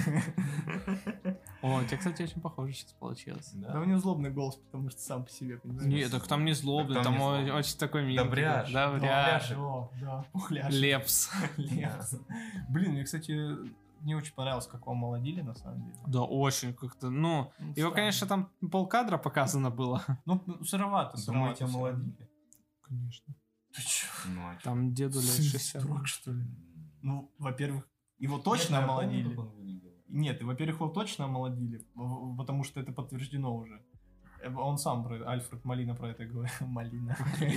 Speaker 1: О, у тебя, кстати, очень похоже сейчас получилось.
Speaker 2: Да у него злобный голос, потому что сам по себе, понимаешь?
Speaker 1: Нет, так там не злобный,
Speaker 4: Так там
Speaker 1: там
Speaker 4: не
Speaker 1: о-
Speaker 4: злобный.
Speaker 1: очень такой милый.
Speaker 4: Добряш.
Speaker 1: Добряш.
Speaker 2: Да, да, пухляш.
Speaker 1: Лепс.
Speaker 2: Лепс. Блин, мне, кстати, не очень понравилось, как его молодили, на самом деле.
Speaker 1: Да, очень как-то, ну,
Speaker 2: Ну,
Speaker 1: его,
Speaker 2: странно.
Speaker 1: конечно, там полкадра показано было.
Speaker 2: Ну, сыровато,
Speaker 4: Думаете,
Speaker 2: сыровато.
Speaker 4: молодили?
Speaker 1: Конечно.
Speaker 2: Ты чё?
Speaker 4: Ну, а чё?
Speaker 1: Там деду лет шестьдесят.
Speaker 2: Строг, что ли? Ну, во-первых, его
Speaker 4: Нет,
Speaker 2: точно
Speaker 4: я помню,
Speaker 2: омолодили.
Speaker 4: как он выглядел.
Speaker 2: Нет, и, во-первых, его точно омолодили, в- потому что это подтверждено уже. Э, Он сам про Альфред Малина про это говорил. Малина.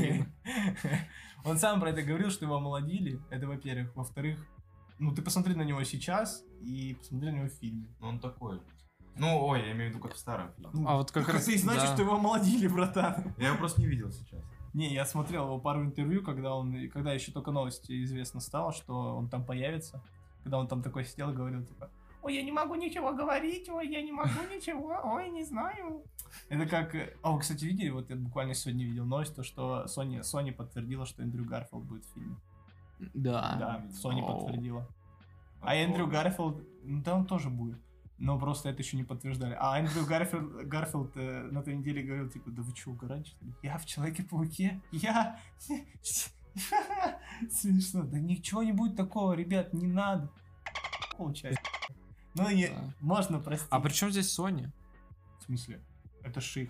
Speaker 2: Он сам про это говорил, что его омолодили. Это, во-первых. Во-вторых, ну ты посмотри на него сейчас и посмотри на него в фильме.
Speaker 4: Ну, он такой. Ну, ой, я имею в виду, как в старом фильме.
Speaker 2: Ну,
Speaker 1: А вот как раз,
Speaker 2: это и значит,
Speaker 1: да.
Speaker 2: что его омолодили, братан.
Speaker 4: Я его просто не видел сейчас.
Speaker 2: Не, я смотрел его пару интервью, когда он, когда еще только новости известно стало, что он там появится. Когда он там такой сидел и говорил, типа, ой, я не могу ничего говорить, ой, я не могу ничего, ой, не знаю. Это как... э, А, вы, кстати, видели, вот я буквально сегодня видел новость, то, что Sony, Sony подтвердила, что Эндрю Гарфилд будет в фильме.
Speaker 1: Да.
Speaker 2: Да, Sony
Speaker 1: Оу.
Speaker 2: подтвердила. А Эндрю Гарфилд, ну да, он тоже будет. Но просто это еще не подтверждали. А Эндрю Гарфилд, Гарфилд э, на той неделе говорил, типа, да вы что, угораете, что ли? Я в Человеке-пауке? Я... Смешно. Да ничего не будет такого, ребят, не надо. Получается. Ну, не,
Speaker 1: Да.
Speaker 2: можно простить.
Speaker 1: А при чем здесь Sony?
Speaker 2: В смысле? Это ших.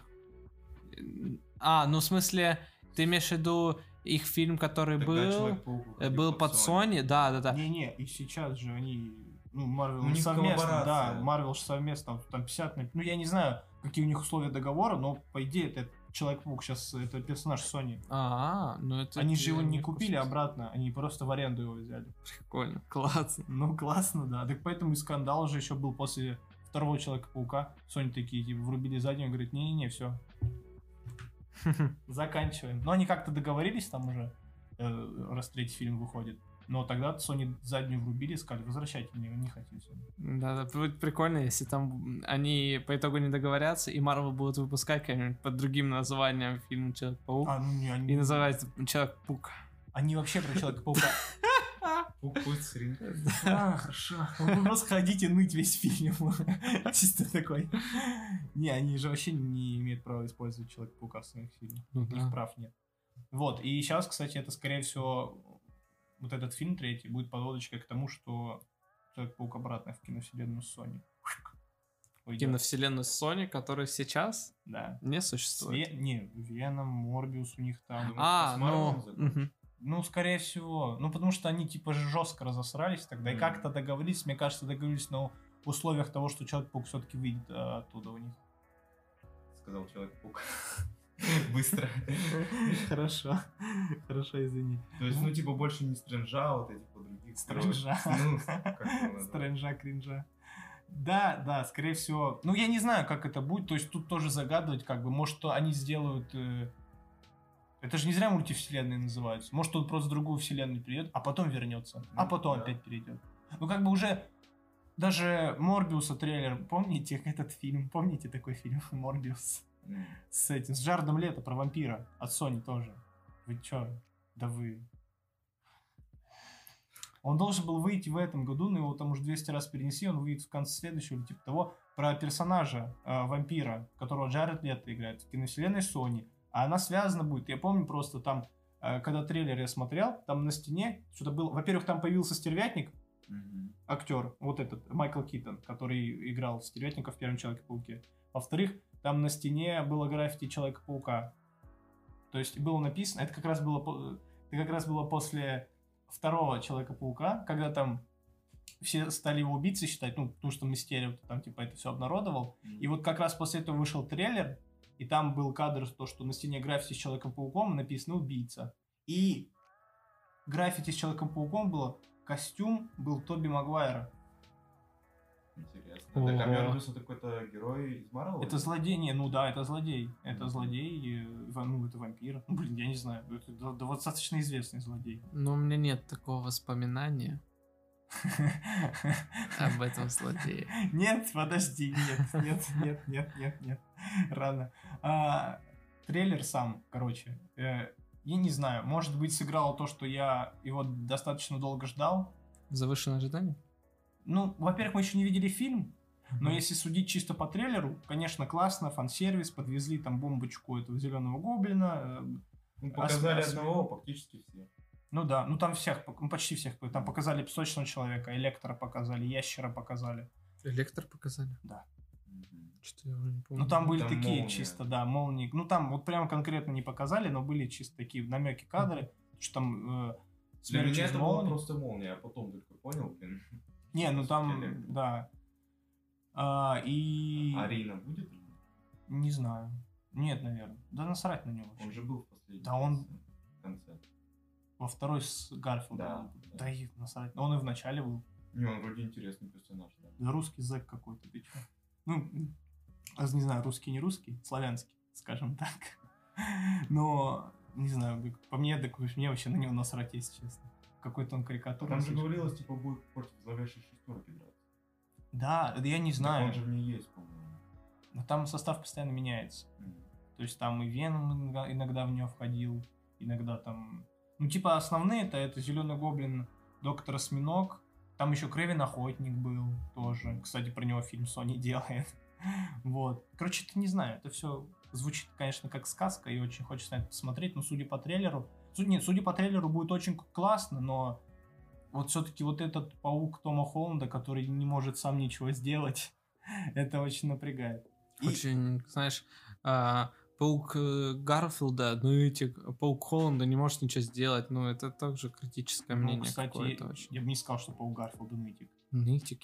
Speaker 1: А, ну в смысле, ты имеешь в виду их фильм, который
Speaker 4: Тогда
Speaker 1: был,
Speaker 4: Человек-паук
Speaker 1: э,
Speaker 4: выходил
Speaker 1: был под Sony? Да, да, да.
Speaker 2: Не-не, и сейчас же они... Ну, Марвел
Speaker 4: У них
Speaker 2: совместно, да,
Speaker 4: коллаборация.
Speaker 2: Марвел же совместно, там пятьдесят на... Ну, я не знаю, какие у них условия договора, но, по идее, это Человек-паук сейчас, это персонаж Sony.
Speaker 1: А, ну это...
Speaker 2: Они же его
Speaker 1: я
Speaker 2: не
Speaker 1: в курсе.
Speaker 2: купили обратно, они просто в аренду его взяли.
Speaker 1: Прикольно, классно.
Speaker 2: Ну, классно, да. Так поэтому и скандал уже еще был после второго Человека-паука. Sony такие, типа, врубили заднюю, говорит, не-не-не, все, заканчиваем. Но они как-то договорились там уже, э, раз третий фильм выходит. Но тогда Sony заднюю врубили и сказали, возвращайте мне, не хотим Sony.
Speaker 1: Да, да, будет прикольно, если там они по итогу не договорятся, и Marvel будут выпускать как-нибудь под другим названием фильм Человек-паук.
Speaker 2: А, ну, не,
Speaker 1: И
Speaker 2: они,
Speaker 1: называется Человек-паук.
Speaker 2: они вообще про Человека-паука.
Speaker 4: Пук-пук с ринга.
Speaker 2: А, хорошо. Вы просто ходите ныть весь фильм. Чисто такой. Не, они же вообще не имеют права использовать Человека-паука в своих фильмах.
Speaker 1: Ну
Speaker 2: У них
Speaker 1: да.
Speaker 2: прав нет. Вот, и сейчас, кстати, это, скорее всего, вот этот фильм третий будет подводочкой к тому, что Человек-паук обратно в киновселенную Sony. Уйдет.
Speaker 1: Киновселенную Sony, которая сейчас
Speaker 2: Да.
Speaker 1: не существует.
Speaker 2: Ве- Не, Веном, Морбиус у них там.
Speaker 1: А,
Speaker 4: С
Speaker 1: ну...
Speaker 4: Marvel'ом закончили?
Speaker 1: мгм.
Speaker 2: Ну, скорее всего. Ну, потому что они, типа, жестко разосрались тогда. И
Speaker 4: Мгм.
Speaker 2: как-то договорились, мне кажется, договорились на условиях того, что Человек-паук все-таки выйдет а, оттуда у них.
Speaker 4: Сказал Человек-паук. Быстро.
Speaker 2: Хорошо. Хорошо, извини.
Speaker 4: То есть, ну, типа, больше не Стрэнджа, а вот этих вот других.
Speaker 2: Стрэнджа.
Speaker 4: Ну, как его назвать?
Speaker 2: Стрэнджа, кринжа. Да, да, скорее всего. Ну, я не знаю, как это будет. То есть тут тоже загадывать, как бы, может, что они сделают... э, Это же не зря мультивселенные называются. Может, он просто в другую вселенную придет, а потом вернется. А
Speaker 4: Ну,
Speaker 2: потом
Speaker 4: да.
Speaker 2: опять перейдет. Ну, как бы уже... Даже Морбиуса трейлер, помните этот фильм? Помните такой фильм Морбиус?
Speaker 4: М.
Speaker 2: С этим, с Жардом Лето про вампира. От Sony тоже. Вы чё? Да вы... Он должен был выйти в этом году, но его там уже двести раз перенесли, он выйдет в конце следующего или типа того, про персонажа, э, вампира, которого Джаред Лето играет в киновселенной Sony. А она связана будет. Я помню просто там, э, когда трейлер я смотрел, там на стене что-то было... Во-первых, там появился Стервятник,
Speaker 4: Мгм.
Speaker 2: актер, вот этот, Майкл Китон, который играл Стервятника в первом Человеке-пауке. Во-вторых, там на стене было граффити Человека-паука. То есть было написано, это как раз было, по- это как раз было после второго Человека-паука, когда там все стали его убийцей считать, ну, потому что Мистерио там типа это все обнародовал. И вот как раз после этого вышел трейлер, и там был кадр, то, что на стене граффити с Человеком-пауком написано «Убийца». И граффити с Человеком-пауком было, костюм был Тоби Магуайра.
Speaker 4: Интересно.
Speaker 1: Ого.
Speaker 4: Так, а Мёрбиус это какой-то герой из Марвела?
Speaker 2: Это злодей, не, ну да, это злодей. Это злодей, э, ва- ну это вампир. Ну, блин, я не знаю, это до- достаточно известный злодей.
Speaker 1: Но у меня нет такого воспоминания об этом злодее.
Speaker 2: Нет, подожди, нет, нет, нет, нет, нет, нет, рано. А, трейлер сам, короче, э, я не знаю, может быть сыграло то, что я его достаточно долго ждал.
Speaker 1: Завышенное ожидание?
Speaker 2: Ну, во-первых, мы еще не видели фильм, но
Speaker 1: Мгм.
Speaker 2: если судить чисто по трейлеру, конечно, классно, фан-сервис, подвезли там бомбочку этого зеленого гоблина. э,
Speaker 4: Ну, показали
Speaker 2: Ас-
Speaker 4: одного, фактически все.
Speaker 2: Ну да, ну там всех, пок- ну, почти всех. Там показали песочного человека, электро показали, ящера показали.
Speaker 1: Электро показали?
Speaker 4: Мгм.
Speaker 1: Что-то я уже не помню.
Speaker 2: Ну там были
Speaker 4: Там
Speaker 2: такие
Speaker 4: молния.
Speaker 2: чисто, да, молнии. Ну там вот прям конкретно не показали, но были чисто такие намеки кадры, что там э,
Speaker 4: Для
Speaker 2: смерть
Speaker 4: меня
Speaker 2: через
Speaker 4: это была
Speaker 2: молнию.
Speaker 4: просто молния, а потом только понял, блин.
Speaker 2: Не, ну там,
Speaker 4: Электро.
Speaker 2: да. А, и...
Speaker 4: Арина будет или нет?
Speaker 2: Не знаю. Нет, наверное. Да насрать на него.
Speaker 4: Он же был в последнем.
Speaker 2: Да он-
Speaker 4: В конце.
Speaker 2: Во второй с Гарфилдом.
Speaker 4: Да,
Speaker 2: Да,
Speaker 4: да.
Speaker 2: и насрать. Он и в начале был.
Speaker 4: Не, он вроде интересный персонаж, да.
Speaker 2: Да русский зэк какой-то, ты чё? Ну, а не знаю, русский не русский, славянский, скажем так. Но, не знаю, так по мне, так мне вообще на него насрать, если честно. Какой-то он карикатура.
Speaker 4: Там же говорилось, типа, будет против зловещей шестерки драться.
Speaker 2: Да, да я не
Speaker 4: Так
Speaker 2: знаю.
Speaker 4: он же в ней есть, по-моему.
Speaker 2: Но там состав постоянно меняется.
Speaker 4: М.
Speaker 2: То есть там и Веном иногда, иногда в него входил, иногда там... Ну, типа, основные-то это Зеленый Гоблин, Доктор Осьминог. Там еще Крэвен Охотник был тоже. Кстати, про него фильм Sony делает. Вот. Короче, это не знаю, это все звучит, конечно, как сказка, и очень хочется на это посмотреть, но судя по трейлеру... Суд- Нет, судя по трейлеру, будет очень классно, но вот все-таки вот этот паук Тома Холланда, который не может сам ничего сделать, это очень напрягает. И-
Speaker 1: Очень, знаешь, а, паук э, Гарфилда, ну эти, паук Холланда не может ничего сделать, ну это также критическое
Speaker 2: Ну,
Speaker 1: мнение
Speaker 2: кстати,
Speaker 1: какое-то очень.
Speaker 2: я бы не сказал, что паук Гарфилда нытик.
Speaker 1: Нытик.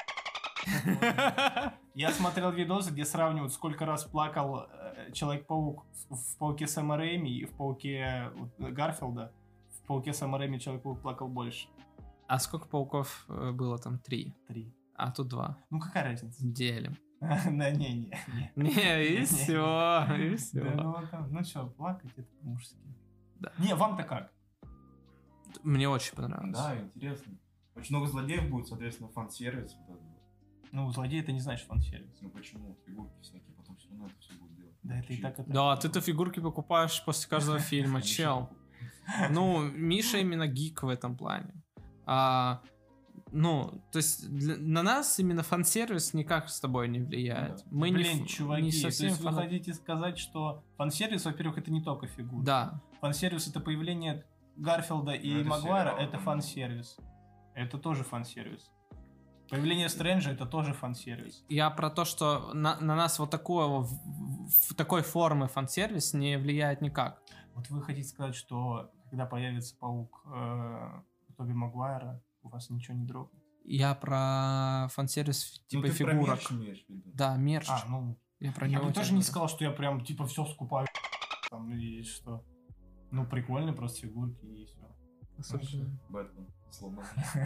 Speaker 2: Я смотрел видосы, где сравнивают, сколько раз плакал э, Человек-паук в, в Пауке Сэма Рэйми и в Пауке вот, Гарфилда. В Пауке Сэма Рэйми Человек-паук плакал больше.
Speaker 1: А сколько пауков э, было там? Три.
Speaker 2: Три.
Speaker 1: А тут два.
Speaker 2: Ну какая разница?
Speaker 1: Делим.
Speaker 2: Да не-не. не.
Speaker 1: Не, и
Speaker 2: Не-не.
Speaker 1: все, и
Speaker 2: Да,
Speaker 1: все.
Speaker 2: ну вот там, ну что, плакать это по-мужски.
Speaker 1: Да.
Speaker 2: Не, вам-то как?
Speaker 1: Мне очень понравилось.
Speaker 4: Да, интересно. Очень много злодеев будет, соответственно, фан-сервис. Вот этот вот.
Speaker 2: Ну, злодей это не значит фан-сервис.
Speaker 4: Ну почему? Фигурки всякие, потом все равно это все будет делать.
Speaker 2: Да, это и
Speaker 4: Чё?
Speaker 2: так это.
Speaker 1: Да, ты-то фигурки покупаешь после каждого фильма,
Speaker 4: Конечно.
Speaker 1: чел. Ну, Миша именно гик в этом плане. А, ну, то есть для- на нас именно фан-сервис никак с тобой не влияет.
Speaker 4: Ну
Speaker 1: Мы не
Speaker 2: Блин,
Speaker 1: ф-
Speaker 2: чуваки,
Speaker 1: не
Speaker 2: то
Speaker 1: совсем
Speaker 2: есть вы
Speaker 1: фана-
Speaker 2: хотите сказать, что фан-сервис, во-первых, это не только фигуры.
Speaker 1: Да,
Speaker 2: Фан-сервис это появление Гарфилда и
Speaker 4: Ну, это
Speaker 2: Магуайра,
Speaker 4: сериал,
Speaker 2: это
Speaker 4: там.
Speaker 2: фан-сервис. Это тоже фан-сервис. Появление Стрэнджа это тоже фан-сервис.
Speaker 1: я про то, что на, на нас вот такого, в, в такой формы фан-сервис не влияет никак.
Speaker 2: Вот вы хотите сказать, что когда появится паук э, Тоби Магуайра, у вас ничего не дрогнет?
Speaker 1: Я про фан-сервис
Speaker 4: Ну,
Speaker 1: типа
Speaker 4: ты про
Speaker 1: фигурок.
Speaker 4: мерч имеешь в виду?
Speaker 1: Да, мерч.
Speaker 2: А, ну,
Speaker 1: я про
Speaker 2: я
Speaker 1: него
Speaker 2: бы
Speaker 1: тебе
Speaker 2: тоже не
Speaker 1: говорю.
Speaker 2: сказал, что я прям типа все скупаю. Там и что. Ну, прикольные просто фигурки и все.
Speaker 1: Особенно.
Speaker 4: Бэтмен. Сломан.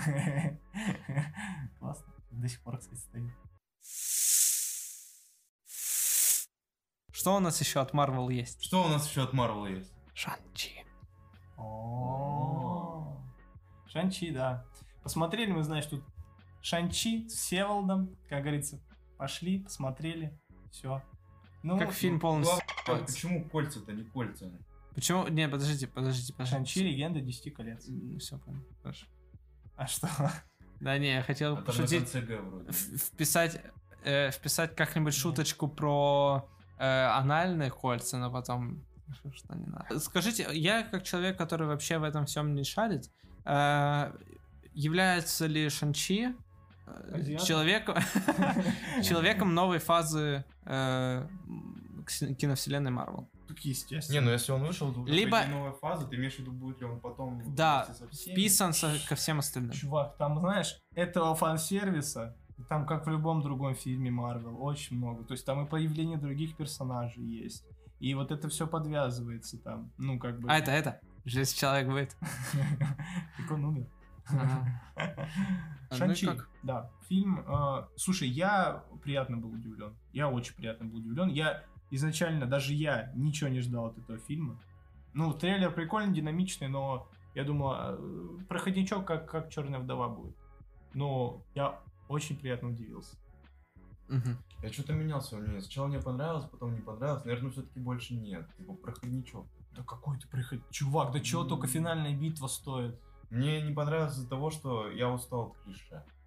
Speaker 2: Классно. До сих пор, кстати, стоит.
Speaker 1: Что у нас еще от Marvel есть?
Speaker 4: Что у нас еще от Марвел есть?
Speaker 1: Шанчи.
Speaker 2: О, Шанчи, да. Посмотрели мы, значит, тут Шанчи с Всеволодом, как говорится, пошли, посмотрели, все. Ну,
Speaker 1: Как фильм полностью.
Speaker 4: Главное, почему кольца-то не кольца?
Speaker 1: Почему? Не, подождите, подождите, подождите.
Speaker 2: Шанчи легенда десяти колец.
Speaker 1: Все, понял. Хорошо.
Speaker 2: А что?
Speaker 1: Да не, я хотел
Speaker 4: А там на
Speaker 1: пошутить,
Speaker 4: конце Г вроде.
Speaker 1: в- вписать, э, вписать как-нибудь шуточку про э, анальные кольца, но потом что- что не надо. Скажите, я как человек, который вообще в этом всем не шарит, э, является ли Шанчи э,
Speaker 2: Азиатом?
Speaker 1: человеком, человеком новой фазы э, кси- киновселенной Марвел?
Speaker 2: Так естественно.
Speaker 4: Не, ну если он вышел, то уже
Speaker 1: Либо-
Speaker 4: пойди новая фаза, ты имеешь в виду, будет ли он потом
Speaker 1: Да,
Speaker 4: вместе со всеми?
Speaker 1: вписан со- ко всем остальным.
Speaker 2: Чувак, там, знаешь, этого фан-сервиса, там, как в любом другом фильме Марвел, очень много. То есть там и появление других персонажей есть. И вот это все подвязывается там. Ну, как бы...
Speaker 1: А это, это, жесть человек будет.
Speaker 2: Так он умер.
Speaker 1: Ага. Ну и
Speaker 2: Шанчи,
Speaker 1: как?
Speaker 2: да, фильм. э, слушай, я приятно был удивлен. Я очень приятно был удивлен. Я изначально, даже я, ничего не ждал от этого фильма. Ну, трейлер прикольный, динамичный, но я думал, э, проходничок как, как Черная вдова будет. Но я очень приятно удивился.
Speaker 1: Мгм.
Speaker 4: Я что-то менял свое мнение. Сначала мне понравилось, потом не понравилось. Наверное, все-таки больше нет. Типа проходничок.
Speaker 2: Да какой ты приход... Чувак, да чего
Speaker 4: М.
Speaker 2: только финальная битва стоит.
Speaker 4: Мне не понравилось из-за того, что я устал от клише.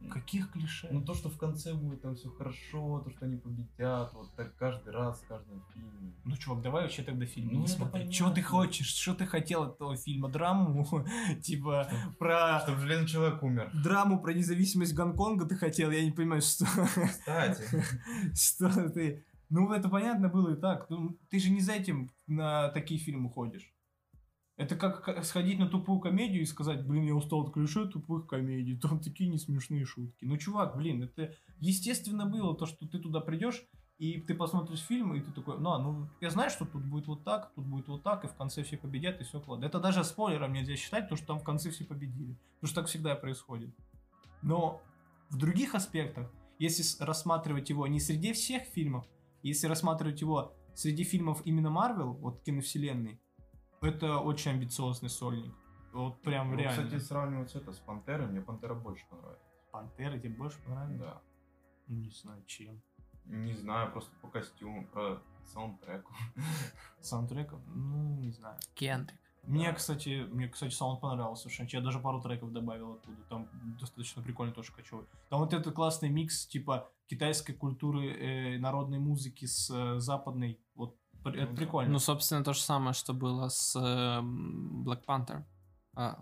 Speaker 2: Каких клише?
Speaker 4: Ну, то, что в конце будет там все хорошо, то, что они победят, вот так каждый раз, в каждом фильме.
Speaker 2: Ну, чувак, давай вообще тогда фильм
Speaker 4: Ну,
Speaker 2: не
Speaker 4: это
Speaker 2: смотреть.
Speaker 4: понятно.
Speaker 2: Чего ты хочешь? Что ты хотел от этого фильма? Драму? Типа, про...
Speaker 4: Чтобы Железный Человек умер.
Speaker 2: Драму про независимость Гонконга ты хотел? Я не понимаю, что...
Speaker 4: Кстати.
Speaker 2: Что ты... Ну, это понятно было и так. Ну, ты же не за этим на такие фильмы ходишь. Это как к- сходить на тупую комедию и сказать, блин, я устал от клише тупых комедий, там такие несмешные шутки. Ну, чувак, блин, это естественно было, то, что ты туда придешь, и ты посмотришь фильм, и ты такой, ну, а, ну, я знаю, что тут будет вот так, тут будет вот так, и в конце все победят, и все кладно. Это даже спойлером нельзя считать, потому что там в конце все победили. Потому что так всегда происходит. Но в других аспектах, если с- рассматривать его не среди всех фильмов, если рассматривать его среди фильмов именно Марвел, вот киновселенной, это очень амбициозный сольник. Вот прям
Speaker 4: Ну,
Speaker 2: реально.
Speaker 4: кстати, сравнивать это с Пантерой, мне Пантера больше понравилась.
Speaker 2: Пантера тебе больше понравилось?
Speaker 4: Да.
Speaker 2: Ну, не знаю, чем.
Speaker 4: Не знаю, просто по костюму, по саундтреку.
Speaker 2: Саундтреков? Ну, не знаю.
Speaker 1: Кендрик.
Speaker 2: Мне, кстати, мне, кстати, саунд понравился совершенно. Я даже пару треков добавил оттуда. Там достаточно прикольно тоже кочевый. Там вот этот классный микс, типа, китайской культуры, э, народной музыки с э, западной. Вот, при- это прикольно.
Speaker 1: Ну, собственно, то же самое, что было с э, Black Panther. А.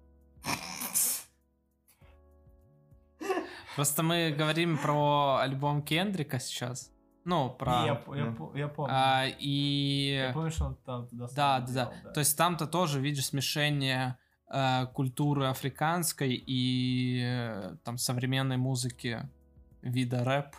Speaker 1: Просто мы говорим про альбом Кендрика сейчас. Ну, про...
Speaker 2: я, по- я, по- я помню.
Speaker 1: А, и...
Speaker 2: Я помню, что он там туда
Speaker 1: Да,
Speaker 2: сам
Speaker 1: да,
Speaker 2: делал,
Speaker 1: да. То есть там-то тоже видишь смешение э, культуры африканской и э, там современной музыки вида рэп.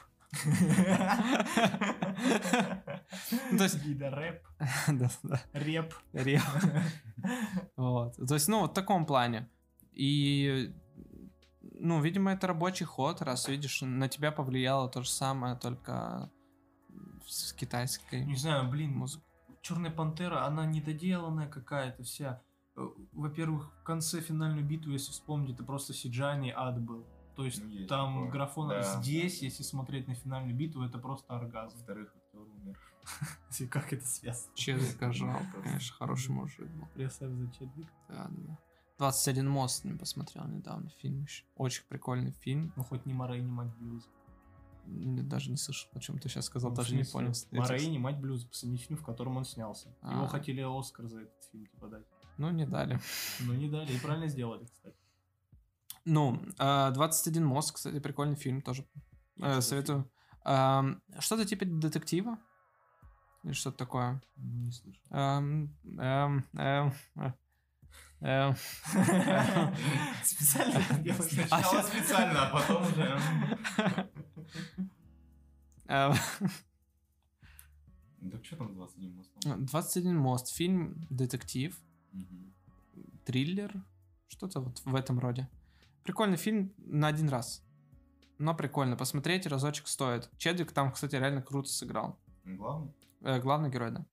Speaker 1: Ну, то есть...
Speaker 2: Вида рэп,
Speaker 1: Да, да.
Speaker 2: реп.
Speaker 1: Ре- Вот. То есть, ну, вот в таком плане. И, ну, видимо, это рабочий ход, раз, видишь, на тебя повлияло то же самое, только с китайской
Speaker 2: Не знаю, блин,
Speaker 1: музыкой.
Speaker 2: Черная пантера, она недоделанная какая-то вся. Э, Во-первых, в конце финальной битвы, если вспомнить, это просто сиджайный ад был. То есть
Speaker 4: Есть
Speaker 2: там
Speaker 4: такое.
Speaker 2: графон
Speaker 4: Да.
Speaker 2: здесь, если смотреть на финальную битву, это просто оргазм.
Speaker 4: Во-вторых, актер умер.
Speaker 2: И как это связано?
Speaker 1: Чедвика жалко, конечно, хороший мужик был.
Speaker 2: Представь за Чедвик.
Speaker 1: Да, да. двадцать один мост не посмотрел недавно фильм еще. Очень прикольный фильм.
Speaker 2: Ну хоть не Морей, не мать блюз.
Speaker 1: Я даже не слышал, о чем ты сейчас сказал,
Speaker 2: Ну, в
Speaker 1: даже не
Speaker 2: смысле,
Speaker 1: понял.
Speaker 2: Морей, не мать блюз, последний фильм, в котором он снялся. Его
Speaker 1: А.
Speaker 2: хотели Оскар за этот фильм типа дать.
Speaker 1: Ну, не дали.
Speaker 2: Но не дали, и правильно сделали, кстати.
Speaker 1: Ну, э, двадцать один мост, кстати, прикольный фильм тоже.
Speaker 2: Что
Speaker 1: Э,
Speaker 2: за
Speaker 1: Советую. Эм, Что-то типа детектива? Или что-то такое?
Speaker 2: Не слышу.
Speaker 1: Эм, эм, эм, э, эм.
Speaker 2: Специально это делаешь?
Speaker 4: Сначала специально, а потом уже...
Speaker 1: Эм,
Speaker 4: Да что там двадцать один мост?
Speaker 1: двадцать один мост. Фильм детектив,
Speaker 4: Мгм.
Speaker 1: триллер, что-то вот в этом роде. Прикольный фильм на один раз. Но прикольно. Посмотреть разочек стоит. Чедвик там, кстати, реально круто сыграл.
Speaker 4: Главное?
Speaker 1: Э, главный герой, да.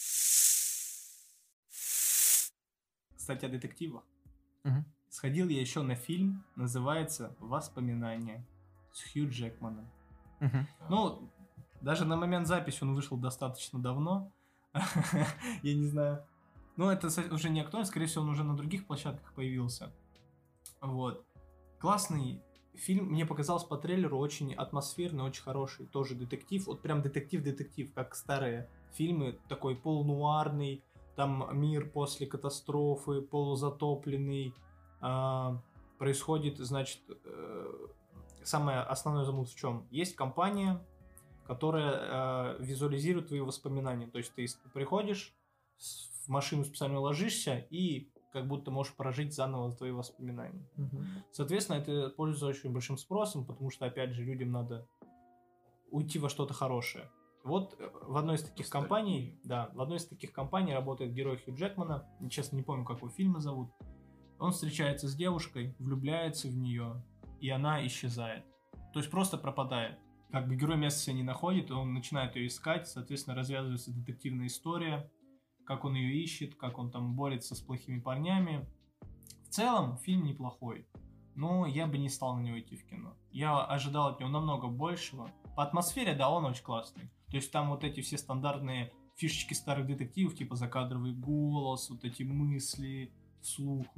Speaker 2: Кстати, о детективах.
Speaker 1: Мгм.
Speaker 2: Сходил я еще на фильм, называется «Воспоминания» с Хью Джекманом.
Speaker 1: Мгм.
Speaker 2: Ну, даже на момент записи он вышел достаточно давно. Я не знаю. Ну, это со- уже не актуально, скорее всего, он уже на других площадках появился. Вот. Классный фильм, мне показался по трейлеру очень атмосферный, очень хороший. Тоже детектив, вот прям детектив-детектив, как старые фильмы, такой полунуарный, там мир после катастрофы, полузатопленный. А, происходит, значит, э, самое основное замут в чем? Есть компания, которая э, визуализирует твои воспоминания. То есть ты с- приходишь, с- в машину специально ложишься и как будто можешь прожить заново твои воспоминания.
Speaker 1: Мгм.
Speaker 2: Соответственно, это пользуется очень большим спросом, потому что, опять же, людям надо уйти во что-то хорошее. Вот э, в одной из таких
Speaker 4: Ностальгия.
Speaker 2: компаний, да, в одной из таких компаний работает герой Хью Джекмана, честно не помню, как его фильма зовут. Он встречается с девушкой, влюбляется в нее, и она исчезает. То есть просто пропадает. Как бы герой места себя не находит, он начинает ее искать, соответственно, развязывается детективная история, как он ее ищет, как он там борется с плохими парнями. В целом, фильм неплохой, но я бы не стал на него идти в кино. Я ожидал от него намного большего. По атмосфере, да, он очень классный. То есть там вот эти все стандартные фишечки старых детективов, типа закадровый голос, вот эти мысли, вслух, вот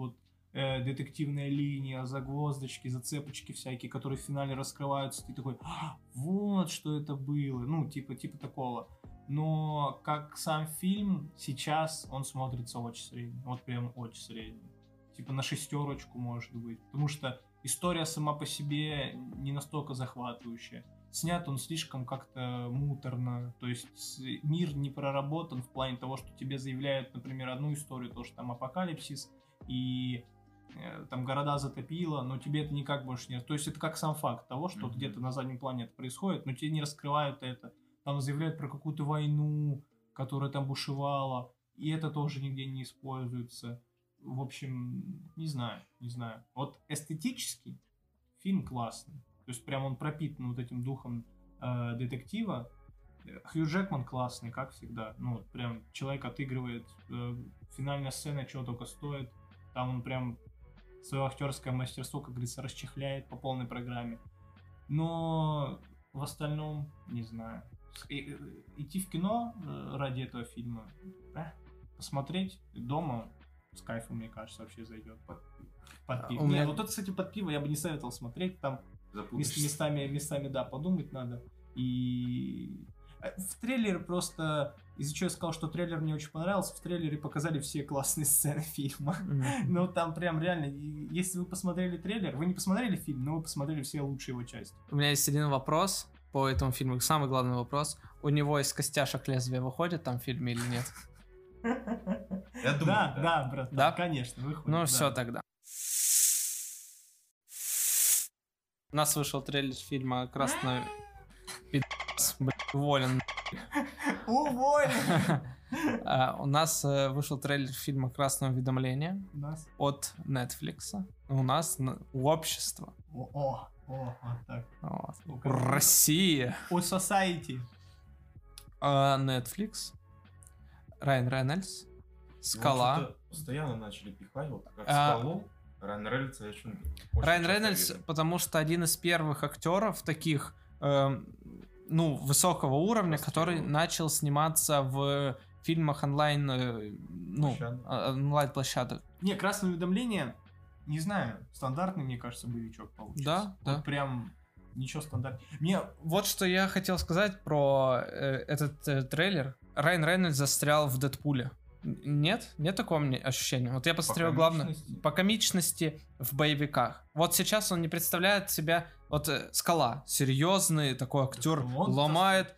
Speaker 2: э, детективная линия, загвоздочки, зацепочки всякие, которые в финале раскрываются. Ты такой, а, вот что это было. Ну, типа, типа такого. Но как сам фильм, сейчас он смотрится очень средний. Вот прям очень средний. Типа на шестерочку, может быть. Потому что история сама по себе не настолько захватывающая. Снят он слишком как-то муторно. То есть мир не проработан в плане того, что тебе заявляют, например, одну историю, то, что там апокалипсис, и э, там города затопило, но тебе это никак больше нет. То есть это как сам факт того, что mm-hmm. где-то на заднем плане это происходит, но тебе не раскрывают это. Там заявляют про какую-то войну, которая там бушевала, и это тоже нигде не используется. В общем, не знаю, не знаю. Вот эстетически фильм классный. То есть прям он пропитан вот этим духом э, детектива. Хью Джекман классный, как всегда. Ну, вот прям человек отыгрывает. Э, финальная сцена чего только стоит. Там он прям свое актерское мастерство, как говорится, расчехляет по полной программе. Но в остальном, не знаю. И, идти в кино ради этого фильма, э, посмотреть дома с кайфом, мне кажется, вообще зайдет. Под, под пиво. Меня... Нет, вот это, кстати, под пиво я бы не советовал смотреть. Там местами, местами, да, подумать надо. И в трейлере просто... Из-за чего я сказал, что трейлер мне очень понравился, в трейлере показали все классные сцены фильма. Mm-hmm. Ну, там прям реально... Если вы посмотрели трейлер, вы не посмотрели фильм, но вы посмотрели все лучшие его части.
Speaker 1: У меня есть один вопрос по этому фильму. Самый главный вопрос. У него из костяшек лезвие выходит там в фильме или нет?
Speaker 2: Я думаю, да. Да, да, брат, да? Конечно, выходит.
Speaker 1: Ну,
Speaker 2: да.
Speaker 1: Все тогда. У нас вышел трейлер фильма «Красный пи***ц», блядь, уволен.
Speaker 2: Уволен!
Speaker 1: У нас вышел трейлер фильма «Красное уведомление» от Netflix. У нас общество.
Speaker 2: О, о, вот так.
Speaker 1: Россия.
Speaker 2: У Society.
Speaker 1: Netflix. Райан Рейнольдс. Скала.
Speaker 4: Постоянно начали пихать, вот как Скалу. Райан Рейнольдс, я еще
Speaker 1: Райан Рейнольдс, потому что один из первых актеров таких, э, ну, высокого уровня, Прости который его. начал сниматься в фильмах онлайн, э, ну, онлайн-площадок.
Speaker 2: Не, «Красное уведомление», не знаю, стандартный, мне кажется, боевичок получится.
Speaker 1: Да,
Speaker 2: вот
Speaker 1: да.
Speaker 2: Прям ничего стандартного. Мне...
Speaker 1: Вот что я хотел сказать про э, этот э, трейлер. Райан Рейнольдс застрял в Дэдпуле. Нет? Нет такого мне ощущения? Вот я посмотрел, главное, по комичности в боевиках. Вот сейчас он не представляет себя... Вот э, Скала, серьезный такой актер, ломает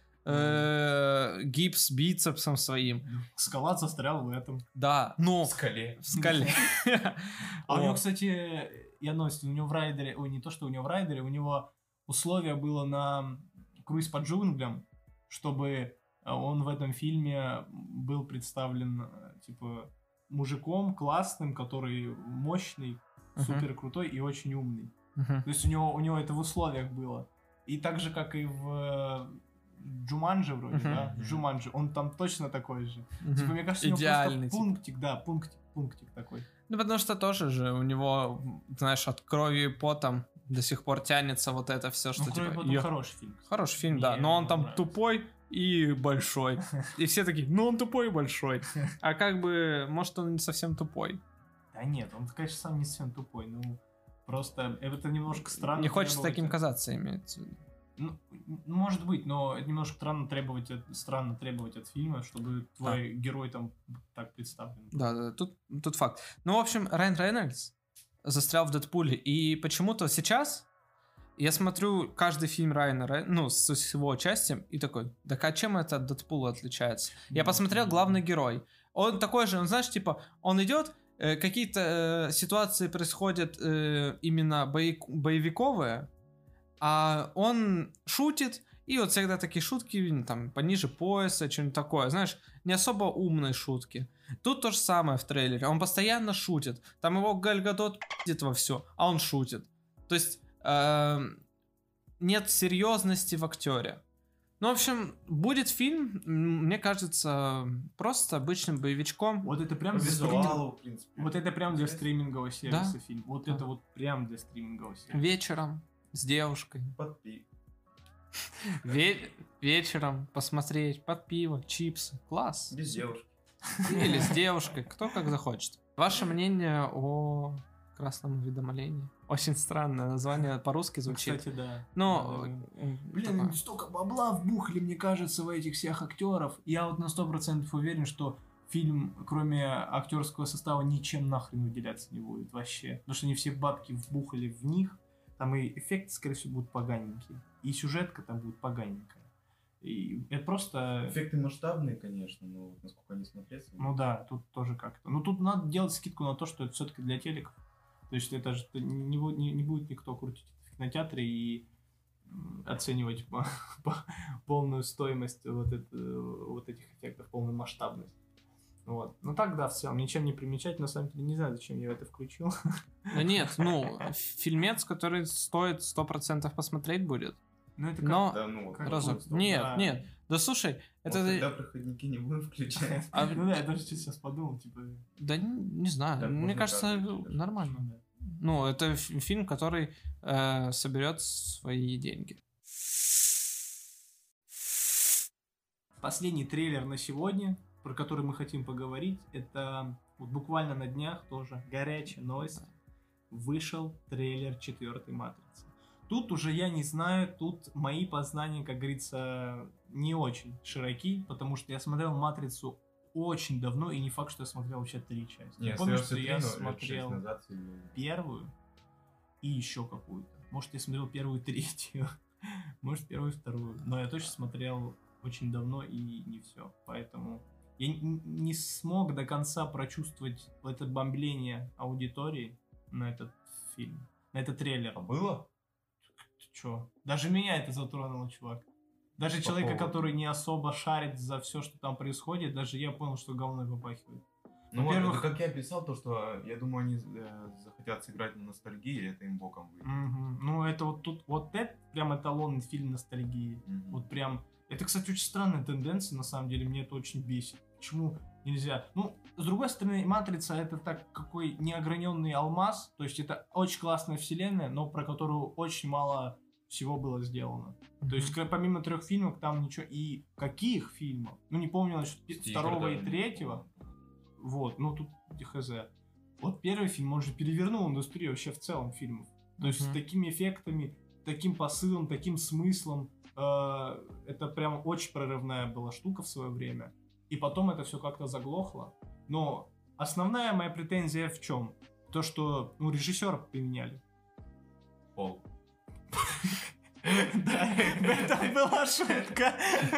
Speaker 1: э, гипс бицепсом своим.
Speaker 2: Скала застрял в этом.
Speaker 1: Да, но...
Speaker 4: В скале.
Speaker 1: В скале.
Speaker 2: А у него, кстати, я новость, у него в райдере... Ой, не то, что у него в райдере, у него условие было на круиз по джунглям, чтобы... Он в этом фильме был представлен, типа, мужиком классным, который мощный, uh-huh. супер крутой и очень умный. Uh-huh. То есть у него, у него это в условиях было. И так же, как и в Джуманджи вроде, uh-huh. да? В Джуманджи, он там точно такой же. Uh-huh. Типа, мне кажется, у него
Speaker 1: идеальный,
Speaker 2: просто пунктик, типа. да, пунктик, пунктик такой.
Speaker 1: Ну, потому что тоже же у него, знаешь, от крови и потом до сих пор тянется вот это все, что
Speaker 2: ну,
Speaker 1: типа...
Speaker 2: крови и потом хороший фильм.
Speaker 1: Хороший фильм, Мне да, но он там нравится. Тупой и большой. И все такие, ну он тупой и большой. А как бы, может, он не совсем тупой.
Speaker 2: Да нет, он, конечно, сам не совсем тупой, но просто это немножко странно.
Speaker 1: Не хочется таким казаться, имеется в виду.
Speaker 2: Ну, может быть, но это немножко странно требовать от, странно требовать от фильма, чтобы твой а. герой там так представлен.
Speaker 1: Да, да, тут, тут факт. Ну, в общем, Райан Рейнольдс застрял в Дэдпуле, и почему-то сейчас я смотрю каждый фильм Райана Рей... ну, с, с его участием, и такой, да а чем это от Дэдпула отличается? Я посмотрел главный герой. Он такой же, он, знаешь, типа, он идет, э, какие-то э, ситуации происходят э, именно бои... боевиковые, а он шутит, и вот всегда такие шутки, там, пониже пояса, что-нибудь такое, знаешь, не особо умные шутки. Тут то же самое в трейлере, он постоянно шутит, там его Галь Гадот пиздит во все, а он шутит. То есть э, нет серьезности в актере. Ну, в общем, будет фильм, мне кажется, просто обычным боевичком.
Speaker 2: Вот это прям для
Speaker 4: визуалу, в принципе.
Speaker 2: Вот это прям для стримингового сервиса, да? Фильм. Вот да. Это вот прям для стримингового сервиса.
Speaker 1: Вечером с девушкой.
Speaker 4: Под пиво.
Speaker 1: Ве- вечером посмотреть под пиво, чипсы. Класс.
Speaker 4: Без девушки.
Speaker 1: Или с девушкой, кто как захочет. Ваше мнение о красном уведомлении. Очень странное название, по-русски звучит.
Speaker 2: Кстати, да.
Speaker 1: Но...
Speaker 2: Да, да, да.
Speaker 1: м,
Speaker 2: Блин,
Speaker 1: такое.
Speaker 2: столько бабла вбухали, мне кажется, в этих всех актеров. Я вот на сто процентов уверен, что фильм, кроме актерского состава, ничем нахрен выделяться не будет вообще. Потому что они все бабки вбухали в них. Там и эффекты, скорее всего, будут поганенькие. И сюжетка там будет поганенькая. И это просто...
Speaker 4: Эффекты масштабные, конечно, но вот насколько они смотрятся...
Speaker 2: Ну да, тут тоже как-то. Ну тут надо делать скидку на то, что это все-таки для телеков. То есть это же не, бу- не, не будет никто крутить в кинотеатре и м, оценивать по- по- полную стоимость вот, это, вот этих эффектов, полную масштабность. Вот. Ну так, да, в целом, ничем не примечательно, на самом деле, не знаю, зачем я это включил.
Speaker 1: Да нет, ну, фильмец, который стоит сто процентов посмотреть будет.
Speaker 2: Ну это как...
Speaker 1: Но...
Speaker 4: Да, ну,
Speaker 2: Как
Speaker 1: разок.
Speaker 2: просто,
Speaker 1: Нет,
Speaker 2: да.
Speaker 1: нет. Да слушай,
Speaker 4: Вот
Speaker 1: это...
Speaker 4: тогда проходники не будем включать.
Speaker 1: а,
Speaker 2: Ну да, я даже сейчас подумал, типа...
Speaker 1: Да не, не знаю,
Speaker 4: Так
Speaker 1: мне
Speaker 4: можно
Speaker 1: кажется,
Speaker 4: как-то даже.
Speaker 1: нормально.
Speaker 2: ну да.
Speaker 1: Ну, это ф- фильм, который э, соберет свои деньги.
Speaker 2: Последний трейлер на сегодня, про который мы хотим поговорить, это вот буквально на днях тоже горячая новость. Вышел трейлер четвертой матрицы. Тут уже я не знаю, тут мои познания, как говорится, не очень широки, потому что я смотрел матрицу очень давно, и не факт, что я смотрел вообще три части.
Speaker 4: Не,
Speaker 2: Я помню, что
Speaker 4: остается
Speaker 2: я
Speaker 4: три, но лет
Speaker 2: смотрел
Speaker 4: шесть назад или-
Speaker 2: первую и еще какую-то. Может, я смотрел первую и третью, может, первую и вторую. Но я точно смотрел очень давно и не все. Поэтому я н- не смог до конца прочувствовать это бомбление аудитории на этот фильм, на этот трейлер.
Speaker 4: А было?
Speaker 2: Ты чё? Даже меня это затронуло, чувак. Даже
Speaker 4: По
Speaker 2: человека,
Speaker 4: поводу.
Speaker 2: который не особо шарит за все, что там происходит, даже я понял, что говно попахивает.
Speaker 4: Ну вот,
Speaker 2: Во-первых-
Speaker 4: это как я писал, то, что я думаю, они э, захотят сыграть на ностальгии, и это им боком выйдет.
Speaker 2: Мгм. Ну, это вот тут, вот это прям эталонный фильм ностальгии.
Speaker 4: Мгм.
Speaker 2: Вот прям. Это, кстати, очень странная тенденция, на самом деле, мне это очень бесит. Почему нельзя? Ну, с другой стороны, Матрица это так какой неограненный алмаз, то есть это очень классная вселенная, но про которую очень мало всего было сделано. То есть, кр- помимо трех фильмов, там ничего... И каких фильмов? Ну, не помню, насчет пи-
Speaker 4: Стикер
Speaker 2: второго и
Speaker 4: даже не
Speaker 2: третьего.
Speaker 4: помню.
Speaker 2: Вот, ну тут хз. Вот первый фильм, он же перевернул индустрию вообще в целом фильмов. То есть
Speaker 1: Мгм.
Speaker 2: с такими эффектами, таким посылом, таким смыслом. э, это прям очень прорывная была штука в свое время. И потом это все как-то заглохло. Но основная моя претензия в чем? То, что ну, режиссера поменяли.
Speaker 4: Пол.
Speaker 2: Да, в этом была шутка.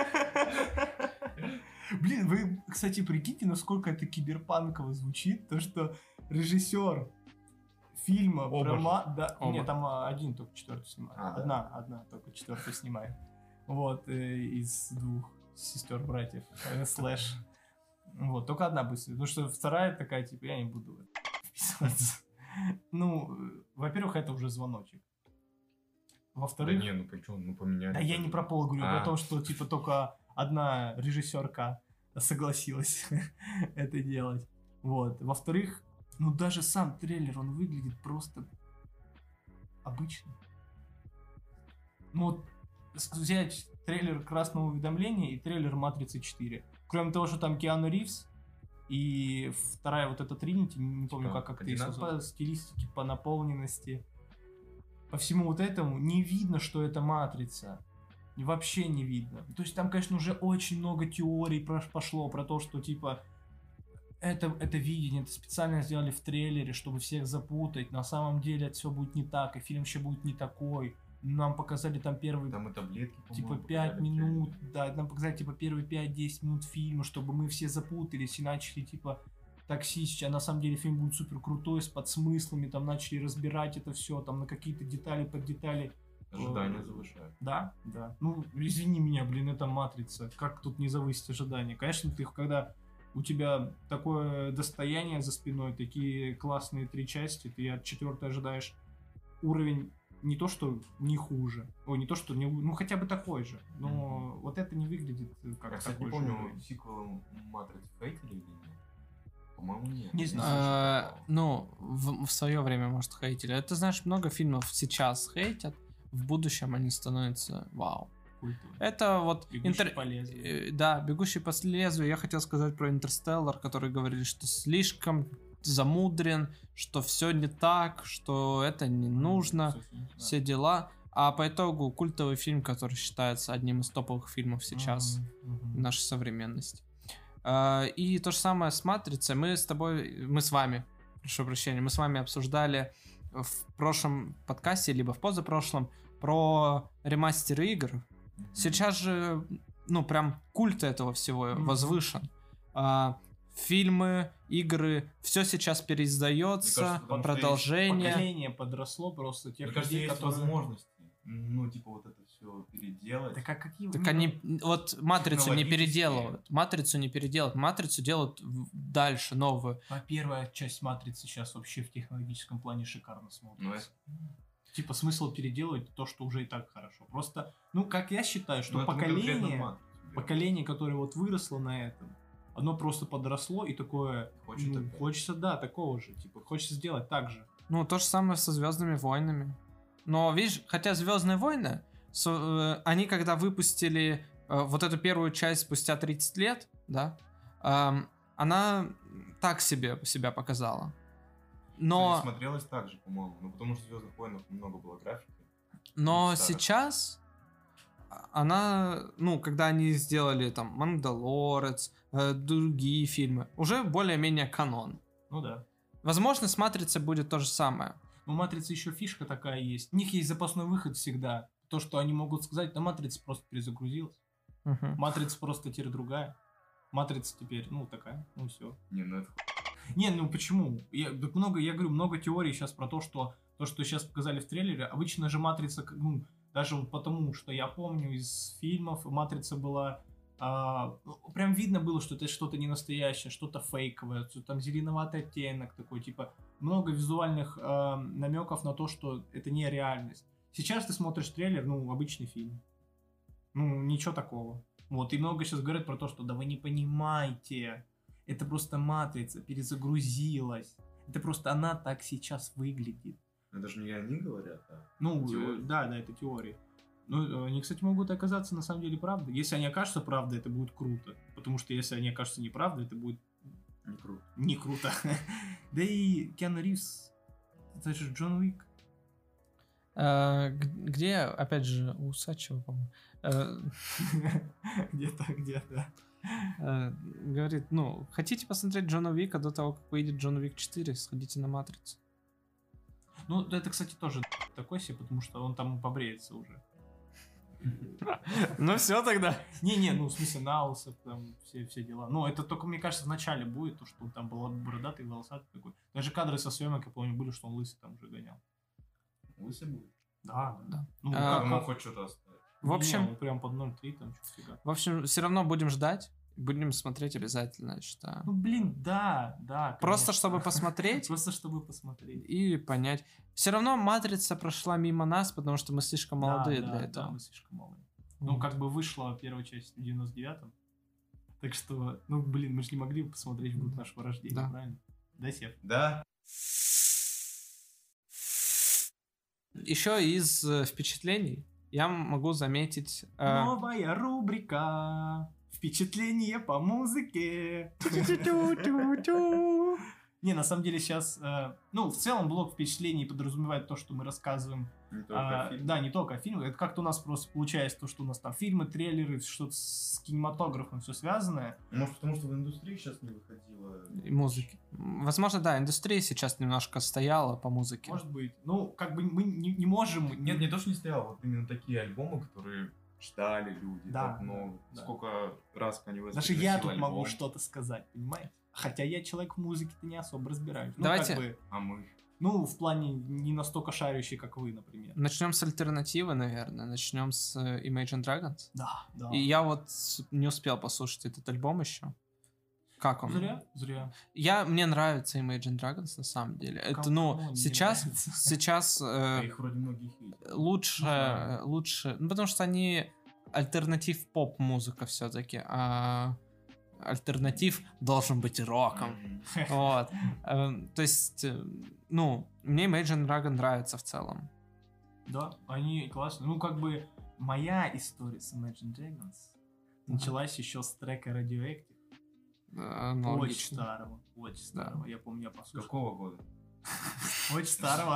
Speaker 2: Блин, вы, кстати, прикиньте, насколько это киберпанково звучит, то, что режиссер фильма
Speaker 4: Оба
Speaker 2: про
Speaker 4: же.
Speaker 2: ма... Да,
Speaker 1: Оба.
Speaker 2: нет, там а, один только четвертую снимает.
Speaker 4: А, да?
Speaker 2: одна, одна только четвертую снимает. Вот, э, из двух сестер-братьев. э, Слэш. Вот, только одна быстрая. Потому что вторая такая, типа, я не буду в это вписываться. Ну, э, во-первых, это уже звоночек.
Speaker 4: Да
Speaker 2: Во-вторых,
Speaker 4: не, ну причем, ну поменяли.
Speaker 2: да я не про пол говорю, а
Speaker 4: А.
Speaker 2: про то, что типа только одна режиссерка согласилась это делать. Вот. Во-вторых, ну даже сам трейлер, он выглядит просто обычно. Ну вот с- взять трейлер Красного уведомления и трейлер Матрицы четыре. Кроме того, что там Киану Ривз и вторая вот эта Тринити, не помню,
Speaker 4: Что,
Speaker 2: как актриса,
Speaker 4: одинаково?
Speaker 2: по стилистике, по наполненности, по всему вот этому не видно, что это Матрица. Вообще не видно. То есть там, конечно, уже очень много теорий прош- пошло про то, что типа это, это видение, это специально сделали в трейлере, чтобы всех запутать. На самом деле это все будет не так, и фильм вообще будет не такой. Нам показали там первый
Speaker 4: Там и таблетки,
Speaker 2: типа
Speaker 4: по-моему,
Speaker 2: пять
Speaker 4: показали в
Speaker 2: минут,
Speaker 4: трейлере.
Speaker 2: да, нам показали типа первые пять-десять минут фильма, чтобы мы все запутались и начали типа токсичить, а на самом деле фильм будет супер крутой, с подсмыслами, там начали разбирать это все, там на какие-то детали под детали.
Speaker 4: Ожидания завышают.
Speaker 2: Да, да. Ну, извини меня, блин, это Матрица. Как тут не завысить ожидания? Конечно, ты когда у тебя такое достояние за спиной, такие классные три части, ты от четвертой ожидаешь уровень не то, что не хуже, ой, не то, что не, лу- ну хотя бы такой же, но вот это не выглядит как
Speaker 4: Я, кстати,
Speaker 2: такой
Speaker 4: не
Speaker 2: же
Speaker 4: помню,
Speaker 2: уровень.
Speaker 4: сиквел Матрицы хейтили или нет? По-моему, нет.
Speaker 2: Не
Speaker 4: Я
Speaker 2: знаю.
Speaker 4: слышал
Speaker 1: А,
Speaker 4: такого.
Speaker 1: Ну, в, свое время, может, хейтили. Это, знаешь, много фильмов сейчас хейтят, в будущем они становятся вау.
Speaker 2: Культурно.
Speaker 1: Это вот...
Speaker 2: Бегущий
Speaker 1: интер-
Speaker 2: по лезвию.
Speaker 1: э, Да, «Бегущий по лезвию». Я хотел сказать про «Интерстеллар», который говорили, что слишком замудрен, что все не так, что это не нужно, все дела. А по итогу культовый фильм, который считается одним из топовых фильмов сейчас в нашей современности. А, и то же самое с «Матрицей». Мы с тобой, мы с вами, прошу прощения, мы с вами обсуждали в прошлом подкасте, либо в позапрошлом, про ремастеры игр. Сейчас же, ну, прям культ этого всего mm-hmm. возвышен. А, фильмы, игры, все сейчас переиздается, кажется, продолжение.
Speaker 2: Поколение подросло просто тех
Speaker 4: Мне кажется,
Speaker 2: людей,
Speaker 4: есть
Speaker 2: которые...
Speaker 4: возможности, ну, типа, вот это все переделать.
Speaker 2: Так, а какие...
Speaker 1: Так они, вот «Матрицу» не переделывают. «Матрицу» не переделают. «Матрицу» делают дальше, новую.
Speaker 2: А первая часть «Матрицы» сейчас вообще в технологическом плане шикарно смотрится. Ну, типа, смысл переделывать то, что уже и так хорошо. Просто, ну, как я считаю, что ну, поколение, поколение, которое вот выросло на этом, оно просто подросло и такое...
Speaker 4: Хочет
Speaker 2: ну, хочется, да, такого же. Типа, хочется сделать так же.
Speaker 1: Ну, то же самое со «Звездными войнами». Но, видишь, хотя «Звездные войны», со, э, они когда выпустили э, вот эту первую часть спустя тридцать лет, да, э, она так себе себя показала. Но...
Speaker 4: Смотрелось так же, по-моему. Ну, потому что в «Звездных войнах» много было графики.
Speaker 1: Но сейчас она, ну, когда они сделали там «Мандалорец», э, другие фильмы, уже более-менее канон.
Speaker 2: Ну да.
Speaker 1: Возможно, с «Матрицей» будет то же самое.
Speaker 2: У «Матрицы» еще фишка такая есть. У них есть запасной выход всегда. То, что они могут сказать, да «Матрица» просто перезагрузилась.
Speaker 1: Uh-huh.
Speaker 2: «Матрица» просто теперь другая. «Матрица» теперь, ну, такая, ну, все.
Speaker 4: Не, ну это...
Speaker 2: Не, ну почему? Я, так много, я говорю, много теорий сейчас про то, что то, что сейчас показали в трейлере, обычно же «Матрица», ну, даже вот потому, что я помню из фильмов, «Матрица» была... А, прям видно было, что это что-то не настоящее, что-то фейковое, что там зеленоватый оттенок такой, типа много визуальных а, намеков на то, что это не реальность. Сейчас ты смотришь трейлер, ну, обычный фильм. Ну, ничего такого. Вот, и много сейчас говорят про то, что да вы не понимаете, это просто «Матрица» перезагрузилась. Это просто она так сейчас выглядит.
Speaker 4: Это же не они говорят, а
Speaker 2: ну, э, да, да, это теория. Ну, они, кстати, могут оказаться на самом деле правдой. Если они окажутся правдой, это будет круто. Потому что если они окажутся неправдой, это будет
Speaker 4: не круто.
Speaker 2: Не круто. Да и Киану Ривз, это же Джон Уик.
Speaker 1: Где, опять же, у Усачева, по-моему.
Speaker 2: Где-то, где-то.
Speaker 1: Говорит, ну, хотите посмотреть Джона Уика до того, как выйдет Джон Уик четыре, сходите на «Матрицу».
Speaker 2: Ну, это, кстати, тоже такой себе, потому что он там побреется уже.
Speaker 1: Ну все тогда.
Speaker 2: Не-не, ну в смысле на лысо, там все, все дела. Ну это только, мне кажется, в начале будет, то, что он там был бородатый, волосатый такой. Даже кадры со съемок, я помню, были, что он лысый там уже гонял.
Speaker 4: Лысый будет?
Speaker 2: Да, да. Ну,
Speaker 4: а, как, мог хоть что-то оставить.
Speaker 1: В общем,
Speaker 2: не, прям под ноль три там что-то.
Speaker 1: В общем, все равно будем ждать. Будем смотреть обязательно, я считаю.
Speaker 2: Ну, блин, да, да. Конечно.
Speaker 1: Просто чтобы посмотреть.
Speaker 2: Просто чтобы посмотреть.
Speaker 1: И понять. Все равно «Матрица» прошла мимо нас, потому что мы слишком молодые
Speaker 2: да,
Speaker 1: для
Speaker 2: да,
Speaker 1: этого.
Speaker 2: Да, мы слишком молодые. Ну, как бы вышла первая часть в девяносто девятом. Так что, ну, блин, мы же не могли посмотреть в год нашего рождения,
Speaker 1: да.
Speaker 2: правильно? Да, Сев?
Speaker 4: Да.
Speaker 1: Еще из э, впечатлений я могу заметить...
Speaker 2: Э... Новая рубрика «Впечатление по музыке». Не, на самом деле сейчас, э, ну, в целом блок впечатлений подразумевает то, что мы рассказываем.
Speaker 4: Не только
Speaker 2: а,
Speaker 4: о фильмах.
Speaker 2: Да, не только о фильмах. Это как-то у нас просто получается то, что у нас там фильмы, трейлеры, что-то с кинематографом все связанное.
Speaker 4: Может, потому что в индустрии сейчас не выходило...
Speaker 1: И музыки. Возможно, да, индустрия сейчас немножко стояла по музыке.
Speaker 2: Может быть. Ну, как бы мы не, не можем...
Speaker 4: Нет, не то, что не стояло, вот именно такие альбомы, которые ждали люди
Speaker 2: да,
Speaker 4: так много.
Speaker 2: Да.
Speaker 4: Сколько раз Kanye West
Speaker 2: даже я тут
Speaker 4: альбом.
Speaker 2: могу что-то сказать, понимаете? Хотя я человек в музыке-то не особо разбираюсь. Ну,
Speaker 1: Давайте.
Speaker 2: Как бы,
Speaker 4: а мы?
Speaker 2: Ну, в плане не настолько шарящий, как вы, например.
Speaker 1: Начнем с альтернативы, наверное. Начнем с Imagine Dragons.
Speaker 2: Да, да.
Speaker 1: И я вот не успел послушать этот альбом еще. Как он?
Speaker 2: Зря, зря.
Speaker 1: Я, мне нравится Imagine Dragons на самом деле. Это, ну, сейчас, сейчас э,
Speaker 4: их вроде многих есть.
Speaker 1: лучше, лучше, ну, потому что они альтернатив поп-музыка все-таки, а альтернатив должен быть роком. Mm-hmm. Вот. То есть, ну, мне Imagine Dragon нравится в целом.
Speaker 2: Да, они классные. Ну, как бы, моя история с Imagine Dragons началась еще с трека Radioactive.
Speaker 1: Э, ну,
Speaker 2: Очень
Speaker 1: логично.
Speaker 2: старого, очень старого. Я помню, я
Speaker 4: С
Speaker 2: послушал.
Speaker 4: какого года?
Speaker 2: Очень старого.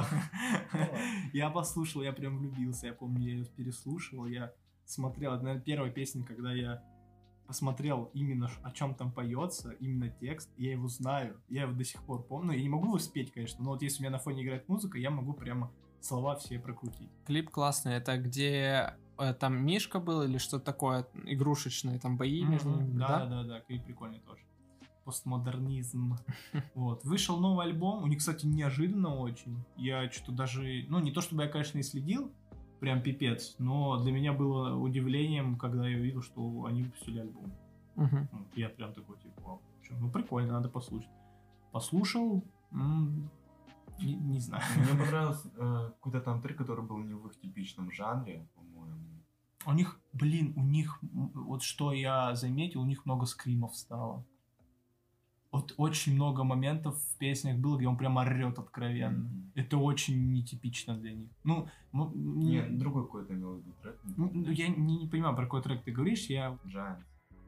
Speaker 2: Я послушал, я прям влюбился. Я помню, я ее переслушивал. Я смотрел, это, наверное, первая песня, когда я посмотрел именно, ш- о чем там поется, именно текст. Я его знаю, я его до сих пор помню. Я не могу его спеть, конечно, но вот если у меня на фоне играет музыка, я могу прямо слова все прокрутить.
Speaker 1: Клип классный. Это где э, там Мишка был или что-то такое игрушечное, там бои между
Speaker 2: Мгм.
Speaker 1: ними,
Speaker 2: Да,
Speaker 1: да?
Speaker 2: да, да, клип прикольный тоже. Постмодернизм. Вот. Вышел новый альбом. У них, кстати, неожиданно очень. Я что-то даже... Ну, не то чтобы я, конечно, и следил, прям пипец, но для меня было удивлением, когда я увидел, что они выпустили альбом.
Speaker 1: Мгм.
Speaker 2: Вот. Я прям такой, типа, вау, чё, ну прикольно, надо послушать. Послушал, м, не, не знаю.
Speaker 4: Мне понравился э, какой-то там трек, который был не в их типичном жанре, по-моему.
Speaker 2: У них, блин, у них, м, вот что я заметил, у них много скримов стало. Вот очень много моментов в песнях было, где он прям орет откровенно.
Speaker 4: Мгм.
Speaker 2: Это очень нетипично для них. Ну, ну, не-
Speaker 4: Нет, другой какой-то имел в виду трек. не
Speaker 2: ну,
Speaker 4: помню.
Speaker 2: я не, не понимаю, про какой трек ты говоришь. Я,
Speaker 4: Giants.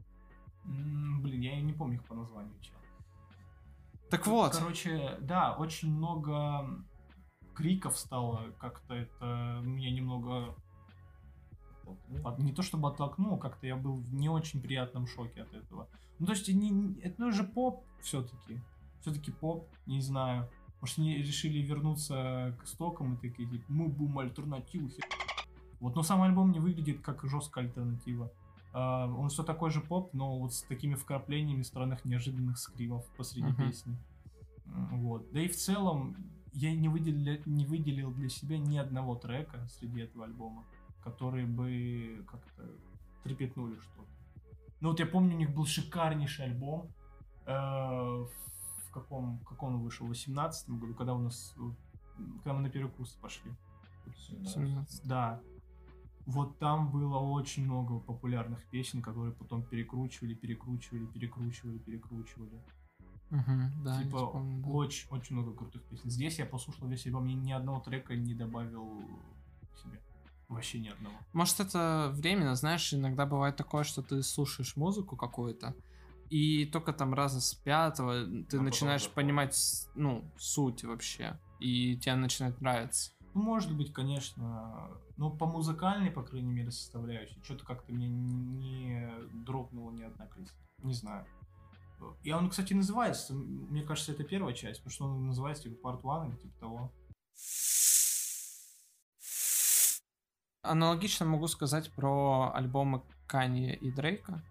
Speaker 2: м, блин, я не помню их по названию. чел.
Speaker 1: Так вот,
Speaker 2: Короче, да, очень много криков стало. Как-то это меня немного...
Speaker 4: Толкнул.
Speaker 2: от- Не то чтобы оттолкнул, как-то я был в не очень приятном шоке от этого. Ну, то есть, не, не- это ну, же поп все-таки. Все-таки поп, не знаю. Может, они решили вернуться к истокам и такие, типа, мы будем альтернативу. хер». Вот, но сам альбом не выглядит как жесткая альтернатива. А, он все такой же поп, но вот с такими вкраплениями странных неожиданных скримов посреди
Speaker 1: Мгм.
Speaker 2: песни. М, Вот. Да и в целом я не выделил, не выделил для себя ни одного трека среди этого альбома, которые бы как-то трепетнули что-то. Ну вот я помню, у них был шикарнейший альбом. э, в каком, каком он вышел? В восемнадцатом году, когда у нас э, когда мы на первый курс пошли.
Speaker 1: семнадцать.
Speaker 2: Да. Вот там было очень много популярных песен, которые потом перекручивали, перекручивали, перекручивали, перекручивали.
Speaker 1: Мгм, да, я
Speaker 2: типа,
Speaker 1: вспомнил, да.
Speaker 2: очень, очень много крутых песен. Здесь я послушал весь альбом, ни, ни одного трека не добавил к себе. Вообще ни одного.
Speaker 1: Может, это временно, знаешь, иногда бывает такое, что ты слушаешь музыку какую-то, и только там раза с пятого ты
Speaker 4: потом
Speaker 1: начинаешь
Speaker 4: заходит.
Speaker 1: понимать, с- ну, суть вообще, и тебе начинает нравиться.
Speaker 2: Ну, может быть, конечно, но по музыкальной, по крайней мере, составляющей, что-то как-то мне не дропнуло ни одна песня. Не знаю. И он, кстати, называется, мне кажется, это первая часть, потому что он называется типа Part One или типа того.
Speaker 1: Аналогично могу сказать про альбомы Канье и Дрейка.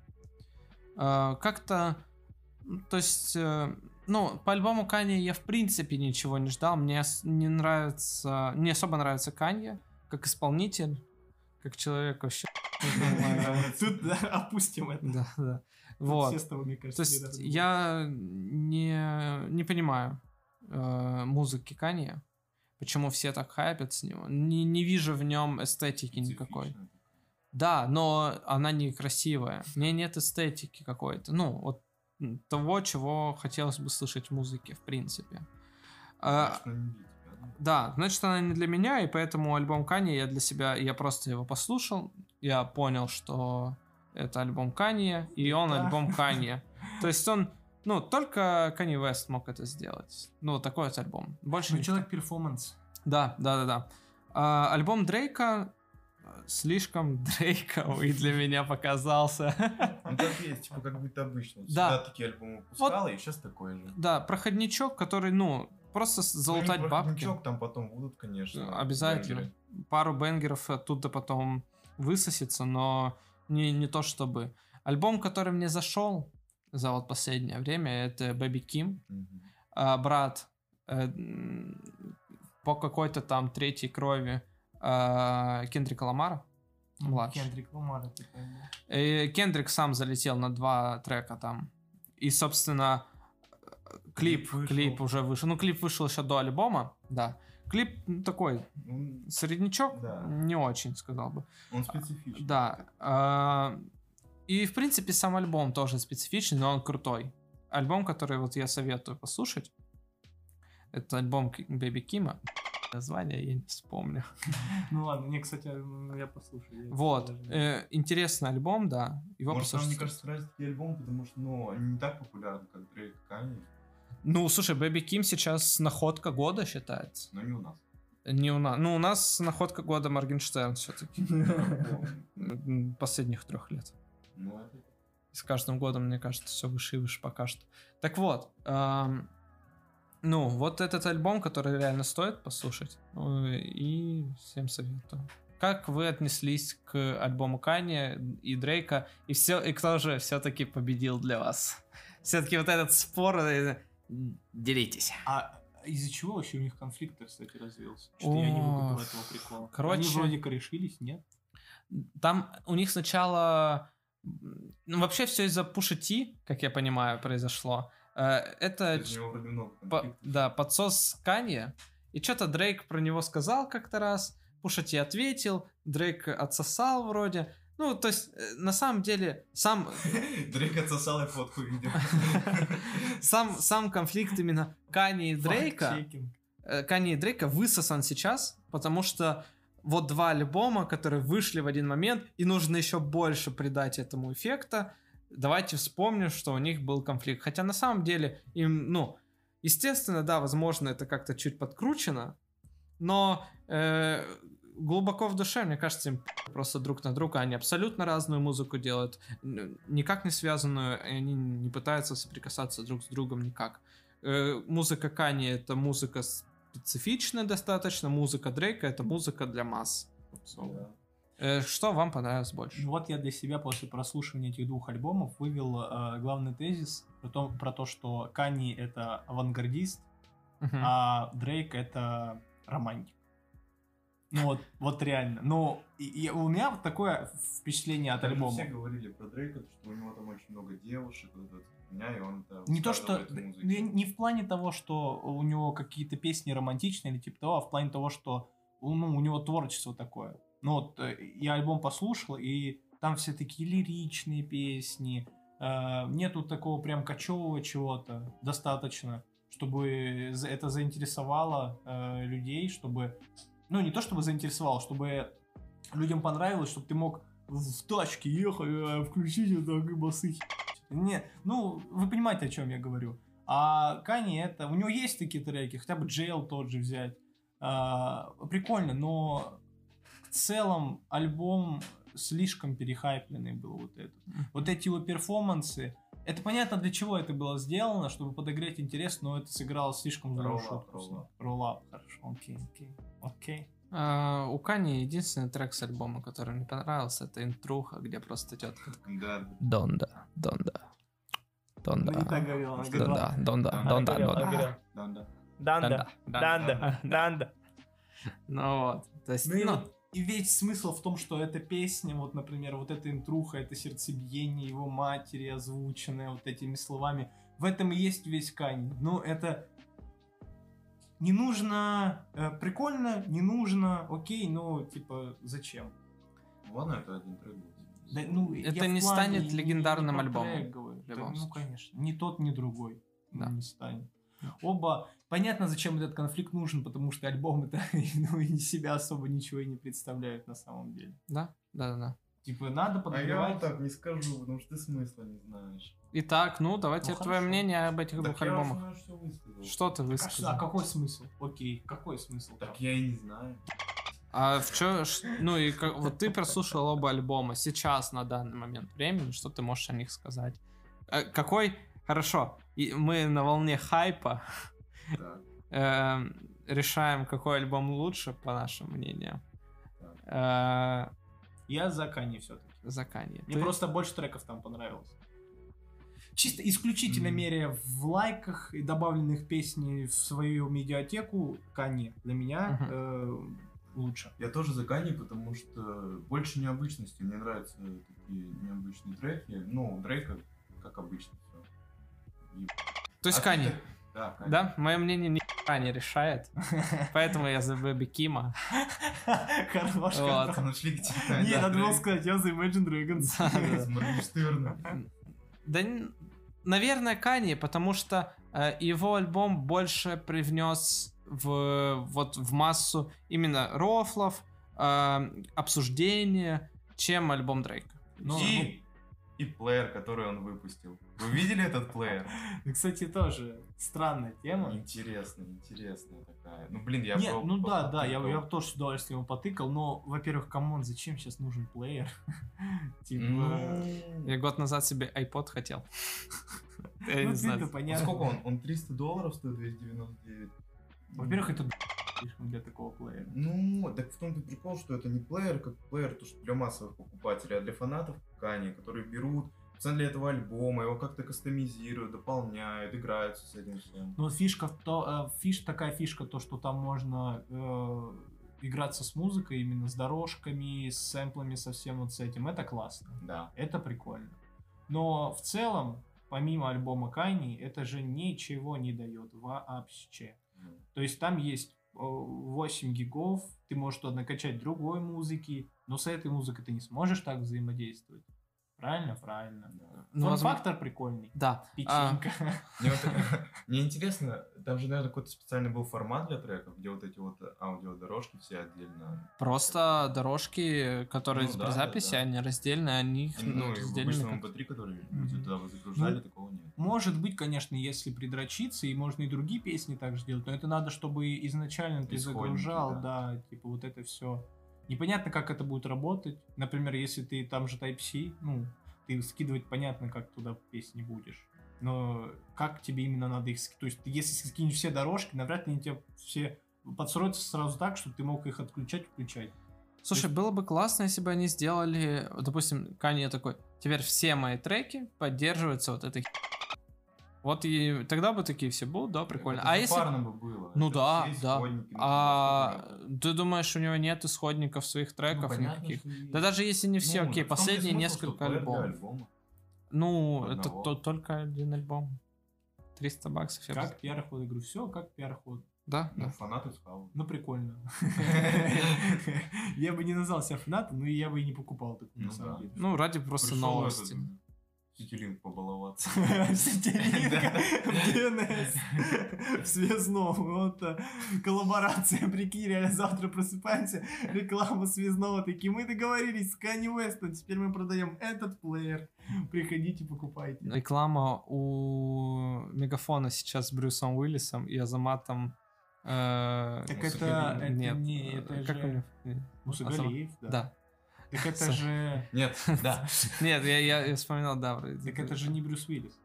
Speaker 1: Э, Как-то, ну, то есть, э, ну, по альбому Канье я в принципе ничего не ждал. Мне ос- не нравится, не особо нравится Канье как исполнитель, как человек вообще. не понимаю.
Speaker 2: Тут да, опустим это.
Speaker 1: Да, да.
Speaker 2: Тут
Speaker 1: Вот.
Speaker 2: все с тобой, мне
Speaker 1: То
Speaker 2: кажется,
Speaker 1: есть
Speaker 2: недавно
Speaker 1: я не, не понимаю э, музыки Канье, почему все так хайпят с него. Не, не вижу в нем эстетики никакой.
Speaker 4: Специфично.
Speaker 1: Да, но она некрасивая. У нее нет эстетики какой-то. Ну, вот м, того, чего хотелось бы слышать в музыке, в принципе. А,
Speaker 4: Значит, она не для тебя, да?
Speaker 1: да, значит, она не для меня, и поэтому альбом Канье я для себя, я просто его послушал, я понял, что это альбом Канье, и он
Speaker 2: Да.
Speaker 1: альбом Канье. То есть он, ну, только Канье Вест мог это сделать. Ну, вот такой вот альбом. Больше
Speaker 2: Ну,
Speaker 1: никто.
Speaker 2: человек перформанс.
Speaker 1: Да, да, да, да. А, альбом Дрейка э, слишком Дрейковый для меня показался.
Speaker 4: Ну так есть, типа как будто обычно. Вот
Speaker 1: Да.
Speaker 4: Всегда такие альбомы выпускала, и сейчас такой же.
Speaker 1: Да, проходничок, который, ну, просто с- залутать
Speaker 4: Ну, и
Speaker 1: бабки.
Speaker 4: проходничок там потом будут, конечно.
Speaker 1: Обязательно.
Speaker 4: бенгеры.
Speaker 1: Пару бенгеров оттуда потом высосется, но не, не то чтобы. Альбом, который мне зашел за вот последнее время, это Baby Kim.
Speaker 4: Мгм.
Speaker 1: А, брат э, м, по какой-то там третьей крови а, Кендрика Ламара. Младший.
Speaker 2: Кендрик Ламар. это прям, да.
Speaker 1: И Кендрик сам залетел на два трека там. И, собственно, клип,
Speaker 2: Клип вышел.
Speaker 1: клип уже вышел. Ну, клип вышел еще до альбома, да. Клип ну, такой,
Speaker 4: Ну,
Speaker 1: среднячок,
Speaker 4: Да.
Speaker 1: не очень, сказал бы.
Speaker 4: он специфичный.
Speaker 1: Да. а, И, в принципе, сам альбом тоже специфичный, но он крутой. Альбом, который вот я советую послушать, это альбом К- Baby Кима. название, я не вспомню.
Speaker 2: Ну ладно, не, кстати, ну, я послушаю.
Speaker 1: Вот, э, интересный альбом, да. Его
Speaker 4: Может, нам, мне
Speaker 1: послушать.
Speaker 4: кажется, нравятся такие альбомы, потому что, ну, они не так популярны, как Дрейк и Канье,
Speaker 1: Ну, слушай, Бэби Ким сейчас находка года считается.
Speaker 4: но не у нас.
Speaker 1: Не у нас. Ну, у нас находка года Моргенштерн все-таки. Последних трех лет.
Speaker 4: Ну, это...
Speaker 1: И с каждым годом, мне кажется, все выше и выше пока что. Так вот, эм, ну, вот этот альбом, который реально стоит послушать, ну, и всем советую. Как вы отнеслись к альбому Канье и Дрейка, и все, и кто же все-таки победил для вас? Все-таки вот этот спор, э, делитесь.
Speaker 2: А из-за чего вообще у них конфликт, кстати, развился? Что я не выкупил
Speaker 1: Ох,
Speaker 2: этого прикола.
Speaker 1: короче-
Speaker 2: Они вроде корешились, нет?
Speaker 1: Там у них сначала... Ну, вообще все из-за Пуша Ти, как я понимаю, произошло. Э, Это,
Speaker 4: Из него вроде много
Speaker 1: по-
Speaker 4: конфликтов.
Speaker 1: да, подсос Канье. И что-то Дрейк про него сказал как-то раз. Пуша Ти ответил. Дрейк отсосал вроде. Ну, то есть, э, на самом деле, сам,
Speaker 4: Дрейк отсосал и фотку видел.
Speaker 1: сам, сам конфликт именно Канье и Дрейка...
Speaker 2: Факт-чекинг.
Speaker 1: э, Канье и Дрейка высосан сейчас, потому что вот два альбома, которые вышли в один момент, и нужно еще больше придать этому эффекта. Давайте вспомним, что у них был конфликт. Хотя на самом деле им, ну, естественно, да, возможно, это как-то чуть подкручено, но э, глубоко в душе, мне кажется, им просто друг на друга. Они абсолютно разную музыку делают, н- никак не связанную, и они не пытаются соприкасаться друг с другом никак. Э, музыка Канье — это музыка специфичная достаточно, музыка Дрейка — это музыка для масс.
Speaker 4: Да.
Speaker 1: Э, что вам понравилось больше?
Speaker 2: Вот я для себя после прослушивания этих двух альбомов вывел э, главный тезис про то, про то, что Канье — это авангардист,
Speaker 1: Мгм.
Speaker 2: а Дрейк — это романтик. Ну вот, вот реально. Но и- и у меня вот такое впечатление от
Speaker 4: Так же
Speaker 2: альбома.
Speaker 4: все говорили про Дрейка, что у него там очень много девушек, вот это меня, и он это
Speaker 2: Не то, что...
Speaker 4: высказывает в музыке.
Speaker 2: ну, я не в плане того, что у него какие-то песни романтичные или типа того, а в плане того, что ну, у него творчество такое. Ну вот, э, я альбом послушал, и там все такие лиричные песни, э, нету такого прям кочевого чего-то достаточно, чтобы за- это заинтересовало э, людей, чтобы... Ну, не то, чтобы заинтересовало, чтобы людям понравилось, чтобы ты мог в тачке ехать, э, включить вот так и басы. Не, ну, вы понимаете, о чем я говорю. А Канье это... У него есть такие треки, хотя бы Джейл тот же взять. А, прикольно, но в целом альбом слишком перехайпленный был вот этот. Вот эти его перформансы, это понятно, для чего это было сделано, чтобы подогреть интерес, но это сыграло слишком злую
Speaker 4: Roll up,
Speaker 2: шутку.
Speaker 4: roll up.
Speaker 2: Роллап, хорошо, окей, окей, окей.
Speaker 1: А, у Канье единственный трек с альбома, который мне понравился, это интруха, где просто тетка такая:
Speaker 4: Да,
Speaker 1: Донда, Донда, Донда,
Speaker 2: Она не так говорила, она говорила...
Speaker 1: Донда, Донда,
Speaker 4: Она
Speaker 1: Донда,
Speaker 2: говорила, она
Speaker 1: Донда.
Speaker 2: говорила,
Speaker 4: да, да.
Speaker 2: Данда, Данда, Данда.
Speaker 1: Ну вот, то есть,
Speaker 2: Ну и,
Speaker 1: ну,
Speaker 2: вот- и весь смысл в том, что эта песня, вот, например, вот эта интруха, это сердцебиение его матери, озвученное вот этими словами, в этом и есть весь Канье. Ну, это не нужно, э, прикольно, не нужно, окей, но, типа, зачем?
Speaker 4: Ладно, это один трек был.
Speaker 2: Да, ну,
Speaker 1: Это
Speaker 2: я в
Speaker 1: не
Speaker 2: плане
Speaker 1: станет
Speaker 2: не- не
Speaker 1: легендарным
Speaker 2: про
Speaker 1: альбомом,
Speaker 2: трек говорю.
Speaker 1: в
Speaker 2: Да,
Speaker 1: любом
Speaker 2: ну,
Speaker 1: случае.
Speaker 2: конечно, ни тот, ни другой
Speaker 1: Да.
Speaker 2: не станет. Оба, понятно, зачем этот конфликт нужен, потому что альбомы-то ну, и себя особо ничего и не представляют на самом деле.
Speaker 1: да, да, да, да.
Speaker 2: Типа, надо
Speaker 4: А я
Speaker 2: подогревать.
Speaker 4: вот так не скажу, потому что ты смысла не знаешь.
Speaker 1: Итак, ну давайте
Speaker 2: Ну,
Speaker 1: твое
Speaker 2: хорошо.
Speaker 1: мнение об этих двух
Speaker 4: Так я уже,
Speaker 1: альбомах.
Speaker 4: знаешь, все высказал.
Speaker 1: Что ты
Speaker 2: Так, а, что-
Speaker 1: высказал?
Speaker 2: а какой смысл? Окей, какой смысл?
Speaker 4: Так я и не знаю.
Speaker 1: А в чё, ш- ну и как, вот ты прослушал оба альбома сейчас, на данный момент времени, что ты можешь о них сказать? Э, какой, хорошо, и мы на волне хайпа
Speaker 4: Так.
Speaker 1: эм, решаем, какой альбом лучше, по нашим мнениям. Э,
Speaker 2: Я за Канье все-таки.
Speaker 1: За Канье.
Speaker 2: Мне
Speaker 1: Ты?
Speaker 2: просто больше треков там понравилось. Чисто исключительно
Speaker 4: Мгм.
Speaker 2: меряя в лайках и добавленных песней в свою медиатеку, Канье для меня э, лучше.
Speaker 4: Я тоже за Канье, потому что больше необычности. Мне нравятся такие необычные треки. Ну, Дрейка, как обычно, все.
Speaker 1: То есть
Speaker 4: А
Speaker 1: Канье.
Speaker 4: ты- Да, Канье.
Speaker 1: Да, мое мнение ни хера не решает, поэтому я за Бэби Кима.
Speaker 2: Хорош,
Speaker 1: Вот.
Speaker 2: хорош.
Speaker 4: Конфликт.
Speaker 2: Не, надо было сказать, я за Imagine Dragons.
Speaker 1: Да-да-да.
Speaker 4: С Моргенштерном.
Speaker 1: Да, н- наверное, Канье, потому что э, его альбом больше привнес в, вот, в массу именно рофлов, э, обсуждения, чем альбом Дрейка.
Speaker 2: Ну,
Speaker 4: И, и плеер, который он выпустил. Вы видели этот плеер?
Speaker 2: ну, кстати, тоже странная тема.
Speaker 4: Интересно, интересная такая. Ну, блин, я
Speaker 2: Нет,
Speaker 4: про-
Speaker 2: ну да, да, я,
Speaker 4: потыкал.
Speaker 2: я тоже с удовольствием его потыкал, но, во-первых, камон, зачем сейчас нужен плеер? Типа...
Speaker 4: Ну,
Speaker 1: Я год назад себе iPod хотел. Я
Speaker 2: Ну,
Speaker 1: не знаю.
Speaker 2: ты-то
Speaker 4: а
Speaker 2: понятно.
Speaker 4: сколько он? Он триста долларов стоит, двести девяносто девять.
Speaker 2: Во-первых, это слишком для такого плеера.
Speaker 4: Ну, так в том-то прикол, что это не плеер, как плеер, то что для массовых покупателей, а для фанатов Kanye, которые берут специально для этого альбома, его как-то кастомизируют, дополняют, играются с этим всем.
Speaker 2: Ну, вот фишка, в то, э, фиш, такая фишка, то, что там можно э, играться с музыкой, именно с дорожками, с сэмплами, со всем вот с этим. Это классно.
Speaker 4: Да.
Speaker 2: Это прикольно. Но в целом, помимо альбома Kanye, это же ничего не дает вообще.
Speaker 4: Ну,
Speaker 2: То есть там есть э, восемь гигов, ты можешь туда накачать другой музыки, но с этой музыкой ты не сможешь так взаимодействовать. Правильно? Правильно.
Speaker 1: Ну, возможно-
Speaker 2: Фон-фактор прикольный.
Speaker 1: Да. А,
Speaker 2: Печенька.
Speaker 4: Мне, вот, мне интересно, там же, наверное, какой-то специальный был формат для треков, где вот эти вот аудиодорожки все отдельно.
Speaker 1: Просто дорожки, которые
Speaker 4: Ну,
Speaker 1: при
Speaker 4: да, да,
Speaker 1: записи,
Speaker 4: да.
Speaker 1: они раздельные, они их
Speaker 4: Ну,
Speaker 1: ну,
Speaker 4: и в
Speaker 1: раздельные
Speaker 4: обычном эм
Speaker 1: как-
Speaker 4: пэ три, который
Speaker 2: Мгм.
Speaker 4: люди туда вы загружали,
Speaker 2: Ну,
Speaker 4: такого нет.
Speaker 2: Может быть, конечно, если придрочиться, и можно и другие песни так же делать, но это надо, чтобы изначально ты
Speaker 4: Исходники,
Speaker 2: загружал,
Speaker 4: да.
Speaker 2: да. типа вот это все. Непонятно, как это будет работать. Например, если ты там же Type-C, ну, ты скидывать понятно, как туда песни будешь. Но как тебе именно надо их скидывать? То есть, ты, если скинешь все дорожки, навряд ли они тебе все подстроятся сразу так, чтобы ты мог их отключать, включать.
Speaker 1: Слушай, было бы классно, если бы они сделали, допустим, Kanye такой, теперь все мои треки поддерживаются вот этой хи- Вот и тогда бы такие все будут, да, прикольно.
Speaker 4: Это
Speaker 1: А
Speaker 4: же
Speaker 1: если...
Speaker 4: парно бы было.
Speaker 1: Ну
Speaker 4: Это
Speaker 1: да,
Speaker 4: все
Speaker 1: да.
Speaker 4: исходники, ну,
Speaker 1: А
Speaker 4: просто
Speaker 1: ты думаешь, у него нет исходников своих треков
Speaker 2: Ну, понятно,
Speaker 1: никаких?
Speaker 2: что есть.
Speaker 1: Да даже если не все,
Speaker 4: Ну,
Speaker 1: окей,
Speaker 4: в том-то и
Speaker 1: последние
Speaker 4: смысл,
Speaker 1: несколько
Speaker 4: что плеер для
Speaker 1: альбомов.
Speaker 4: альбома.
Speaker 1: Ну,
Speaker 4: Одного.
Speaker 1: это то- только один альбом. триста баксов. я бы
Speaker 2: Как пиар-ход, я говорю, все, как пиар-ход.
Speaker 1: Да,
Speaker 4: Ну,
Speaker 1: да.
Speaker 4: фанаты схавают.
Speaker 2: Ну, прикольно. Я бы не назвал себя фанатом, но и я бы и не покупал такую,
Speaker 4: Ну
Speaker 2: на самом
Speaker 4: да.
Speaker 2: деле.
Speaker 1: Ну, ради просто
Speaker 4: Пришел
Speaker 1: новости.
Speaker 4: этот, Ситилинк побаловаться.
Speaker 2: Сетелинка, ди эн эс, в связном. Вот а, коллаборация, прикинь, реально завтра просыпаемся, реклама связного, такие, мы договорились с Kanye West, теперь мы продаем этот плеер, приходите, покупайте.
Speaker 1: Реклама у Мегафона сейчас с Брюсом Уиллисом и Азаматом. э,
Speaker 2: Так
Speaker 4: Ну,
Speaker 2: это,
Speaker 4: Сахалин.
Speaker 2: это
Speaker 1: Нет,
Speaker 2: не, это
Speaker 1: как у
Speaker 2: же
Speaker 1: него? Нет.
Speaker 2: Мусагалиев, да.
Speaker 1: Да.
Speaker 2: Так это
Speaker 1: Са-
Speaker 2: же,
Speaker 4: Нет, да.
Speaker 1: Нет, я, я, я вспоминал, да. вроде.
Speaker 2: так это же не Брюс Уиллис.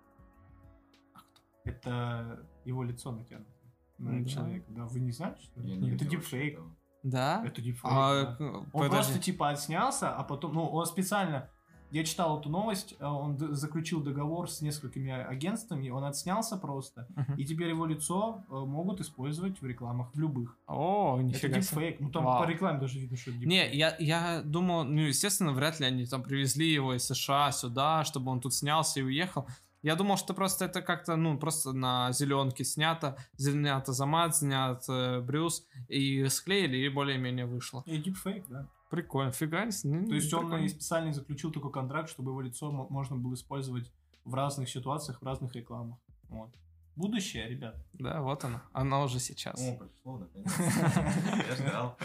Speaker 2: Это его лицо натянуто на
Speaker 1: Да.
Speaker 2: человека. Да, вы не знаете, что ли?
Speaker 4: Я не
Speaker 2: Это
Speaker 4: видел
Speaker 2: дипфейк.
Speaker 4: этого.
Speaker 1: Да?
Speaker 2: Это дипфейк,
Speaker 1: А,
Speaker 2: да.
Speaker 1: к-
Speaker 2: Он
Speaker 1: подожди.
Speaker 2: просто типа отснялся, а потом, ну, он специально, я читал эту новость, а он д- заключил договор с несколькими агентствами, он отснялся просто,
Speaker 1: Мгм.
Speaker 2: и теперь его лицо э, могут использовать в рекламах, в любых.
Speaker 1: О,
Speaker 2: Это
Speaker 1: нифига себе.
Speaker 2: дипфейк, ну там
Speaker 1: Вау.
Speaker 2: по рекламе даже видно, что это дипфейк.
Speaker 1: Не, я, я думал, ну, естественно, вряд ли они там привезли его из США сюда, чтобы он тут снялся и уехал. Я думал, что просто это как-то, ну, просто на зеленке снято, снято Азамат, снят э, Брюс, и склеили, и более-менее вышло.
Speaker 2: И дипфейк, да.
Speaker 1: Прикольно, фига себе.
Speaker 2: То есть он и специально заключил такой контракт, чтобы его лицо мо- можно было использовать в разных ситуациях, в разных рекламах. Вот. Будущее, ребят.
Speaker 1: Да, вот оно. Оно уже сейчас.
Speaker 4: О, пришло, наконец. Я ждал.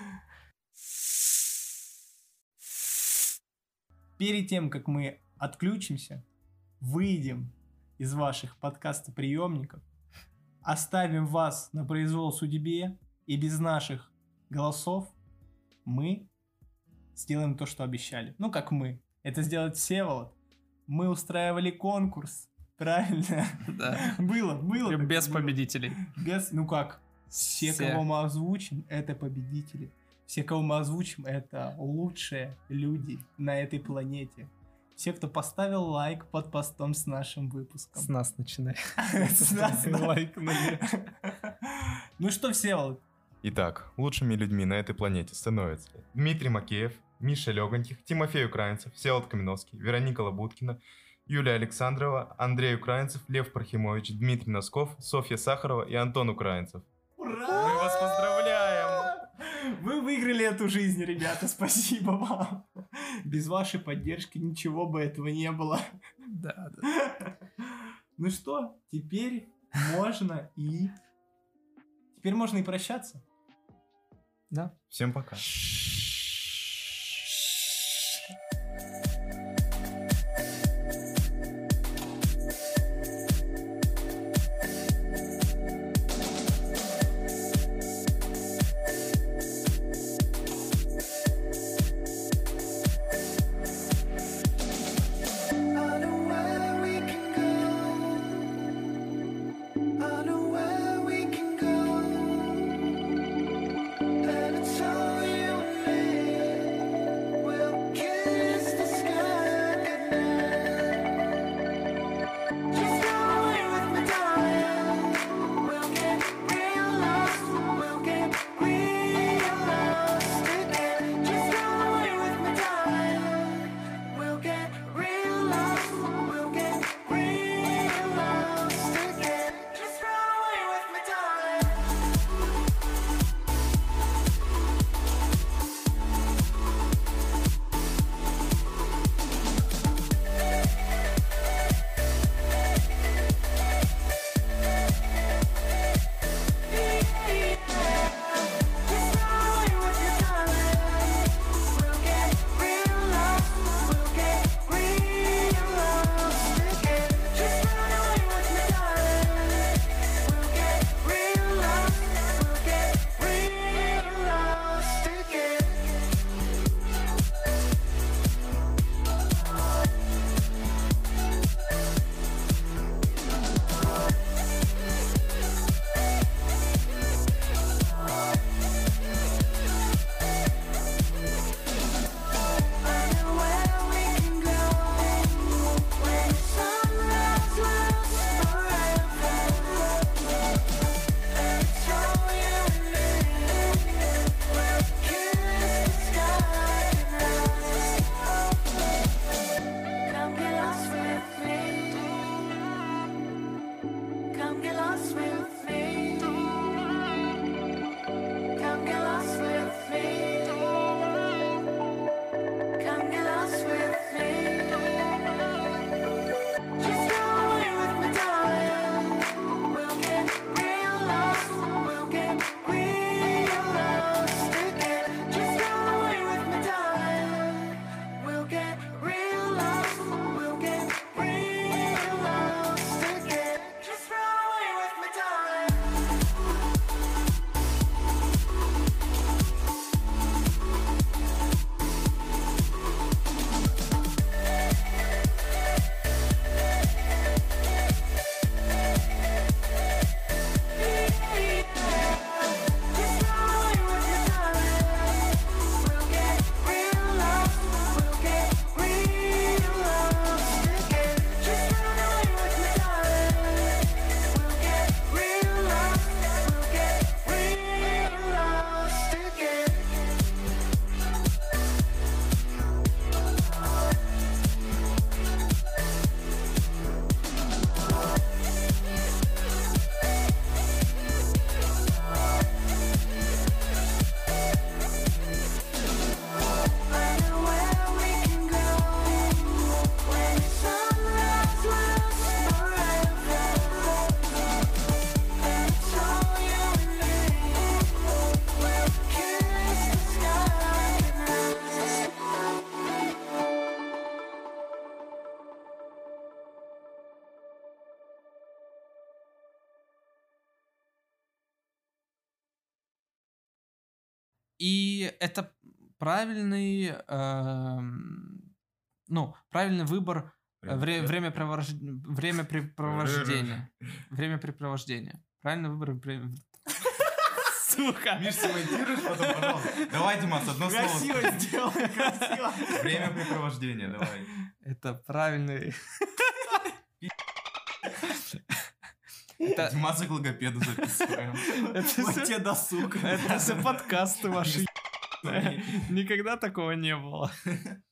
Speaker 2: Перед тем, как мы отключимся, выйдем из ваших подкастоприемников, оставим вас на произвол судьбе, и без наших голосов мы сделаем то, что обещали. Ну, как мы. Это сделать Всеволод. Мы устраивали конкурс. Правильно?
Speaker 1: Да.
Speaker 2: Было, было. такое,
Speaker 1: Без
Speaker 2: было.
Speaker 1: победителей.
Speaker 2: Без, ну как, все,
Speaker 1: Все.
Speaker 2: кого мы озвучим, это победители. Все, кого мы озвучим, это лучшие люди на этой планете. Все, кто поставил лайк под постом с нашим выпуском.
Speaker 1: С нас начинай.
Speaker 2: С нас, да.
Speaker 1: Лайкнули.
Speaker 2: Ну что, Всеволод?
Speaker 4: Итак, лучшими людьми на этой планете становятся Дмитрий Макеев, Миша Легоньких, Тимофей Украинцев, Всеволод Каминовский, Вероника Лабуткина, Юлия Александрова, Андрей Украинцев, Лев Пархимович, Дмитрий Носков, Софья Сахарова и Антон Украинцев.
Speaker 2: Ура!
Speaker 4: Мы вас поздравляем!
Speaker 2: Вы выиграли эту жизнь, ребята, спасибо вам. Без вашей поддержки ничего бы этого не было.
Speaker 1: Да, да.
Speaker 2: Ну что, теперь можно и... Теперь можно и прощаться.
Speaker 1: Да.
Speaker 4: Всем пока.
Speaker 1: И это правильный, эм, ну, правильный выбор э, вре- времяпровож- времяпрепровождения. Времяпрепровождения. Правильный выбор. вре- Сука.
Speaker 4: Миш, смонтируешь потом, пожалуйста. Давай, Димас, одно слово.
Speaker 2: Красиво сделал, красиво.
Speaker 4: Времяпрепровождение, давай.
Speaker 1: Это правильный... Это,
Speaker 4: Димаса к логопеду записываем.
Speaker 1: это,
Speaker 2: Вот
Speaker 1: всё-
Speaker 2: тебе досуг.
Speaker 1: это все подкасты ваши. Никогда такого не было.